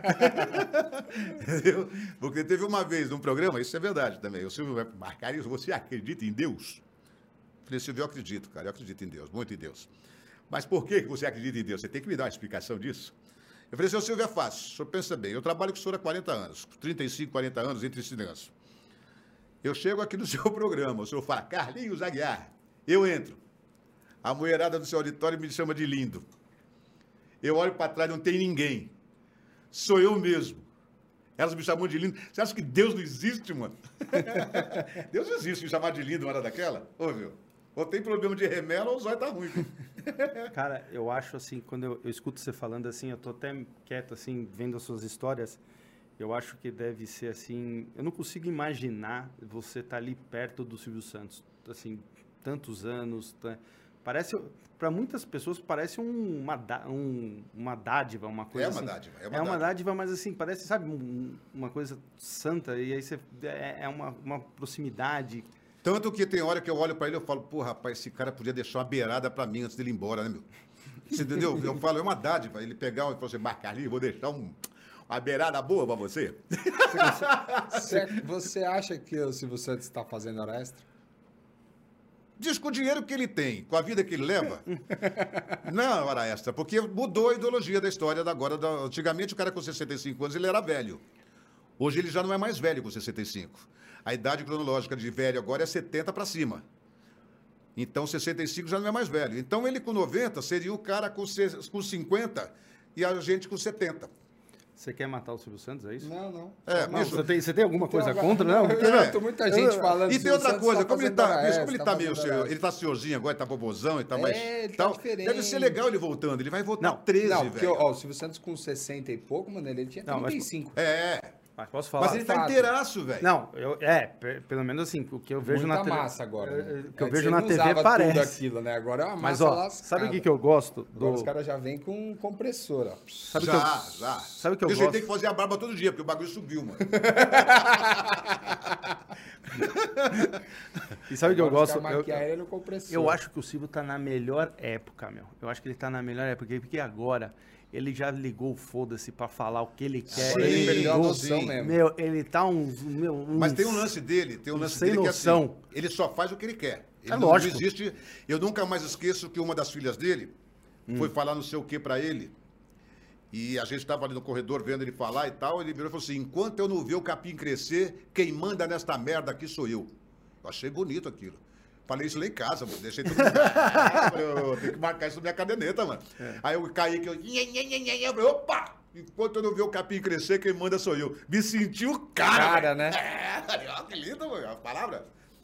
Speaker 3: Entendeu? Porque teve uma vez num programa, isso é verdade também. O Silvio vai marcar isso. Você acredita em Deus? Eu falei, Silvio, eu acredito, cara. Eu acredito em Deus, muito em Deus. Mas por que você acredita em Deus? Você tem que me dar uma explicação disso. Eu falei, seu Silvio, é fácil. O senhor pensa bem. Eu trabalho com o senhor há quarenta anos, trinta e cinco, quarenta anos, entre cinemas. Eu chego aqui no seu programa, o senhor fala, Carlinhos Aguiar. Eu entro. A mulherada do seu auditório me chama de lindo. Eu olho para trás, não tem ninguém. Sou eu mesmo. Elas me chamam de lindo. Você acha que Deus não existe, mano? Deus não existe me chamar de lindo uma hora daquela? Ô, viu? Ou tem problema de remela ou o zóio tá ruim.
Speaker 1: Cara, eu acho assim, quando eu, eu escuto você falando assim, eu tô até quieto, assim, vendo as suas histórias, eu acho que deve ser assim, eu não consigo imaginar você estar ali perto do Silvio Santos, assim, tantos anos, tá? Parece, para muitas pessoas, parece um, uma, dá- um, uma dádiva, uma coisa
Speaker 3: É uma
Speaker 1: assim.
Speaker 3: dádiva, é uma
Speaker 1: É uma
Speaker 3: dádiva.
Speaker 1: dádiva, mas assim, parece, sabe, um- uma coisa santa, e aí você, é, é uma, uma proximidade.
Speaker 3: Tanto que tem hora que eu olho pra ele e eu falo, pô, rapaz, esse cara podia deixar uma beirada pra mim antes dele ir embora, né, meu? Você entendeu? Eu falo, é uma dádiva. Ele pegar e falar assim, Marcalinho, vou deixar um, uma beirada boa pra você.
Speaker 2: Você, você acha que o Silvio Santos está fazendo hora extra?
Speaker 3: Diz com o dinheiro que ele tem, com a vida que ele leva, não é hora extra, porque mudou a ideologia da história da agora. Da, antigamente, o cara com sessenta e cinco anos, ele era velho. Hoje ele já não é mais velho com sessenta e cinco. A idade cronológica de velho agora é setenta para cima. Então, sessenta e cinco já não é mais velho. Então, ele com noventa seria o cara com, se- com cinquenta e a gente com setenta.
Speaker 1: Você quer matar o Silvio Santos, é isso?
Speaker 2: Não, não.
Speaker 3: É,
Speaker 1: Não,
Speaker 3: bicho,
Speaker 1: você, tem, você tem alguma coisa
Speaker 2: Então,
Speaker 1: contra? Não, porque,
Speaker 2: Eu
Speaker 1: não.
Speaker 2: escuto muita gente falando.
Speaker 3: E tem
Speaker 2: Silvio
Speaker 3: outra
Speaker 2: Santos
Speaker 3: coisa,
Speaker 2: tá
Speaker 3: como ele
Speaker 2: fazendo
Speaker 3: tá,
Speaker 2: hora
Speaker 3: bicho, como ele
Speaker 2: extra,
Speaker 3: tá meio,
Speaker 2: fazendo hora
Speaker 3: seu- ele tá senhorzinho agora, tá bobozão e tá
Speaker 2: É,
Speaker 3: mais
Speaker 2: ele tá
Speaker 3: tal.
Speaker 2: diferente.
Speaker 3: Deve ser legal ele voltando, ele vai voltar
Speaker 1: Não,
Speaker 3: treze,
Speaker 2: Não, porque
Speaker 3: velho.
Speaker 2: ó, o Silvio Santos com sessenta e pouco, mano, ele tinha
Speaker 1: Não, mas-
Speaker 2: trinta e cinco.
Speaker 3: É,
Speaker 1: Mas posso falar?
Speaker 3: mas ele tá
Speaker 2: fato.
Speaker 3: inteiraço, velho.
Speaker 1: Não, eu, é, pe- pelo menos assim, o que eu vejo
Speaker 2: Muita
Speaker 1: na tele-
Speaker 2: massa agora, né?
Speaker 1: é, O que eu
Speaker 2: Antes
Speaker 1: vejo
Speaker 2: ele
Speaker 1: na
Speaker 2: não
Speaker 1: T V
Speaker 2: usava tudo
Speaker 1: parece.
Speaker 2: aquilo, né? Agora é uma
Speaker 1: Mas,
Speaker 2: massa
Speaker 1: ó,
Speaker 2: lascada.
Speaker 1: sabe o que, que eu gosto?
Speaker 2: Agora
Speaker 1: Do...
Speaker 2: os caras já vêm com compressor, ó.
Speaker 1: Sabe o
Speaker 3: já,
Speaker 1: que eu...
Speaker 3: já.
Speaker 1: Sabe o que eu
Speaker 3: Porque a gente
Speaker 1: gosto?
Speaker 3: tem que fazer a barba todo dia, porque o bagulho subiu, mano.
Speaker 1: E sabe o que eu
Speaker 2: Agora os
Speaker 1: gosto?
Speaker 2: caras
Speaker 1: Eu,
Speaker 2: maquiam ele no compressor.
Speaker 1: eu acho que o Silvio tá na melhor época, meu. Eu acho que ele tá na melhor época, porque agora ele já ligou o foda-se pra falar o que ele quer.
Speaker 3: Sim,
Speaker 1: ele
Speaker 2: perdeu a
Speaker 1: ligou,
Speaker 2: noção
Speaker 3: sim.
Speaker 2: mesmo.
Speaker 1: Meu, ele tá um... Meu, um
Speaker 3: Mas tem um lance dele, tem um lance
Speaker 1: sem
Speaker 3: dele que é
Speaker 1: noção.
Speaker 3: assim, ele só faz o que ele quer. Ele
Speaker 1: É
Speaker 3: não,
Speaker 1: lógico.
Speaker 3: não existe. Eu nunca mais esqueço que uma das filhas dele
Speaker 1: Hum.
Speaker 3: foi falar não sei o que pra ele. E a gente estava ali no corredor vendo ele falar e tal. Ele virou e falou assim: enquanto eu não ver o capim crescer, quem manda nesta merda aqui sou eu. Eu achei bonito aquilo. Falei isso lá em casa, mano. Deixei tudo. Ah, falei, eu tenho que marcar isso na minha caderneta, mano.
Speaker 1: É.
Speaker 3: Aí eu caí que eu. Nhe, nhe, nhe, nhe, eu falei, opa! Enquanto eu não ver o capim crescer, quem manda sou eu. Me senti o cara.
Speaker 2: Cara,
Speaker 3: velho.
Speaker 2: né?
Speaker 3: É, olha que lindo, mano, a palavra.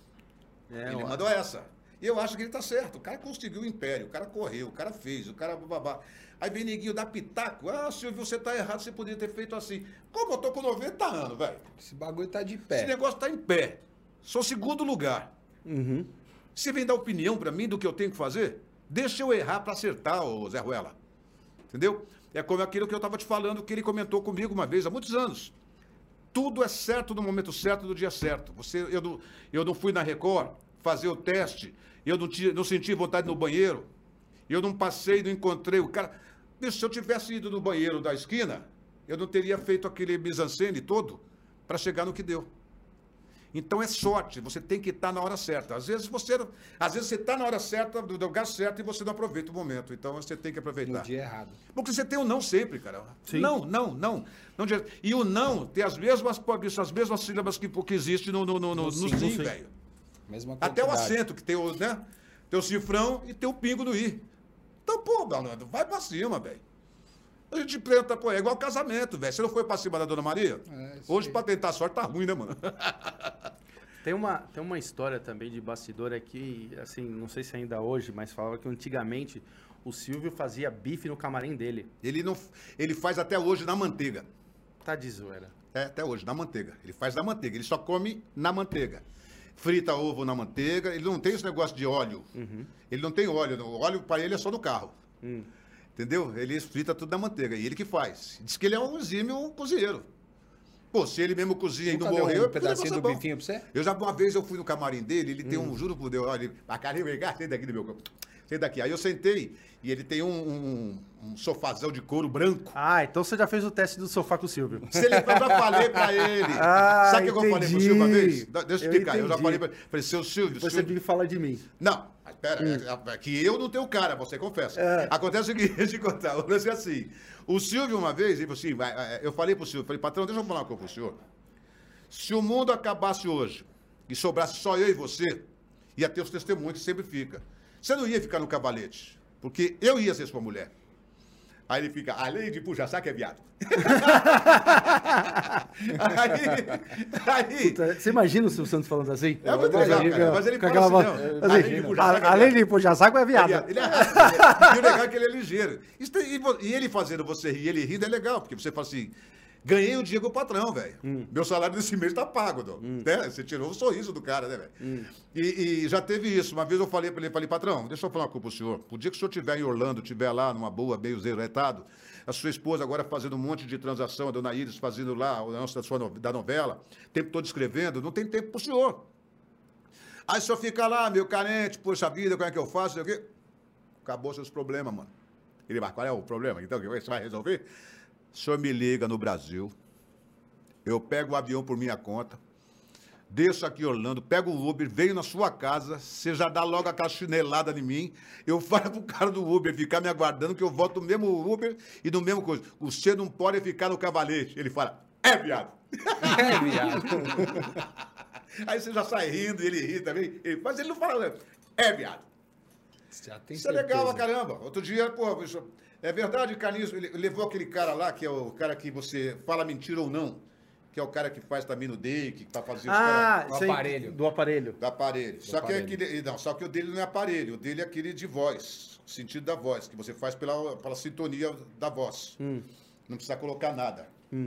Speaker 1: É,
Speaker 3: Ele
Speaker 1: ó,
Speaker 3: mandou essa. E eu acho que ele tá certo. O cara conseguiu o império, o cara correu, o cara fez, o cara babá. Aí vem neguinho dar pitaco. Ah, Silvio, você tá errado, você poderia ter feito assim. Como eu tô com noventa anos, velho?
Speaker 2: Esse bagulho tá de
Speaker 3: Esse
Speaker 2: pé.
Speaker 3: negócio tá em pé. Sou segundo lugar.
Speaker 1: Uhum.
Speaker 3: Você vem dar opinião pra mim do que eu tenho que fazer? Deixa eu errar pra acertar, ô Zé Ruela. Entendeu? É como aquilo que eu tava te falando, que ele comentou comigo uma vez, há muitos anos. Tudo é certo no momento certo, no dia certo. Você, eu, não, eu não fui na Record fazer o teste, eu não, tinha, não senti vontade no banheiro, eu não passei, não encontrei o cara. Bicho, se eu tivesse ido no banheiro da esquina, eu não teria feito aquele mise-en-scène todo para chegar no que deu. Então é sorte, você tem que estar na hora certa. Às vezes você às vezes você está na hora certa, do lugar certo, e você não aproveita o momento. Então você tem que aproveitar.
Speaker 2: No dia errado.
Speaker 3: Porque você tem o não sempre, cara.
Speaker 1: Sim.
Speaker 3: Não, não, não. não direto. E o não tem as mesmas, as mesmas sílabas que, que existe no, no, no, no, no
Speaker 1: sim,
Speaker 3: sim,
Speaker 1: no sim.
Speaker 3: velho.
Speaker 2: Mesma
Speaker 3: Até o
Speaker 2: quantidade.
Speaker 3: acento, que tem o, né? Tem o cifrão e tem o pingo no i. Então, pô, Malandro, vai pra cima, velho. A gente tenta, pô, é igual casamento, velho. Você não foi pra cima da Dona Maria?
Speaker 2: É, isso
Speaker 3: Hoje,
Speaker 2: aí.
Speaker 3: pra tentar a sorte, tá ruim, né, mano?
Speaker 1: Tem uma, tem uma história também de bastidor aqui, assim, não sei se ainda hoje, mas falava que antigamente o Silvio fazia bife no camarim dele.
Speaker 3: Ele, não, ele faz até hoje na manteiga.
Speaker 1: Tá de zoeira.
Speaker 3: É, até hoje, na manteiga. Ele faz na manteiga. Ele só come na manteiga. Frita ovo na manteiga. Ele não tem esse negócio de óleo. Ele não tem óleo. O óleo para ele é só no carro.
Speaker 1: Hum.
Speaker 3: Entendeu? Ele frita tudo na manteiga. E ele que faz. Diz que ele é um exímio cozinheiro. Pô, se ele mesmo cozinha e não
Speaker 2: Nunca deu
Speaker 3: morreu,
Speaker 2: um
Speaker 3: é porque o
Speaker 2: pedacinho
Speaker 3: negócio
Speaker 2: do
Speaker 3: é bom.
Speaker 2: bifinho pra você?
Speaker 3: Eu já, uma vez, eu fui no camarim dele, ele tem um, juro por Deus, olha, ele, a cara vem cá, sai daqui do meu corpo. Sai daqui. Aí eu sentei e ele tem um, um, um sofazão de couro branco.
Speaker 1: Ah, então você já fez o teste do sofá com o Silvio.
Speaker 3: Se ele, eu já falei pra ele.
Speaker 1: Ah,
Speaker 3: Sabe o que eu falei pro
Speaker 1: entendi.
Speaker 3: Silvio uma vez? Da- Deixa eu
Speaker 1: Eu
Speaker 3: explicar. Eu, já
Speaker 1: entendi.
Speaker 3: falei pra ele. Falei, seu Silvio,
Speaker 1: Depois você
Speaker 3: Silvio...
Speaker 1: tem que falar de mim.
Speaker 3: Não, mas pera, é, é que eu não tenho cara, você confessa.
Speaker 1: É.
Speaker 3: Acontece o seguinte, deixa eu contar, o lance é assim. O Silvio, uma vez, ele falou assim, vai, é, eu falei pro Silvio, falei, patrão, deixa eu falar uma coisa pro senhor. Se o mundo acabasse hoje e sobrasse só eu e você, ia ter os testemunhos que sempre fica. Você não ia ficar no cavalete, porque eu ia ser sua mulher. Aí ele fica, além de puxa-saco é viado. aí, aí,
Speaker 1: Puta, você imagina o Silvio Santos falando assim?
Speaker 3: É muito legal, cara. Mas ele
Speaker 1: Com
Speaker 3: fala
Speaker 1: aquela
Speaker 3: assim,
Speaker 1: voz-
Speaker 3: não.
Speaker 1: assim,
Speaker 3: Além de puxar saco, é
Speaker 1: além
Speaker 3: viado.
Speaker 1: de puxar saco, é
Speaker 3: É
Speaker 1: viado.
Speaker 3: viado. Ele é rápido. E o legal é que ele é ligeiro. Isso tem- e vo- e ele fazendo você rir, ele rindo é legal, porque você fala assim, ganhei o dia com o patrão, velho. Meu salário desse mês tá pago, não. Né? Você tirou o sorriso do cara, né, velho? E, e já teve isso. Uma vez eu falei pra ele, falei, patrão, deixa eu falar uma coisa pro senhor. O dia que o senhor estiver em Orlando, estiver lá numa boa, meio zeretado, a sua esposa agora fazendo um monte de transação, a dona Iris fazendo lá o anúncio da, sua no- da novela, o tempo todo escrevendo, não tem tempo pro senhor. Aí o senhor fica lá, meu carente, poxa vida, como é que eu faço? Não sei o quê. Acabou seus problemas, mano. Ele vai, qual é o problema? Então, que você vai resolver? O senhor me liga no Brasil, eu pego o avião por minha conta, desço aqui em Orlando, pego o Uber, venho na sua casa, você já dá logo aquela chinelada em mim, eu falo pro cara do Uber ficar me aguardando que eu volto no mesmo Uber e no mesmo coisa. Você não pode ficar no cavalete. Ele fala, é, viado.
Speaker 2: É, viado.
Speaker 3: Aí você já sai rindo e ele ri também. Ele- mas ele não fala, né? É, viado.
Speaker 2: Já tem
Speaker 3: Isso é legal pra
Speaker 2: certeza.
Speaker 3: caramba. Outro dia, pô, bicho, é verdade, Carlinhos, ele levou aquele cara lá, que é o cara que você fala mentira ou não, que é o cara que faz também no day, que tá fazendo os
Speaker 1: Ah,
Speaker 2: Do
Speaker 1: sei,
Speaker 2: aparelho.
Speaker 1: do aparelho.
Speaker 3: do aparelho. Só que é
Speaker 2: aparelho.
Speaker 3: aquele, não, só que o dele não é aparelho, o dele é aquele de voz, o sentido da voz, que você faz pela, pela sintonia da voz. Não precisa colocar nada.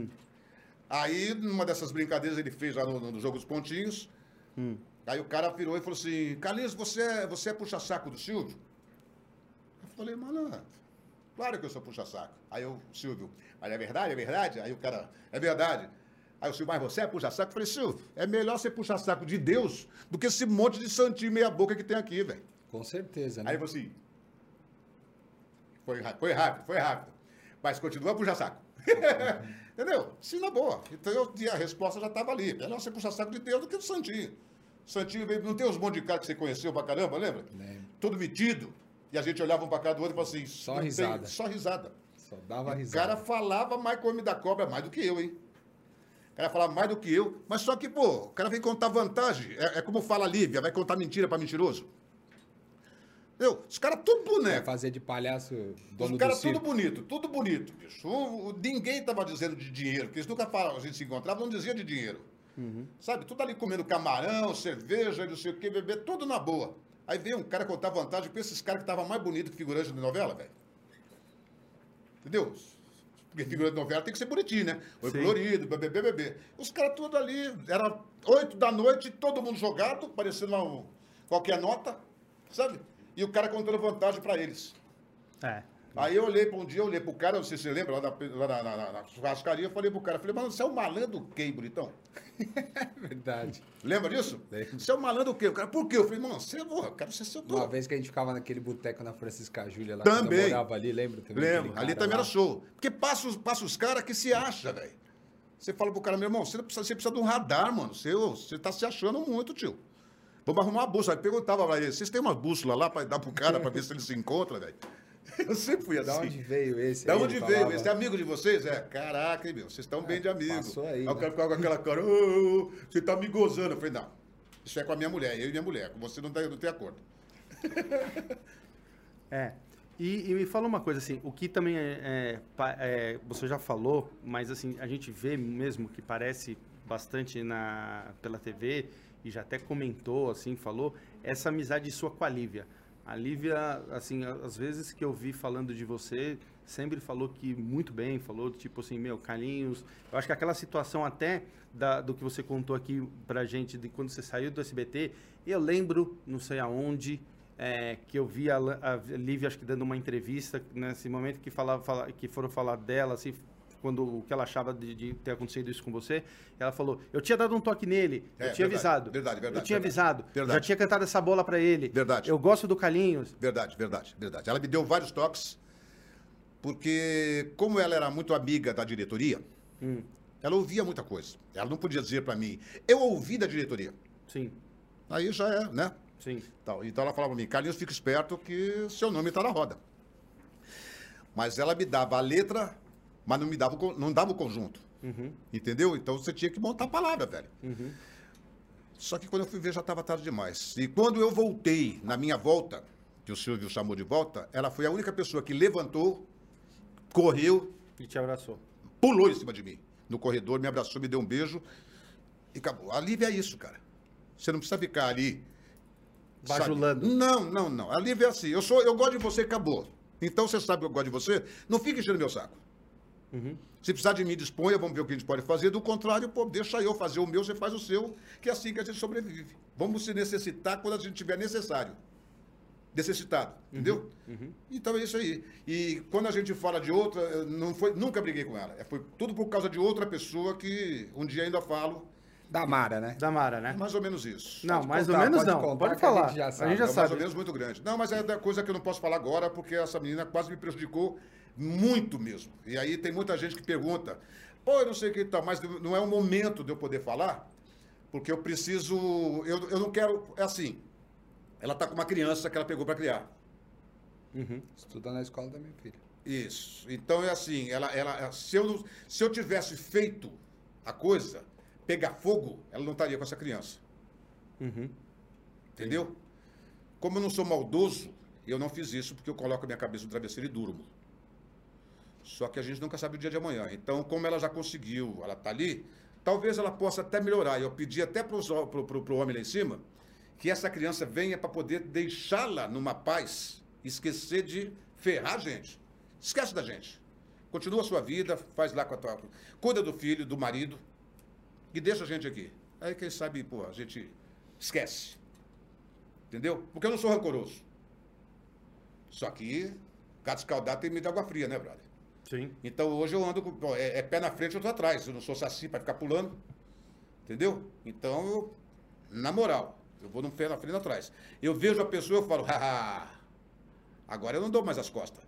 Speaker 3: Aí, numa dessas brincadeiras, ele fez lá no, no jogo dos pontinhos. Aí o cara virou e falou assim, Carlinhos, você é, você é puxa-saco do Silvio? Eu falei, malandro, claro que eu sou puxa-saco. Aí o Silvio, mas é verdade, é verdade? Aí o cara, é verdade. Aí o Silvio, mas você é puxa-saco? Eu falei, Silvio, é melhor ser puxa-saco de Deus do que esse monte de santinho meia-boca que tem aqui, velho.
Speaker 2: Com certeza, né?
Speaker 3: Aí ele falou assim, foi rápido, foi rápido, foi rápido. Mas continua puxa-saco. Entendeu? Sim, na boa. Então eu, e a resposta já estava ali. Melhor você puxa-saco de Deus do que do santinho. Santinho veio, não tem os monte de cara que você conheceu pra caramba, lembra?
Speaker 2: Lembro.
Speaker 3: Todo metido. E a gente olhava um pra cara do outro e falava assim...
Speaker 2: Só
Speaker 3: não tem-
Speaker 2: risada.
Speaker 3: só risada.
Speaker 2: Só dava
Speaker 3: O
Speaker 2: risada.
Speaker 3: cara falava mais com o homem da cobra, mais do que eu, hein? O cara falava mais do que eu. Mas só que, pô, o cara vem contar vantagem. É, é como fala a Lívia, vai contar mentira pra mentiroso. Entendeu? Os caras tudo
Speaker 2: Vai
Speaker 3: boneco.
Speaker 2: fazer de palhaço dono
Speaker 3: Os
Speaker 2: do
Speaker 3: caras tudo
Speaker 2: circo.
Speaker 3: bonito, tudo bonito, bicho. O- o- ninguém tava dizendo de dinheiro, porque eles nunca falavam, a gente se encontrava, não dizia de dinheiro. Sabe, tudo ali comendo camarão, cerveja, não sei o que, beber, tudo na boa. Aí veio um cara contar vantagem pra esses caras que estavam mais bonitos que figurante de novela, velho. Entendeu? Porque figurante de novela tem que ser bonitinho, né? Oi
Speaker 1: Sim.
Speaker 3: colorido, bebê, bebê, bebê. Os caras tudo ali, era oito da noite, todo mundo jogado, parecendo lá um- qualquer nota, sabe? E o cara contando vantagem pra eles.
Speaker 1: É.
Speaker 3: Aí eu olhei para um dia, eu olhei pro cara, não sei se você lembra, lá na, lá na, na, na- na churrascaria, eu falei pro cara, falei, mano, você é um malandro o quê, bonitão?
Speaker 2: Verdade.
Speaker 3: Lembra disso?
Speaker 2: Lembro.
Speaker 3: Você é um malandro o quê? O cara, por quê? Eu falei, mano, você, porra, eu quero ser seu
Speaker 2: Uma
Speaker 3: dono.
Speaker 2: vez que a gente ficava naquele boteco na Francisca Júlia lá, quando eu
Speaker 3: Também.
Speaker 2: morava ali, lembra? Também
Speaker 3: Lembro,
Speaker 2: aquele
Speaker 3: ali
Speaker 2: cara
Speaker 3: também
Speaker 2: lá?
Speaker 3: era show. Porque passa os, passa os caras que se acha, velho. Você fala pro cara, meu irmão, você, não precisa, você precisa de um radar, mano. Você, você tá se achando muito, tio. Vamos arrumar uma bússola. Aí perguntava pra ele, vocês têm uma bússola lá pra dar pro cara pra ver se ele se encontra, velho? Eu sempre fui assim.
Speaker 2: Da onde veio esse?
Speaker 3: Da
Speaker 2: aí,
Speaker 3: onde
Speaker 2: ele
Speaker 3: veio?
Speaker 2: falava?
Speaker 3: Esse é amigo de vocês? É, caraca, hein, meu, vocês estão bem de amigo.
Speaker 2: passou aí,
Speaker 3: o
Speaker 2: né?
Speaker 3: cara ficava com aquela cara, ô, ô, ô, você tá me gozando. Eu falei, não, isso é com a minha mulher, eu e minha mulher, com você não, tá, não tem acordo.
Speaker 1: É. E, e me fala uma coisa assim, o que também é, é, pa- é, você já falou, mas assim, a gente vê mesmo que parece bastante na, pela T V, e já até comentou, assim, falou, essa amizade sua com a Lívia. A Lívia, assim, a- às vezes que eu vi falando de você, sempre falou que muito bem, falou tipo assim, meu, Carlinhos, eu acho que aquela situação até da- do que você contou aqui pra gente, de quando você saiu do S B T, eu lembro, não sei aonde, é, que eu vi a, La- a Lívia, acho que dando uma entrevista nesse momento que, falava, fala- que foram falar dela, assim, quando o que ela achava de, de ter acontecido isso com você, ela falou, eu tinha dado um toque nele, eu
Speaker 3: É,
Speaker 1: tinha
Speaker 3: verdade,
Speaker 1: avisado,
Speaker 3: verdade, verdade,
Speaker 1: eu tinha
Speaker 3: verdade.
Speaker 1: avisado,
Speaker 3: Verdade.
Speaker 1: já tinha cantado essa bola pra ele,
Speaker 3: Verdade.
Speaker 1: eu gosto do Carlinhos,
Speaker 3: Verdade, verdade, verdade. Ela me deu vários toques, porque como ela era muito amiga da diretoria,
Speaker 1: Hum.
Speaker 3: ela ouvia muita coisa. Ela não podia dizer pra mim, eu ouvi da diretoria.
Speaker 1: sim,
Speaker 3: Aí já é, né?
Speaker 1: sim,
Speaker 3: Tal. Então ela falava pra mim, Carlinhos, fica esperto que seu nome tá na roda. Mas ela me dava a letra, mas não me dava, o con- não dava o conjunto.
Speaker 1: uhum,
Speaker 3: Entendeu? Então você tinha que montar a palavra, velho.
Speaker 1: uhum,
Speaker 3: Só que quando eu fui ver já estava tarde demais. E quando eu voltei, na minha volta, que o Silvio chamou de volta, ela foi a única pessoa que levantou, correu,
Speaker 1: E te abraçou.
Speaker 3: pulou em cima de mim. No corredor, me abraçou, me deu um beijo e acabou. A Lívia é isso, cara. Você não precisa ficar ali... sabe?
Speaker 1: Bajulando.
Speaker 3: Não, não, não. A Lívia é assim. Eu, sou, eu gosto de você, acabou. Então você sabe que eu gosto de você. Não fica enchendo meu saco.
Speaker 1: Uhum.
Speaker 3: Se precisar de mim, disponha, vamos ver o que a gente pode fazer. Do contrário, pô, deixa eu fazer o meu, você faz o seu, que é assim que a gente sobrevive. Vamos se necessitar quando a gente tiver necessário. Necessitado, entendeu?
Speaker 1: Uhum.
Speaker 3: Então é isso aí. E quando a gente fala de outra, eu não foi, nunca briguei com ela. Foi tudo por causa de outra pessoa que um dia ainda falo.
Speaker 2: Da Mara, né?
Speaker 1: Da Mara, né?
Speaker 3: É mais ou menos isso.
Speaker 1: Não,
Speaker 2: Pode
Speaker 1: mais
Speaker 2: contar,
Speaker 1: ou menos
Speaker 2: pode
Speaker 1: não.
Speaker 2: contar
Speaker 1: Pode
Speaker 2: que a
Speaker 1: falar.
Speaker 2: gente já sabe.
Speaker 1: A gente já
Speaker 3: É mais
Speaker 1: sabe.
Speaker 3: ou menos muito grande. Não, mas é da coisa que eu não posso falar agora, porque essa menina quase me prejudicou muito mesmo. E aí tem muita gente que pergunta, pô, eu não sei o que tal, mas não é o momento de eu poder falar, porque eu preciso, eu, eu não quero, é assim, ela tá com uma criança que ela pegou para criar.
Speaker 1: Uhum.
Speaker 2: Estuda na escola da minha filha.
Speaker 3: Isso. Então é assim, ela, ela, se, eu, não- se eu tivesse feito a coisa, pegar fogo, ela não estaria com essa criança.
Speaker 1: Uhum.
Speaker 3: Entendeu? Como eu não sou maldoso, eu não fiz isso porque eu coloco a minha cabeça no travesseiro e durmo. Só que a gente nunca sabe o dia de amanhã. Então, como ela já conseguiu, ela está ali, talvez ela possa até melhorar. Eu pedi até para o homem lá em cima que essa criança venha para poder deixá-la numa paz, esquecer de ferrar a gente. Esquece da gente. Continua a sua vida, faz lá com a tua... Cuida do filho, do marido e deixa a gente aqui. Aí, quem sabe, pô, a gente esquece. Entendeu? Porque eu não sou rancoroso. Só que gato escaldado tem medo de água fria, né, brother?
Speaker 1: Sim.
Speaker 3: Então hoje eu ando com. pô, É, é pé na frente e outro atrás. Eu não sou saci para ficar pulando. Entendeu? Então, eu, na moral, eu vou num pé na frente e atrás. Eu vejo a pessoa e eu falo, haha, agora eu não dou mais as costas.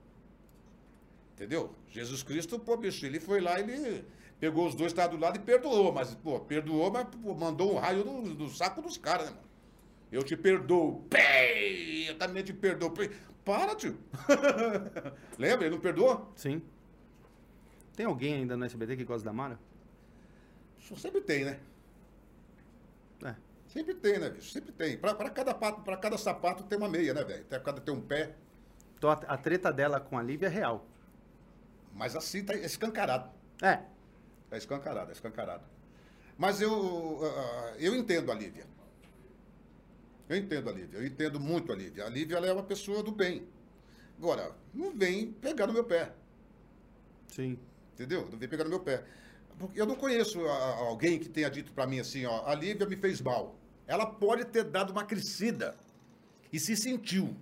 Speaker 3: Entendeu? Jesus Cristo, pô, bicho, ele foi lá, ele pegou os dois, estava do lado e perdoou. Mas, pô, perdoou, mas pô, mandou um raio no, no saco dos caras, né, mano? Eu te perdoo. Pei! Eu também te perdoo. Pei. Para, tio. Lembra? Ele não perdoou?
Speaker 1: Sim. Tem alguém ainda no S B T que gosta da Mara?
Speaker 3: Isso sempre tem, né?
Speaker 1: É.
Speaker 3: Sempre tem, né, bicho? Sempre tem. Pra, pra, cada, pato, pra cada sapato tem uma meia, né, velho? Pra cada tem um pé.
Speaker 1: Então a, a treta dela com a Lívia é real.
Speaker 3: Mas assim tá escancarado.
Speaker 1: É.
Speaker 3: É escancarado, é escancarado. Mas eu, uh, eu entendo a Lívia. Eu entendo a Lívia, eu entendo muito a Lívia. A Lívia, ela é uma pessoa do bem. Agora, não vem pegar no meu pé,
Speaker 1: Sim.
Speaker 3: entendeu? Não vem pegar no meu pé. Porque eu não conheço a- alguém que tenha dito pra mim assim, ó, a Lívia me fez mal. Ela pode ter dado uma crescida e se sentiu.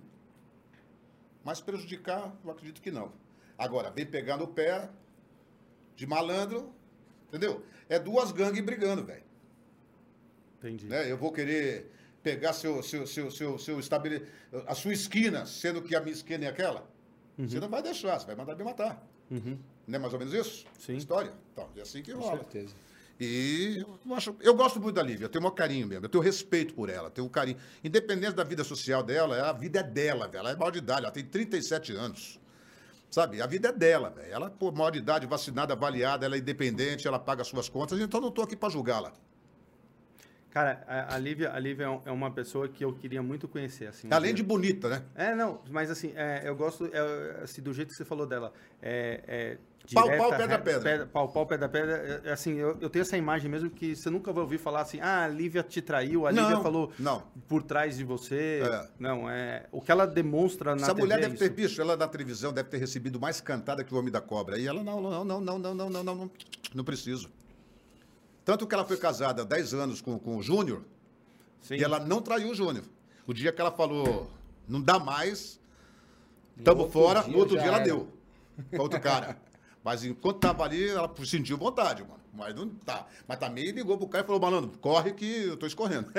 Speaker 3: Mas prejudicar, eu acredito que não. Agora, vem pegar no pé de malandro, entendeu? É duas gangues brigando, velho.
Speaker 1: Entendi.
Speaker 3: Né? Eu vou querer pegar seu, seu, seu, seu, seu estabele... a sua esquina, sendo que a minha esquina é aquela. Você não vai deixar, você vai mandar me matar.
Speaker 1: Uhum.
Speaker 3: Não é mais ou menos isso?
Speaker 1: Sim.
Speaker 3: História? Então, é assim que
Speaker 2: Com
Speaker 3: rola.
Speaker 2: certeza.
Speaker 3: E eu, acho, eu gosto muito da Lívia, eu tenho o maior carinho mesmo, eu tenho respeito por ela, tenho um carinho. Independente da vida social dela, a vida é dela, velho. Ela é maior de idade, ela tem trinta e sete anos. Sabe? A vida é dela, velho. Ela, pô, maior de idade, vacinada, avaliada, ela é independente, ela paga as suas contas, então eu não estou aqui para julgá-la.
Speaker 1: Cara, a, a Lívia, a Lívia é um- é uma pessoa que eu queria muito conhecer, assim. um
Speaker 3: Além
Speaker 1: dia.
Speaker 3: de bonita, né?
Speaker 1: É, não, mas assim, é, eu gosto, é, assim, do jeito que você falou dela. É, é
Speaker 3: Pau,
Speaker 1: direta,
Speaker 3: pau, pedra,
Speaker 1: re-
Speaker 3: pedra.
Speaker 1: Pau, pau, pedra, pedra. É, assim, eu, eu tenho essa imagem mesmo que você nunca vai ouvir falar assim, ah, a Lívia te traiu, a
Speaker 3: Não,
Speaker 1: Lívia falou
Speaker 3: não.
Speaker 1: por trás de você.
Speaker 3: É.
Speaker 1: Não, é... O que ela demonstra na
Speaker 3: Essa mulher
Speaker 1: T V é
Speaker 3: deve ter,
Speaker 1: isso.
Speaker 3: bicho, ela na televisão deve ter recebido mais cantada que o Homem da Cobra. E ela, não, não, não, não, não, não, não, não, não, não preciso. Tanto que ela foi casada há dez anos com, com o Júnior,
Speaker 1: Sim.
Speaker 3: e ela não traiu o Júnior. O dia que ela falou, não dá mais, tamo
Speaker 2: outro
Speaker 3: fora,
Speaker 2: dia
Speaker 3: no outro
Speaker 2: já
Speaker 3: dia ela
Speaker 2: era.
Speaker 3: deu pra outro cara. Mas enquanto tava ali, ela sentiu vontade, mano. Mas não tá. Mas também ligou pro cara e falou, malandro, corre que eu tô escorrendo.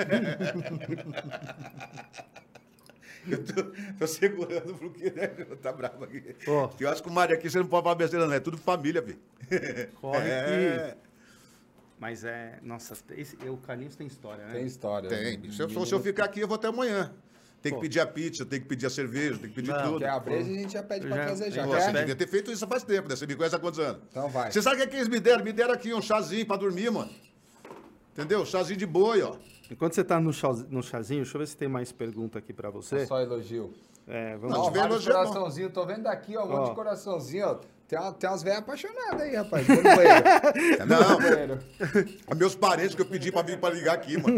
Speaker 3: Eu tô, tô segurando porque né, tá bravo aqui.
Speaker 1: Ó.
Speaker 3: Eu acho que o Mário aqui você não pode falar besteira, não. É tudo família, filho.
Speaker 1: Corre
Speaker 3: É.
Speaker 1: que... Mas é... Nossa, esse, o Carlinhos tem história, né?
Speaker 2: Tem história.
Speaker 3: Tem.
Speaker 2: né?
Speaker 3: Se eu, se eu ficar aqui, eu vou até amanhã. Tem que
Speaker 1: Pô.
Speaker 3: pedir a pizza, tem que pedir a cerveja, tem que pedir
Speaker 1: Não,
Speaker 3: tudo.
Speaker 2: Quer a breja, a gente já pede pra
Speaker 1: Já-
Speaker 2: trazer já.
Speaker 1: já-
Speaker 3: Pô, você
Speaker 1: Quer?
Speaker 3: devia ter feito isso faz tempo, né? Você me conhece há quantos anos?
Speaker 2: Então vai.
Speaker 3: Você sabe o que, é que eles me deram? Me deram aqui um chazinho pra dormir, mano. Entendeu? Chazinho de boi, ó.
Speaker 1: Enquanto você tá no, chaz, no chazinho, deixa eu ver se tem mais pergunta aqui pra você.
Speaker 2: Só elogio.
Speaker 1: É, vamos
Speaker 3: Não,
Speaker 2: Ó,
Speaker 3: tiver
Speaker 2: vários
Speaker 3: elogio, não.
Speaker 2: coraçãozinho, tô vendo aqui, ó, um monte
Speaker 1: Ó.
Speaker 2: de coraçãozinho, ó. Tem, uma, tem umas velhas apaixonadas aí, rapaz. Vou no banheiro.
Speaker 3: Não,
Speaker 2: banheiro.
Speaker 3: a meus parentes que eu pedi pra vir pra ligar aqui, mano.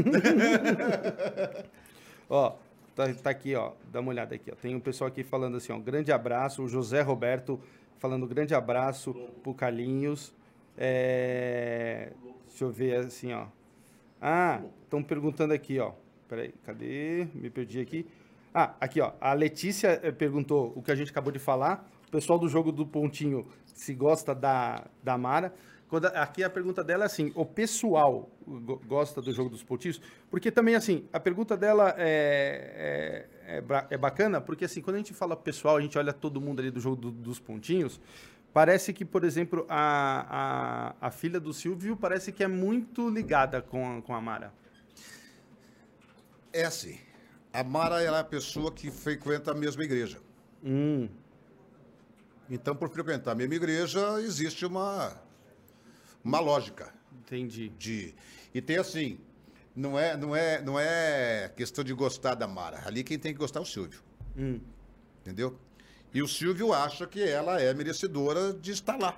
Speaker 1: Ó, tá, tá aqui, ó. Dá uma olhada aqui, ó. Tem um pessoal aqui falando assim, ó. Grande abraço. O José Roberto falando grande abraço pro Carlinhos. É... Deixa eu ver assim, ó. Ah, estão perguntando aqui, ó. Peraí, cadê? Me perdi aqui. Ah, aqui, ó. A Letícia eh, perguntou o que a gente acabou de falar. O pessoal do Jogo do Pontinho se gosta da, da Mara. Quando, aqui a pergunta dela é assim, o pessoal go- gosta do Jogo dos Pontinhos? Porque também, assim, a pergunta dela é, é, é, bra- é bacana, porque, assim, quando a gente fala pessoal, a gente olha todo mundo ali do Jogo do- dos Pontinhos, parece que, por exemplo, a, a, a filha do Silvio parece que é muito ligada com, a- com a Mara.
Speaker 3: É assim, a Mara ela é a pessoa que frequenta a mesma igreja.
Speaker 1: Hum,
Speaker 3: Então, por frequentar a mesma igreja, existe uma, uma lógica.
Speaker 1: entendi.
Speaker 3: De, e tem assim, não é, não, é, não é questão de gostar da Mara. Ali quem tem que gostar é o Silvio.
Speaker 1: Hum,
Speaker 3: Entendeu? E o Silvio acha que ela é merecedora de estar lá.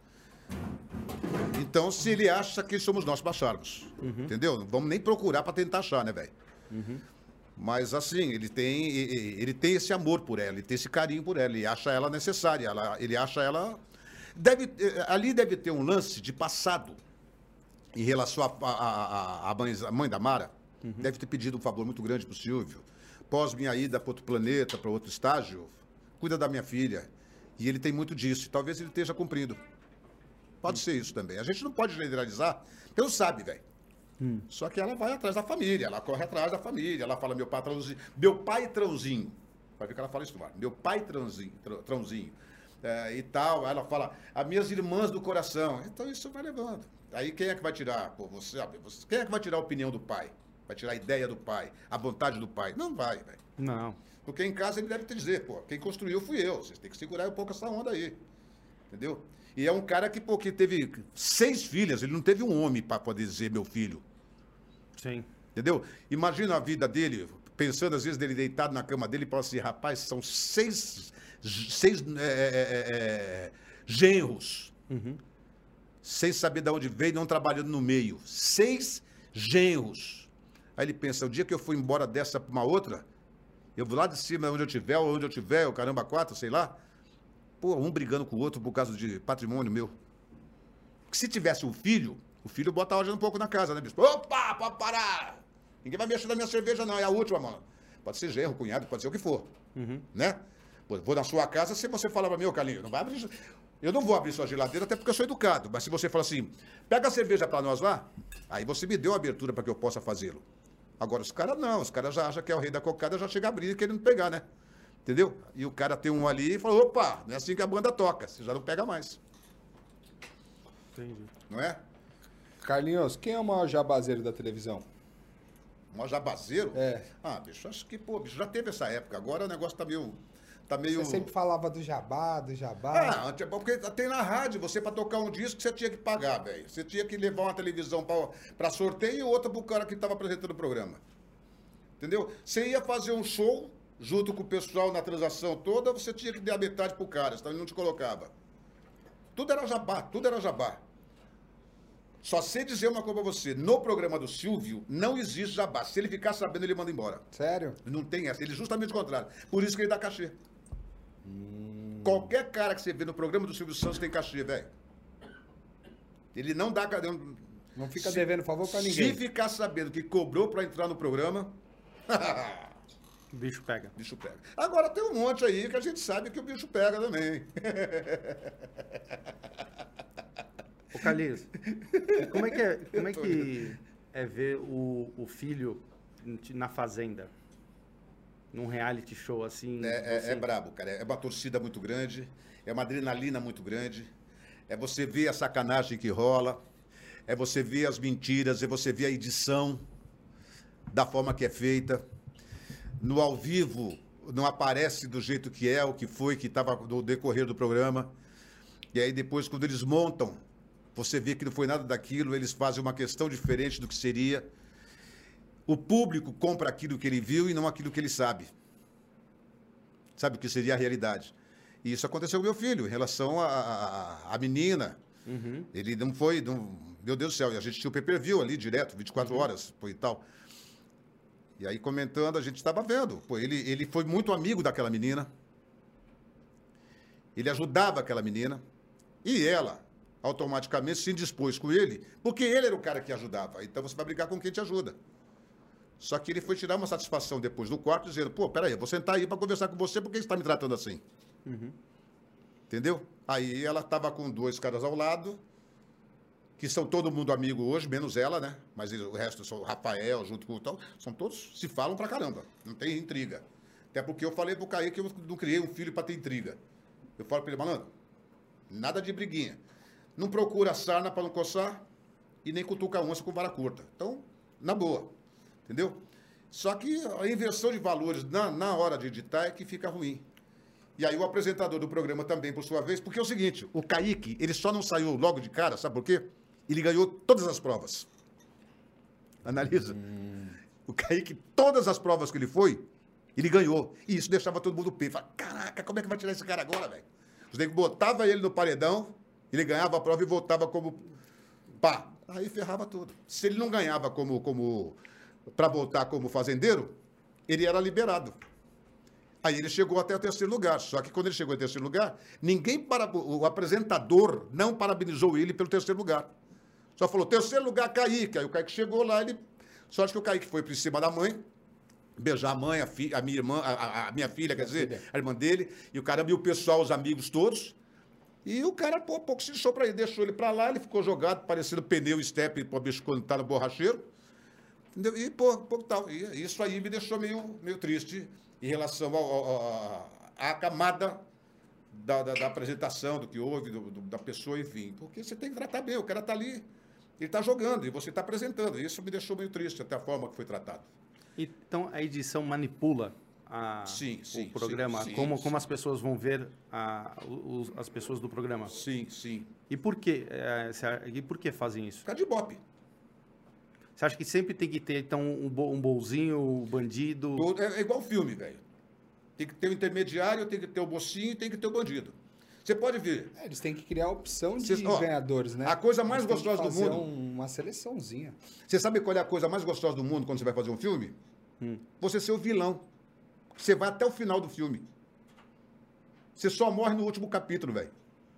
Speaker 3: Então, se ele acha que somos nós para acharmos. Entendeu? Não vamos nem procurar para tentar achar, né, velho? Mas, assim, ele tem, ele tem esse amor por ela, ele tem esse carinho por ela, ele acha ela necessária, ela, ele acha ela... Deve, ali deve ter um lance de passado em relação à a, a, a, mãe, a mãe da Mara. Deve ter pedido um favor muito grande para o Silvio. Pós minha ida para outro planeta, para outro estágio, cuida da minha filha. E ele tem muito disso. E talvez ele esteja cumprindo. Pode ser isso também. A gente não pode generalizar, porque não sabe, velho. Só que ela vai atrás da família, ela corre atrás da família, ela fala meu patrãozinho, meu pai trãozinho. Vai ver que ela fala isso no ar. Meu pai trãozinho, trã- trãozinho. É, e tal, ela fala, as minhas irmãs do coração. Então isso vai levando. Aí quem é que vai tirar? Pô, você, você- quem é que vai tirar a opinião do pai? Vai tirar a ideia do pai, a vontade do pai? Não vai, velho.
Speaker 1: não.
Speaker 3: Porque em casa ele deve te dizer, pô, quem construiu fui eu. Vocês têm que segurar um pouco essa onda aí. Entendeu? E é um cara que, pô, que teve seis filhas, ele não teve um homem para poder dizer meu filho.
Speaker 1: Sim.
Speaker 3: Entendeu? Imagina a vida dele, pensando às vezes dele deitado na cama dele e fala assim, rapaz, são seis, seis é, é, é, genros. Sem saber de onde veio, não trabalhando no meio. Seis genros. Aí ele pensa, o dia que eu for embora dessa para uma outra, eu vou lá de cima, onde eu tiver, onde eu tiver, o caramba quatro, sei lá. Pô, um brigando com o outro por causa de patrimônio meu. Porque se tivesse um filho, o filho bota a ordem um pouco na casa, né, bispo? Opa, pode parar! Ninguém vai mexer na minha cerveja, não. É a última, mano. Pode ser genro, cunhado, pode ser o que for. Né? Pô, vou na sua casa, se você falar pra mim, ô Carlinhos, não vai abrir... Eu não vou abrir sua geladeira, até porque eu sou educado. Mas se você falar assim, pega a cerveja pra nós lá, aí você me deu a abertura pra que eu possa fazê-lo. Agora, os caras não. Os caras já acham que é o rei da cocada, já chega a abrir querendo pegar, né? Entendeu? E o cara tem um ali e fala, opa, não é assim que a banda toca. Você já não pega mais.
Speaker 1: Entendi.
Speaker 3: Não é?
Speaker 2: Carlinhos, quem é o maior jabazeiro da televisão?
Speaker 3: Um jabazeiro?
Speaker 2: É.
Speaker 3: Ah, bicho, acho que, pô, bicho, já teve essa época. Agora o negócio tá meio... Tá meio...
Speaker 2: Você sempre falava do jabá, do jabá.
Speaker 3: Ah, antes- porque tem na rádio, você pra tocar um disco, você tinha que pagar, velho. Você tinha que levar uma televisão pra, pra sorteio e outra pro cara que tava apresentando o programa. Entendeu? Você ia fazer um show junto com o pessoal na transação toda, você tinha que dar metade pro cara, senão ele não te colocava. Tudo era jabá, tudo era jabá. Só sei dizer uma coisa pra você, no programa do Silvio não existe jabá. Se ele ficar sabendo, ele manda embora.
Speaker 2: Sério?
Speaker 3: Não tem essa, ele é justamente o contrário. Por isso que ele dá cachê. Qualquer cara que você vê no programa do Silvio Santos tem cachê, velho. Ele não dá... Não,
Speaker 2: Não fica
Speaker 3: Se-
Speaker 2: devendo favor pra
Speaker 3: se
Speaker 2: ninguém.
Speaker 3: ficar sabendo que cobrou pra entrar no programa,
Speaker 1: O bicho pega.
Speaker 3: bicho pega. Agora tem um monte aí que a gente sabe que o bicho pega também.
Speaker 1: Ô, Carlinhos, como é que é, como é, que é ver o, o filho na Fazenda? Num reality show assim?
Speaker 3: É, é,
Speaker 1: você-
Speaker 3: é brabo, cara. É uma torcida muito grande, é uma adrenalina muito grande. É você ver a sacanagem que rola, é você ver as mentiras, é você ver a edição da forma que é feita. No ao vivo, não aparece do jeito que é, o que foi, que estava no decorrer do programa. E aí depois, quando eles montam, você vê que não foi nada daquilo, eles fazem uma questão diferente do que seria. O público compra aquilo que ele viu e não aquilo que ele sabe. Sabe o que seria a realidade? E isso aconteceu com meu filho, em relação à menina.
Speaker 1: Uhum.
Speaker 3: Ele não foi... Não, meu Deus do céu, e a gente tinha o pay-per-view ali, direto, vinte e quatro horas, pô, e tal. E aí, comentando, a gente estava vendo. Pô, ele, ele foi muito amigo daquela menina. Ele ajudava aquela menina. E ela, automaticamente, se indispôs com ele, porque ele era o cara que ajudava. Então, você vai brigar com quem te ajuda. Só que ele foi tirar uma satisfação depois do quarto, dizendo, pô, peraí, eu vou sentar aí para conversar com você, por que você está me tratando assim?
Speaker 1: Uhum.
Speaker 3: Entendeu? Aí ela estava com dois caras ao lado, que são todo mundo amigo hoje, menos ela, né? Mas o resto, são o Rafael, junto com o tal, são todos, se falam pra caramba, não tem intriga. Até porque eu falei pro Kaique que eu não criei um filho pra ter intriga. Eu falo pra ele, malandro, nada de briguinha. Não procura sarna pra não coçar e nem cutuca a onça com vara curta. Então, na boa, entendeu? Só que a inversão de valores na, na hora de editar é que fica ruim. E aí o apresentador do programa também, por sua vez, porque é o seguinte, o Kaique, ele só não saiu logo de cara, sabe por quê? Ele ganhou todas as provas. Analisa. Hum. O Kaique, todas as provas que ele foi, ele ganhou. E isso deixava todo mundo pé. Falava, caraca, como é que vai tirar esse cara agora, velho? Os negros botavam ele no paredão, ele ganhava a prova e voltava como pá. Aí ferrava tudo. Se ele não ganhava como, como para voltar como fazendeiro, ele era liberado. Aí ele chegou até o terceiro lugar. Só que quando ele chegou ao terceiro lugar, ninguém para, o apresentador não parabenizou ele pelo terceiro lugar. Só falou, terceiro lugar, Kaique. Aí o Kaique chegou lá, ele... Só acho que o Kaique foi por cima da mãe, beijar a mãe, a, fi... a minha irmã, a, a minha filha, quer dizer, a irmã dele, e o caramba, e o pessoal, os amigos todos. E o cara, pô, pouco se deixou pra ele, deixou ele pra lá, ele ficou jogado, parecendo pneu step, pô, bicho, quando tá no borracheiro. Entendeu? E, pô, pô, tal. E isso aí me deixou meio, meio triste em relação ao, ao, ao, à camada da, da, da apresentação, do que houve, do, do, da pessoa, enfim. Porque você tem que tratar bem, o cara tá ali, ele tá jogando, e você tá apresentando. Isso me deixou meio triste, até a forma que foi tratado.
Speaker 1: Então, a edição manipula a,
Speaker 3: sim, sim,
Speaker 1: o programa?
Speaker 3: Sim,
Speaker 1: como,
Speaker 3: sim.
Speaker 1: como as pessoas vão ver a, os, as pessoas do programa?
Speaker 3: Sim, sim.
Speaker 1: E por quê? É, e por que fazem isso?
Speaker 3: Por causa de ibope.
Speaker 1: Você acha que sempre tem que ter, então, um, bo, um bolzinho, um bandido?
Speaker 3: Todo, é, é igual filme, velho. Tem que ter o intermediário, tem que ter o mocinho e tem que ter o bandido. Você pode ver.
Speaker 2: É, eles têm que criar a opção de
Speaker 3: Cês, ó,
Speaker 2: ganhadores, né?
Speaker 3: A coisa mais
Speaker 2: eles
Speaker 3: gostosa do mundo...
Speaker 2: Um, uma seleçãozinha.
Speaker 3: Você sabe qual é a coisa mais gostosa do mundo quando você vai fazer um filme?
Speaker 1: Hum.
Speaker 3: Você ser o vilão. Você vai até o final do filme. Você só morre no último capítulo, velho.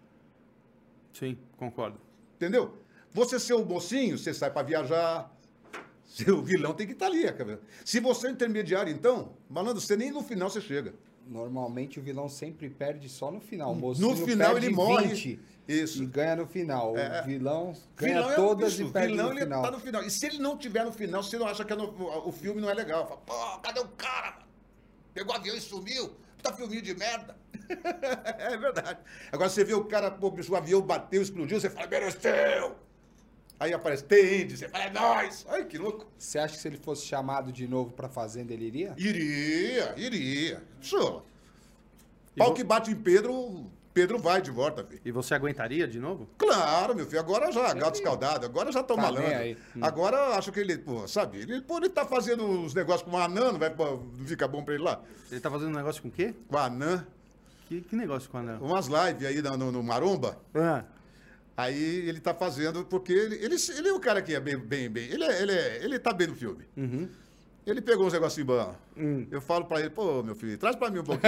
Speaker 1: Sim, concordo.
Speaker 3: Entendeu? Você ser o mocinho, você sai pra viajar... O vilão tem que estar ali. Se você é intermediário, então, malandro, você nem no final você chega.
Speaker 2: Normalmente o vilão sempre perde só no final. O
Speaker 3: no final ele morre. Isso.
Speaker 2: E ganha no final.
Speaker 3: É.
Speaker 2: O vilão ganha
Speaker 3: vilão
Speaker 2: todas
Speaker 3: é,
Speaker 2: e perde
Speaker 3: vilão,
Speaker 2: no final.
Speaker 3: Ele tá no final. E se ele não tiver no final, você não acha que é no, o filme não é legal. Fala, pô, cadê o cara? Mano? Pegou o avião e sumiu. Tá filminho de merda. É verdade. Agora você vê o cara, pô, o avião bateu, explodiu, você fala, mereceu. Aí aparece T-End, você fala, é nóis! Ai, que louco!
Speaker 2: Você acha que se ele fosse chamado de novo pra Fazenda, ele iria?
Speaker 3: Iria, iria. Show. Pau vou... que bate em Pedro, Pedro vai de volta, filho.
Speaker 1: E você aguentaria de novo?
Speaker 3: Claro, meu filho. Agora já, gato escaldado. Agora já tô
Speaker 2: tá
Speaker 3: malandro.
Speaker 2: Aí.
Speaker 3: Agora acho que ele, pô, sabe? Ele, pô, ele tá fazendo uns negócios com o Anã, não vai, não fica bom pra ele lá?
Speaker 1: Ele tá fazendo um negócio com o quê?
Speaker 3: Com a Anã.
Speaker 1: Que, que negócio com a Anã?
Speaker 3: Umas lives aí no, no, no Maromba.
Speaker 1: Ah.
Speaker 3: Aí ele tá fazendo, porque ele, ele, ele é um cara que é bem, bem, bem. Ele, é, ele, é, ele tá bem no filme.
Speaker 1: Uhum.
Speaker 3: Ele pegou uns negocinhos bons.
Speaker 1: Hum.
Speaker 3: Eu falo pra ele, pô, meu filho, traz pra mim um pouquinho.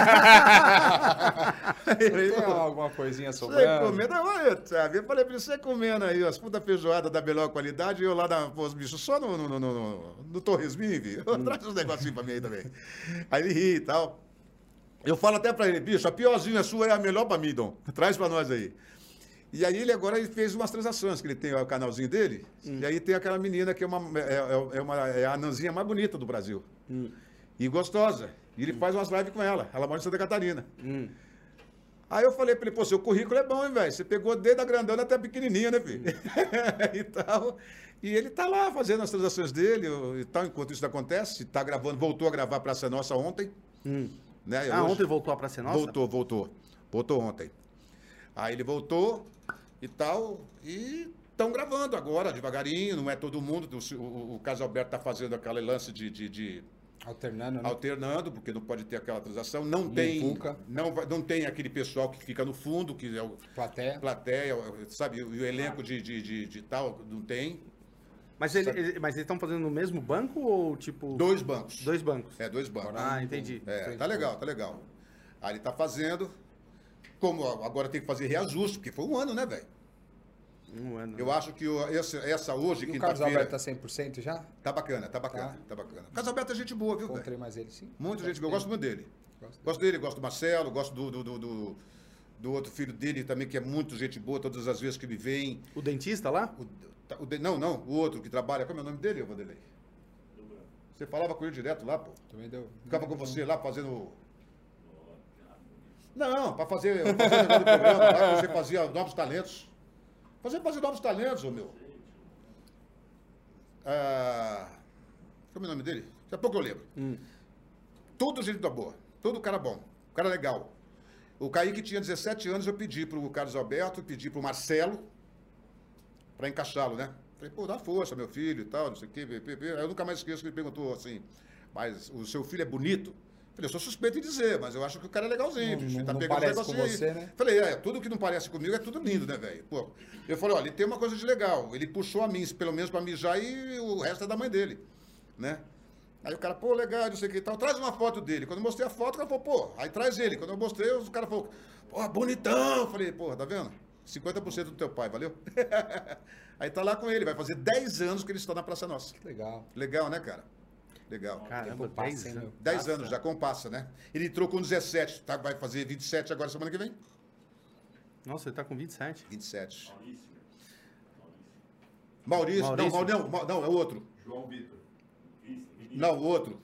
Speaker 2: Ele, tem alguma coisinha sobrando?
Speaker 3: Você comendo, sabe? Eu falei pra ele, você comendo aí as puta feijoada da melhor qualidade, e eu lá na, pô, os bichos só no, no, no, no, no Torresmin, filho. Hum. Traz uns negocinhos pra mim aí também. Aí ele ri e tal. Eu falo até pra ele, bicho, a piorzinha sua é a melhor pra mim, Dom. Traz pra nós aí. E aí ele agora ele fez umas transações, que ele tem o canalzinho dele, hum. e aí tem aquela menina que é, uma, é, é, uma, é a anãzinha mais bonita do Brasil. Hum. E gostosa. E ele hum. faz umas lives com ela. Ela mora em Santa Catarina. Hum. Aí eu falei pra ele, pô, seu currículo é bom, hein, velho? Você pegou desde a grandona até a pequenininha, né, filho? Hum. e tal. E ele tá lá fazendo as transações dele e tal, enquanto isso acontece. Tá gravando, voltou a gravar Praça Nossa ontem.
Speaker 1: Hum.
Speaker 3: Né?
Speaker 1: Ah,
Speaker 3: hoje,
Speaker 1: ontem voltou a Praça Nossa?
Speaker 3: Voltou, voltou. Voltou ontem. Aí ele voltou e tal, e estão gravando agora, devagarinho, não é todo mundo. O, o, o Carlos Alberto está fazendo aquele lance de, de, de
Speaker 2: Alternando, né?
Speaker 3: alternando, porque não pode ter aquela transação. Não
Speaker 2: Muvuca.
Speaker 3: tem, não, vai- não tem aquele pessoal que fica no fundo, que é o
Speaker 2: Plateia.
Speaker 3: plateia, sabe? E o elenco de, de, de, de tal, não tem.
Speaker 1: Mas, ele, ele- mas eles estão fazendo no mesmo banco ou tipo.
Speaker 3: Dois bancos.
Speaker 1: Dois bancos.
Speaker 3: É, dois bancos.
Speaker 1: Ah, entendi.
Speaker 3: É, tá legal, tá legal. Aí ele tá fazendo. Como agora tem que fazer reajuste, porque foi um ano, né, velho?
Speaker 1: Um ano.
Speaker 3: Eu acho que o- essa, essa hoje,
Speaker 2: E o Carlos
Speaker 3: quinta-feira.
Speaker 2: Alberto tá cem por cento já?
Speaker 3: Tá bacana, tá bacana,
Speaker 2: Tá.
Speaker 3: tá bacana. O Carlos Alberto é gente boa, viu, velho?
Speaker 2: Encontrei mais ele, sim.
Speaker 3: Muita gente boa. Eu gosto muito dele.
Speaker 2: Gosto
Speaker 3: Gosto dele, gosto do Marcelo, gosto do, do, do, do, do outro filho dele também, que é muito gente boa, todas as vezes que me vem.
Speaker 1: O dentista lá?
Speaker 3: O, tá- o de- não, não, o outro que trabalha. Como é o nome dele, Vanderlei? Você falava com ele direto lá, pô.
Speaker 2: Também deu.
Speaker 3: Ficava com você lá fazendo. Não, para fazer, pra fazer o negócio do programa, lá que você fazia novos talentos. Fazer fazer novos talentos, ô meu. Ah, como é o nome dele? Daqui a pouco eu lembro. Tudo gente da boa. Todo cara bom. Cara legal. O Kaique tinha dezessete anos, eu pedi pro Carlos Alberto, pedi pro Marcelo para encaixá-lo, né? Falei, pô, dá força, meu filho e tal, não sei o quê. Pê, pê, pê. Aí eu nunca mais esqueço que ele perguntou assim, mas o seu filho é bonito? Falei, eu sou suspeito em dizer, mas eu acho que o cara é legalzinho,
Speaker 2: Não-
Speaker 3: bicho. Ele
Speaker 2: não-
Speaker 3: tá
Speaker 2: não
Speaker 3: pegando
Speaker 2: parece
Speaker 3: um
Speaker 2: com
Speaker 3: negocinho
Speaker 2: você,
Speaker 3: aí.
Speaker 2: né?
Speaker 3: Falei, é, tudo que não parece comigo é tudo lindo, né, velho? Pô, eu falei, olha, ele tem uma coisa de legal. Ele puxou a mim, pelo menos pra mijar, e o resto é da mãe dele, né? Aí o cara, pô, legal, não sei o que e tal, traz uma foto dele. Quando eu mostrei a foto, o cara falou, pô, aí traz ele. Quando eu mostrei, o cara falou, pô, bonitão. Eu falei, pô, tá vendo? cinquenta por cento do teu pai, valeu? Aí tá lá com ele, vai fazer dez anos que ele está na Praça Nossa.
Speaker 2: Que legal.
Speaker 3: Legal, né, cara? Legal.
Speaker 1: Caramba,
Speaker 2: Tempo passa,
Speaker 1: dez
Speaker 2: hein,
Speaker 1: anos.
Speaker 2: meu?
Speaker 3: dez
Speaker 1: Passa.
Speaker 3: anos, já compassa, né? Ele entrou com dezessete, tá? Vai fazer vinte e sete agora semana que vem?
Speaker 1: Nossa, ele tá com vinte e sete.
Speaker 3: vinte e sete.
Speaker 5: Maurício.
Speaker 3: Maurício,
Speaker 1: Maurício.
Speaker 3: Não, Mau- não, Mau- não, é o outro.
Speaker 5: João Vitor. Isso, Vinícius.
Speaker 3: Não, o outro.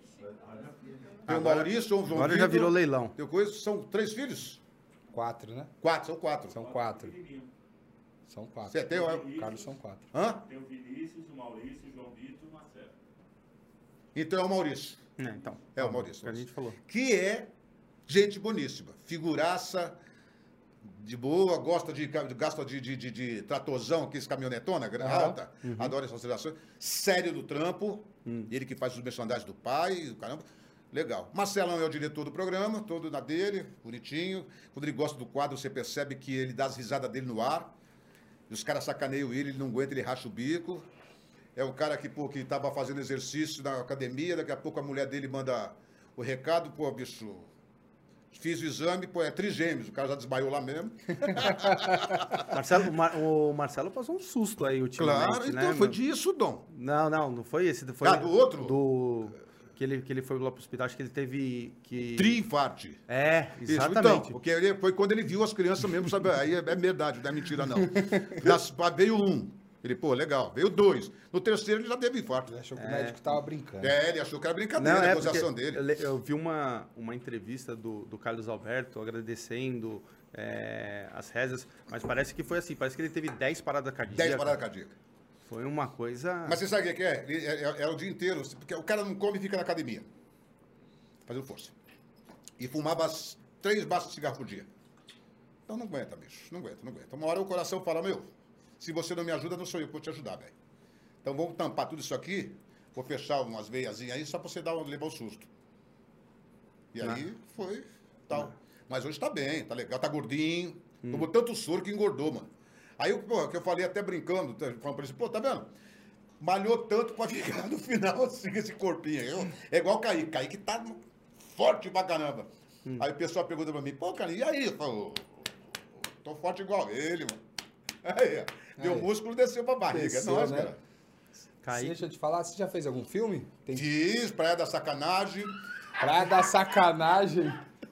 Speaker 3: Tem o
Speaker 1: Agora-
Speaker 3: Maurício, o João
Speaker 1: Agora já
Speaker 3: Vitor,
Speaker 1: virou leilão.
Speaker 3: Tem coisa, são três filhos?
Speaker 2: Quatro, né?
Speaker 3: Quatro, são quatro.
Speaker 2: São quatro.
Speaker 5: Pequenininho.
Speaker 2: São quatro.
Speaker 3: Você tem, ó,
Speaker 2: Carlos são quatro.
Speaker 3: hã?
Speaker 5: Tem o Vinícius, o Maurício, o João Vitor e o Marcelo.
Speaker 3: Então é o Maurício.
Speaker 1: É, então.
Speaker 3: É o Maurício.
Speaker 1: Que a gente falou.
Speaker 3: Que é gente boníssima. Figuraça, de boa, gosta de, gasta de, de, de, de tratorzão, aqueles caminhonetona, gra-
Speaker 2: Aham.
Speaker 3: alta, adora essas acelerações. Sério do trampo, ele que faz os merchandising do pai, o caramba. Legal. Marcelão é o diretor do programa, todo na dele, bonitinho. Quando ele gosta do quadro, você percebe que ele dá as risadas dele no ar. E os caras sacaneiam ele, ele não aguenta, ele racha o bico. É um cara que, pô, que tava fazendo exercício na academia, daqui a pouco a mulher dele manda o recado, pô, bicho, fiz o exame, pô, é trigêmeos, o cara já desmaiou lá mesmo.
Speaker 1: Marcelo, o, Mar- o Marcelo passou um susto aí ultimamente,
Speaker 3: Claro,
Speaker 1: né?
Speaker 3: então foi
Speaker 1: meu?
Speaker 3: disso, Dom.
Speaker 1: Não, não, não foi esse. Foi
Speaker 3: Ah, do outro?
Speaker 1: Do... Que ele, que ele foi lá pro hospital, acho que ele teve que...
Speaker 3: Triinfarte.
Speaker 1: É,
Speaker 3: Isso,
Speaker 1: exatamente.
Speaker 3: então, porque ele, foi quando ele viu as crianças mesmo, sabe? Aí é, é verdade, não é mentira, não. Das- veio um. Ele, pô, legal. Veio dois. No terceiro ele já teve infarto.
Speaker 2: Ele achou que o médico tava brincando.
Speaker 3: É, ele achou que era brincadeira
Speaker 1: Não,
Speaker 3: a
Speaker 1: é
Speaker 3: negociação
Speaker 1: porque
Speaker 3: dele.
Speaker 1: eu, le- eu vi uma, uma entrevista do, do Carlos Alberto agradecendo é, as rezas, mas parece que foi assim, parece que ele teve dez paradas cardíacas.
Speaker 3: dez paradas cardíacas.
Speaker 1: Foi uma coisa...
Speaker 3: Mas você sabe o que é? Ele- É, é- é o dia inteiro, porque o cara não come e fica na academia. Fazendo força. E fumava as três maços de cigarro por dia. Então não aguenta, bicho. Não aguenta, não aguenta. Uma hora o coração fala, meu, se você não me ajuda, não sou eu que vou te ajudar, velho. Então vamos tampar tudo isso aqui, vou fechar umas veiazinhas aí, só pra você dar, um- levar um susto. E aí foi tal. Mas hoje tá bem, tá legal, tá gordinho. Tomou tanto soro que engordou, mano. Aí, pô, que eu falei até brincando, tá- falando pra ele, pô, tá vendo? Malhou tanto pra ficar no final assim, esse corpinho. Eu, é igual o Kaique. Kaique tá forte pra caramba. Aí o pessoal pergunta pra mim, pô, cara, e aí? Eu falo, tô forte igual ele, mano. Aí, ó, meu
Speaker 2: Aí.
Speaker 3: músculo desceu pra barriga.
Speaker 2: Desceu,
Speaker 3: é nóis,
Speaker 2: né?
Speaker 3: cara.
Speaker 1: Kaique.
Speaker 2: Deixa eu te falar, você já fez algum filme? Tem
Speaker 3: Fiz, Praia da Sacanagem.
Speaker 2: Praia da Sacanagem.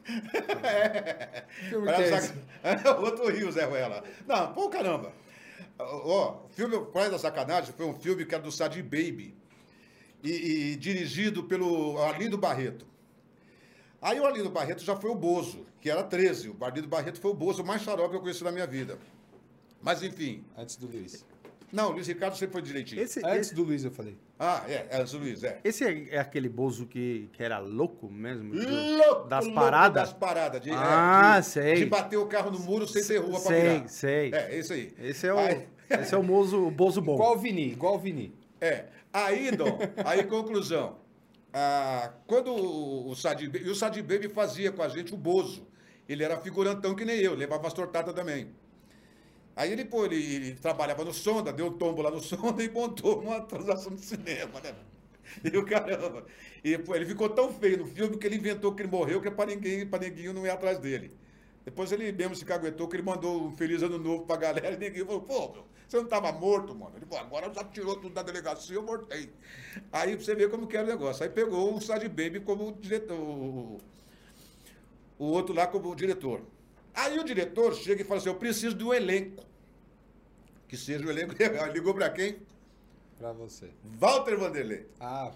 Speaker 2: Que filme que
Speaker 3: Praia
Speaker 2: é
Speaker 3: da
Speaker 2: esse?
Speaker 3: Saca- Outro Rio, Zé Ruela. Não, pô, caramba. Ó, o filme Praia da Sacanagem foi um filme que era do Sadi Baby. E, e dirigido pelo Arlindo Barreto. Aí o Arlindo Barreto já foi o Bozo, que era treze. O Arlindo Barreto foi o Bozo mais xarope que eu conheci na minha vida. Mas enfim.
Speaker 2: Antes do Luiz.
Speaker 3: Não, o Luiz Ricardo sempre foi direitinho.
Speaker 1: Esse,
Speaker 2: Antes
Speaker 1: esse,
Speaker 2: do Luiz, eu falei.
Speaker 3: Ah, é, é, antes do Luiz, é.
Speaker 1: esse é, é aquele Bozo que, que era louco mesmo? Do-
Speaker 3: Louco,
Speaker 1: das
Speaker 3: louco
Speaker 1: paradas?
Speaker 3: Das paradas. De, é,
Speaker 1: Ah,
Speaker 3: de-
Speaker 1: sei.
Speaker 3: De bater o carro no muro sem ter rua pra
Speaker 1: Sei,
Speaker 3: virar.
Speaker 1: sei.
Speaker 3: É, esse aí.
Speaker 1: Esse é o,
Speaker 3: Aí-
Speaker 1: esse é o, mozo, o Bozo bom.
Speaker 2: Igual o Vini, igual o Vini.
Speaker 3: É. Aí, Dom, aí conclusão. ah, quando o, o Sadi Baby... E o Sadi Baby fazia com a gente o Bozo. Ele era figurantão que nem eu, levava as tortadas também. Aí ele, pô, ele, ele trabalhava no Sonda, deu um tombo lá no Sonda e montou uma transação de cinema, né? E o caramba. E, pô, ele ficou tão feio no filme que ele inventou que ele morreu, que é pra ninguém, pra ninguém não ir atrás dele. Depois ele mesmo se caguetou, que ele mandou um Feliz Ano Novo pra galera e ninguém falou, pô, meu, você não tava morto, mano? Ele falou, agora já tirou tudo da delegacia, eu mortei. Aí pra você ver como que era o negócio. Aí pegou o Sadi Baby como diretor, o, o outro lá como diretor. Aí o diretor chega e fala assim, eu preciso de um elenco. Que seja o elenco. Ligou pra quem?
Speaker 2: Pra você.
Speaker 3: Walter Vanderlei.
Speaker 2: Ah,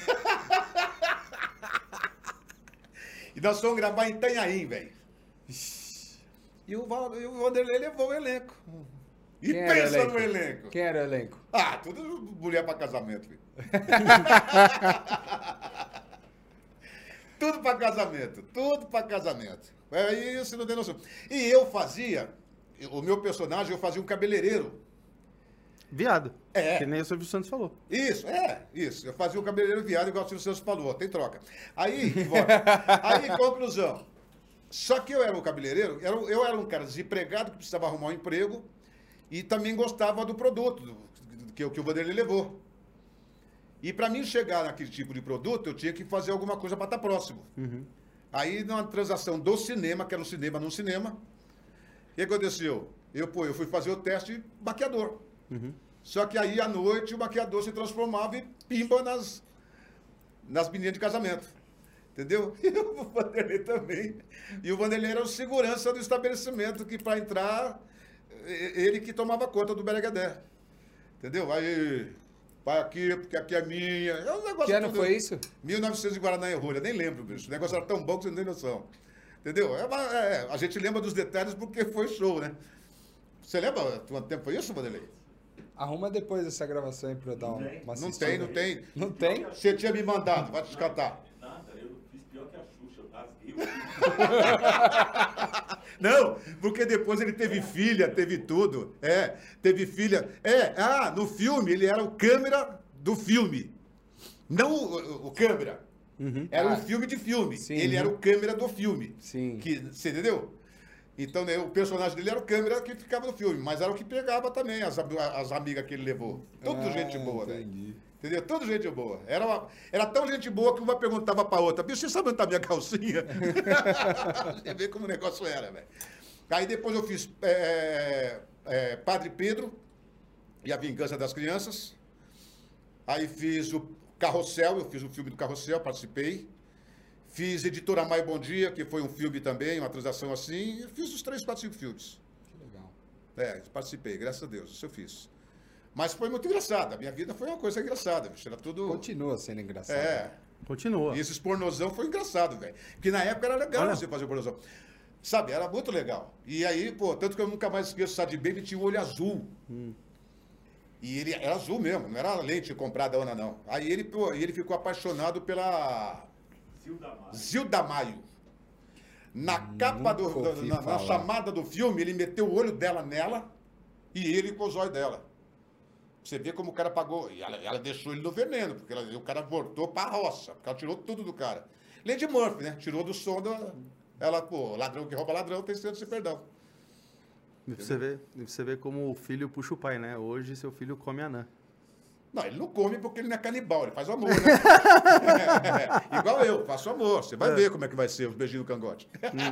Speaker 3: E nós fomos gravar em Itanhaém, velho. E o, Val- e o Vanderlei levou o elenco. E
Speaker 2: quem era o
Speaker 3: pensa
Speaker 2: elenco?
Speaker 3: no elenco.
Speaker 2: Quem era o elenco?
Speaker 3: Ah, tudo mulher pra casamento, filho. Tudo pra casamento. Tudo pra casamento. É isso, não tem noção. E eu fazia, o meu personagem, eu fazia um cabeleireiro.
Speaker 1: Viado.
Speaker 3: É.
Speaker 1: Que nem o Silvio Santos falou.
Speaker 3: Isso, é, isso. Eu fazia o cabeleireiro viado, igual o Silvio Santos falou, tem troca. Aí, volta. Aí, conclusão. Só que eu era o cabeleireiro, era- eu era um cara desempregado que precisava arrumar um emprego e também gostava do produto do- que, o- que o Vanderlei levou. E para mim chegar naquele tipo de produto, eu tinha que fazer alguma coisa para estar próximo. Aí, numa transação do cinema, que era um cinema num cinema, o que aconteceu? Eu, pô, eu fui fazer o teste maquiador. Só que aí, à noite, o maquiador se transformava em pimba nas, nas meninas de casamento. Entendeu? E o Vanderlei também. E o Vanderlei era o segurança do estabelecimento, que para entrar, e- ele que tomava conta do Bereguedé. Entendeu? Aí, vai aqui, porque aqui é minha. É um negócio
Speaker 2: Que ano
Speaker 3: tudo-
Speaker 2: foi isso?
Speaker 3: mil e novecentos em Guaraná e Rolha, nem lembro, bicho. O negócio era tão bom que você não tem noção. Entendeu? É uma- é, a gente lembra dos detalhes porque foi show, né? Você lembra quanto tempo foi isso, Vanderlei?
Speaker 2: Arruma depois essa gravação aí pra eu dar uma, uma
Speaker 3: Não
Speaker 2: assistida.
Speaker 3: tem, não tem.
Speaker 2: Não tem?
Speaker 3: Você tinha me mandado, vai te descartar.
Speaker 5: Nada, eu fiz pior que a Xuxa, eu rasguei o
Speaker 3: Não, porque depois ele teve filha, teve tudo. É, teve filha. É, ah, no filme ele era o câmera do filme. Não o, o- o câmera. Era um
Speaker 2: Ah,
Speaker 3: filme de filme.
Speaker 2: sim.
Speaker 3: Ele era o câmera do filme.
Speaker 2: Sim.
Speaker 3: Que, você entendeu? Então, né, o personagem dele era o câmera que ficava no filme, mas era o que pegava também, as, am- as amigas que ele levou. Tudo
Speaker 2: Ah,
Speaker 3: gente boa, velho.
Speaker 2: entendi.
Speaker 3: Entendeu? Tudo gente boa. Era, uma- era tão gente boa que uma perguntava pra outra, bicho, você sabe onde tá minha calcinha? Você vê como o negócio era, velho. Aí depois eu fiz é, é, Padre Pedro e a Vingança das Crianças. Aí fiz o Carrossel, eu fiz o filme do Carrossel, participei. Fiz Editora Mai Bom Dia, que foi um filme também, uma transação assim. Eu fiz os três, quatro, cinco filmes.
Speaker 2: Que legal.
Speaker 3: É, participei, graças a Deus, isso eu fiz. Mas foi muito engraçado, a minha vida foi uma coisa engraçada, bicho, era tudo...
Speaker 2: Continua sendo engraçado.
Speaker 3: É,
Speaker 1: Continua.
Speaker 3: e esses pornozão foi engraçado, velho. Porque na época era legal
Speaker 1: Olha.
Speaker 3: você fazer pornozão. Sabe, era muito legal. E aí, pô, tanto que eu nunca mais esqueço, o Sadi Baby tinha um olho azul. E ele era azul mesmo, não era leite comprada Ana, não. Aí ele, pô, ele ficou apaixonado pela
Speaker 5: Zilda Maia.
Speaker 3: Zilda Maio. Na capa do,
Speaker 2: Nunca
Speaker 3: da-
Speaker 2: ouvi
Speaker 3: na, na
Speaker 2: falar.
Speaker 3: chamada do filme, ele meteu o olho dela nela e ele com os olhos dela. Você vê como o cara pagou. E ela, ela deixou ele no veneno, porque ela- o cara voltou pra roça, porque ela tirou tudo do cara. Lady Murphy, né? Tirou do som da. Ela, pô, ladrão que rouba ladrão tem senso de perdão.
Speaker 1: E pra você ver, e pra você ver como o filho puxa o pai, né? Hoje seu filho come anã.
Speaker 3: Não, ele não come porque ele não é canibal, ele faz o amor, né? É, igual eu, faço amor. Você vai ver como é que vai ser os beijinhos no cangote.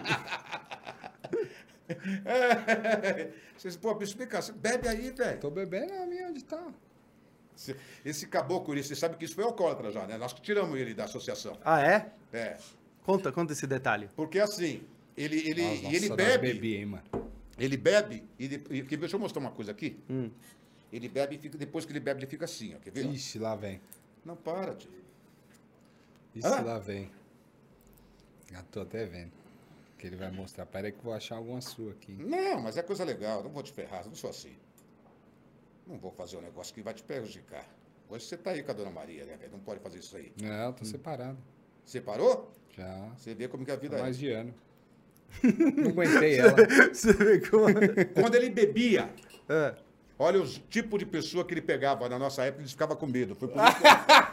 Speaker 3: É, vocês, pô, me explicar. Você bebe aí, velho.
Speaker 2: Tô bebendo a minha onde tá.
Speaker 3: Esse- Esse caboclo, você sabe que isso foi alcoólatra já, né? Nós que tiramos ele da associação.
Speaker 1: Ah, é?
Speaker 3: É.
Speaker 1: Conta, conta esse detalhe.
Speaker 3: Porque assim, ele, ele,
Speaker 2: Nossa,
Speaker 3: e ele
Speaker 2: nós
Speaker 3: bebe.
Speaker 2: bebi, hein, mano.
Speaker 3: Ele bebe e, de- e que- deixa eu mostrar uma coisa aqui.
Speaker 1: Hum.
Speaker 3: Ele bebe e fica, depois que ele bebe, ele fica assim, ó. Quer ver?
Speaker 2: Ixi, lá vem.
Speaker 3: Não, para, tio.
Speaker 2: Ixi,
Speaker 3: Ah.
Speaker 2: lá vem. Já tô até vendo. Que ele vai mostrar. Pera aí que eu vou achar alguma sua aqui.
Speaker 3: Não, mas é coisa legal, não vou te ferrar, não sou assim. Não vou fazer um negócio que vai te prejudicar. Hoje você tá aí com a dona Maria, né, velho? Não pode fazer isso aí.
Speaker 2: Não, tô separado.
Speaker 3: Separou?
Speaker 2: Já.
Speaker 3: Você vê como que a vida
Speaker 2: Há
Speaker 3: é.
Speaker 2: mais de ano. Não aguentei ela.
Speaker 1: Você vê como.
Speaker 3: Quando ele bebia,
Speaker 1: É.
Speaker 3: Olha os tipos de pessoa que ele pegava. Na nossa época, ele ficava com medo. Foi por isso que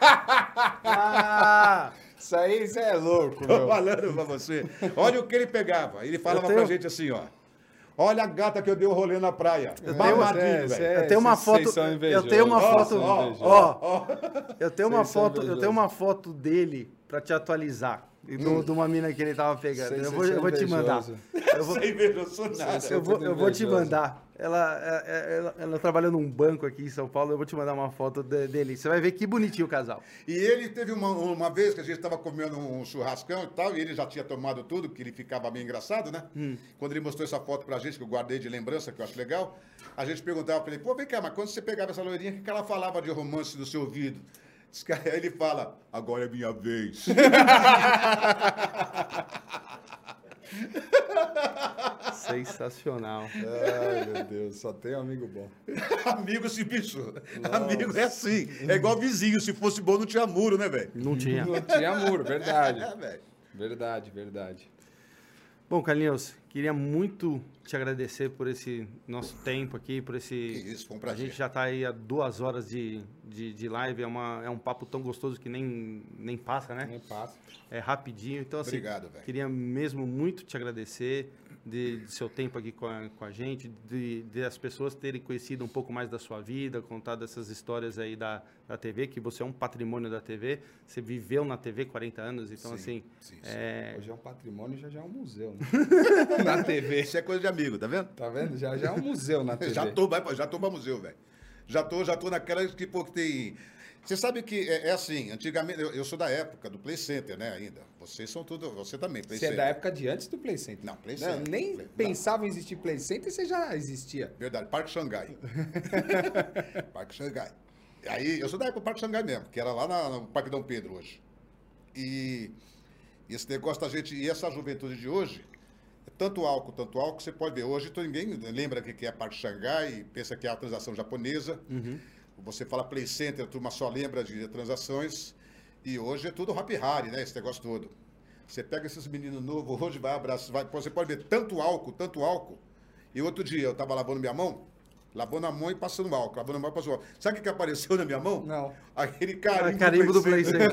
Speaker 1: Ah!
Speaker 2: Isso aí, isso é louco,
Speaker 3: eu tô
Speaker 2: meu.
Speaker 3: falando pra você. Olha o que ele pegava. Ele falava
Speaker 1: Eu tenho-
Speaker 3: pra gente assim, ó. Olha a gata que eu dei o rolê na praia.
Speaker 1: tenho-
Speaker 3: Babadinho,
Speaker 2: É,
Speaker 3: velho.
Speaker 2: é,
Speaker 1: Eu tenho uma
Speaker 2: vocês-
Speaker 1: foto.
Speaker 2: vocês são
Speaker 1: Eu tenho uma
Speaker 2: invejosos,
Speaker 1: foto.
Speaker 2: vocês são invejosos.
Speaker 1: Ó, eu tenho uma
Speaker 2: Vocês são
Speaker 1: foto. Eu
Speaker 2: invejosos.
Speaker 1: tenho uma foto dele pra te atualizar. e do- De uma mina que ele tava pegando.
Speaker 2: Vocês-
Speaker 1: Eu vou,
Speaker 2: vocês
Speaker 1: eu
Speaker 2: são
Speaker 1: vou te mandar.
Speaker 2: invejosos.
Speaker 1: Eu vou,
Speaker 3: Sem ver, eu sou nada.
Speaker 2: Vocês
Speaker 1: eu vou, eu vou te
Speaker 2: invejoso.
Speaker 1: mandar. Ela, é- é- ela, ela trabalha num banco aqui em São Paulo. Eu vou te mandar uma foto de- dele. Você vai ver que bonitinho o casal.
Speaker 3: E ele teve uma, uma vez que a gente estava comendo um churrascão e tal, e ele já tinha tomado tudo, porque ele ficava meio engraçado, né? Quando ele mostrou essa foto pra gente, que eu guardei de lembrança, que eu acho legal, a gente perguntava pra ele, pô, vem cá, mas quando você pegava essa loirinha, o que que ela falava de romance no seu ouvido? Diz que- Aí ele fala, agora é minha vez.
Speaker 1: Sensacional.
Speaker 2: Ai, meu Deus, só tem um amigo bom.
Speaker 3: Amigo esse bicho. Amigo é assim. É igual vizinho, se fosse bom não tinha muro, né, velho?
Speaker 1: Não tinha.
Speaker 2: Não tinha muro, verdade.
Speaker 3: É, velho.
Speaker 2: Verdade, verdade.
Speaker 1: Bom, Carlinhos, queria muito te agradecer por esse nosso tempo aqui, por esse...
Speaker 3: Que isso, foi um
Speaker 1: A
Speaker 3: prazer.
Speaker 1: gente já está aí há duas horas de, de, de live, é, uma, é um papo tão gostoso que nem, nem passa, né?
Speaker 2: Nem passa.
Speaker 1: É rapidinho, então assim,
Speaker 3: Obrigado, velho.
Speaker 1: queria mesmo muito te agradecer de, de seu tempo aqui com a, com a gente, de, de as pessoas terem conhecido um pouco mais da sua vida, contado essas histórias aí da, da T V, que você é um patrimônio da T V, você viveu na T V quarenta anos, então
Speaker 3: Sim,
Speaker 1: assim,
Speaker 3: sim, sim.
Speaker 1: é,
Speaker 2: Hoje é um patrimônio, já já é um museu, né? Na T V.
Speaker 3: Isso é coisa de amigo, tá vendo?
Speaker 2: Tá vendo? Já já é um museu na T V.
Speaker 3: Já tô, vai, pra- já tô pra museu, velho. Já tô, já tô naquela que, pô, que tem... Você sabe que é, é assim, antigamente, eu, eu sou da época do Play Center, né, ainda. Vocês são tudo, você também, Play
Speaker 2: Você é
Speaker 3: Center.
Speaker 2: da época de antes do Play Center.
Speaker 3: Não, Play
Speaker 2: Não,
Speaker 3: Center.
Speaker 2: nem
Speaker 3: Play-
Speaker 2: pensava em existir Play Center, você já existia.
Speaker 3: Verdade, Parque Xangai. Parque Xangai. Aí, eu sou da época do Parque Xangai mesmo, que era lá na- no Parque Dom Pedro hoje. E esse negócio da gente, e essa juventude de hoje, é tanto álcool, tanto álcool, que você pode ver. Hoje então, ninguém lembra o que que é Parque Xangai, pensa que é a transação japonesa. Você fala Play Center, a turma só lembra de transações. E hoje é tudo Happy Harry, né? Esse negócio todo. Você pega esses meninos novos, hoje vai abraçar, vai, você pode ver tanto álcool, tanto álcool. E outro dia eu tava lavando minha mão, lavando a mão e passando álcool, lavando a mão e passando álcool. Sabe o que que apareceu na minha mão?
Speaker 2: Não.
Speaker 3: Aquele carimbo,
Speaker 1: Ah, carimbo do Play Center.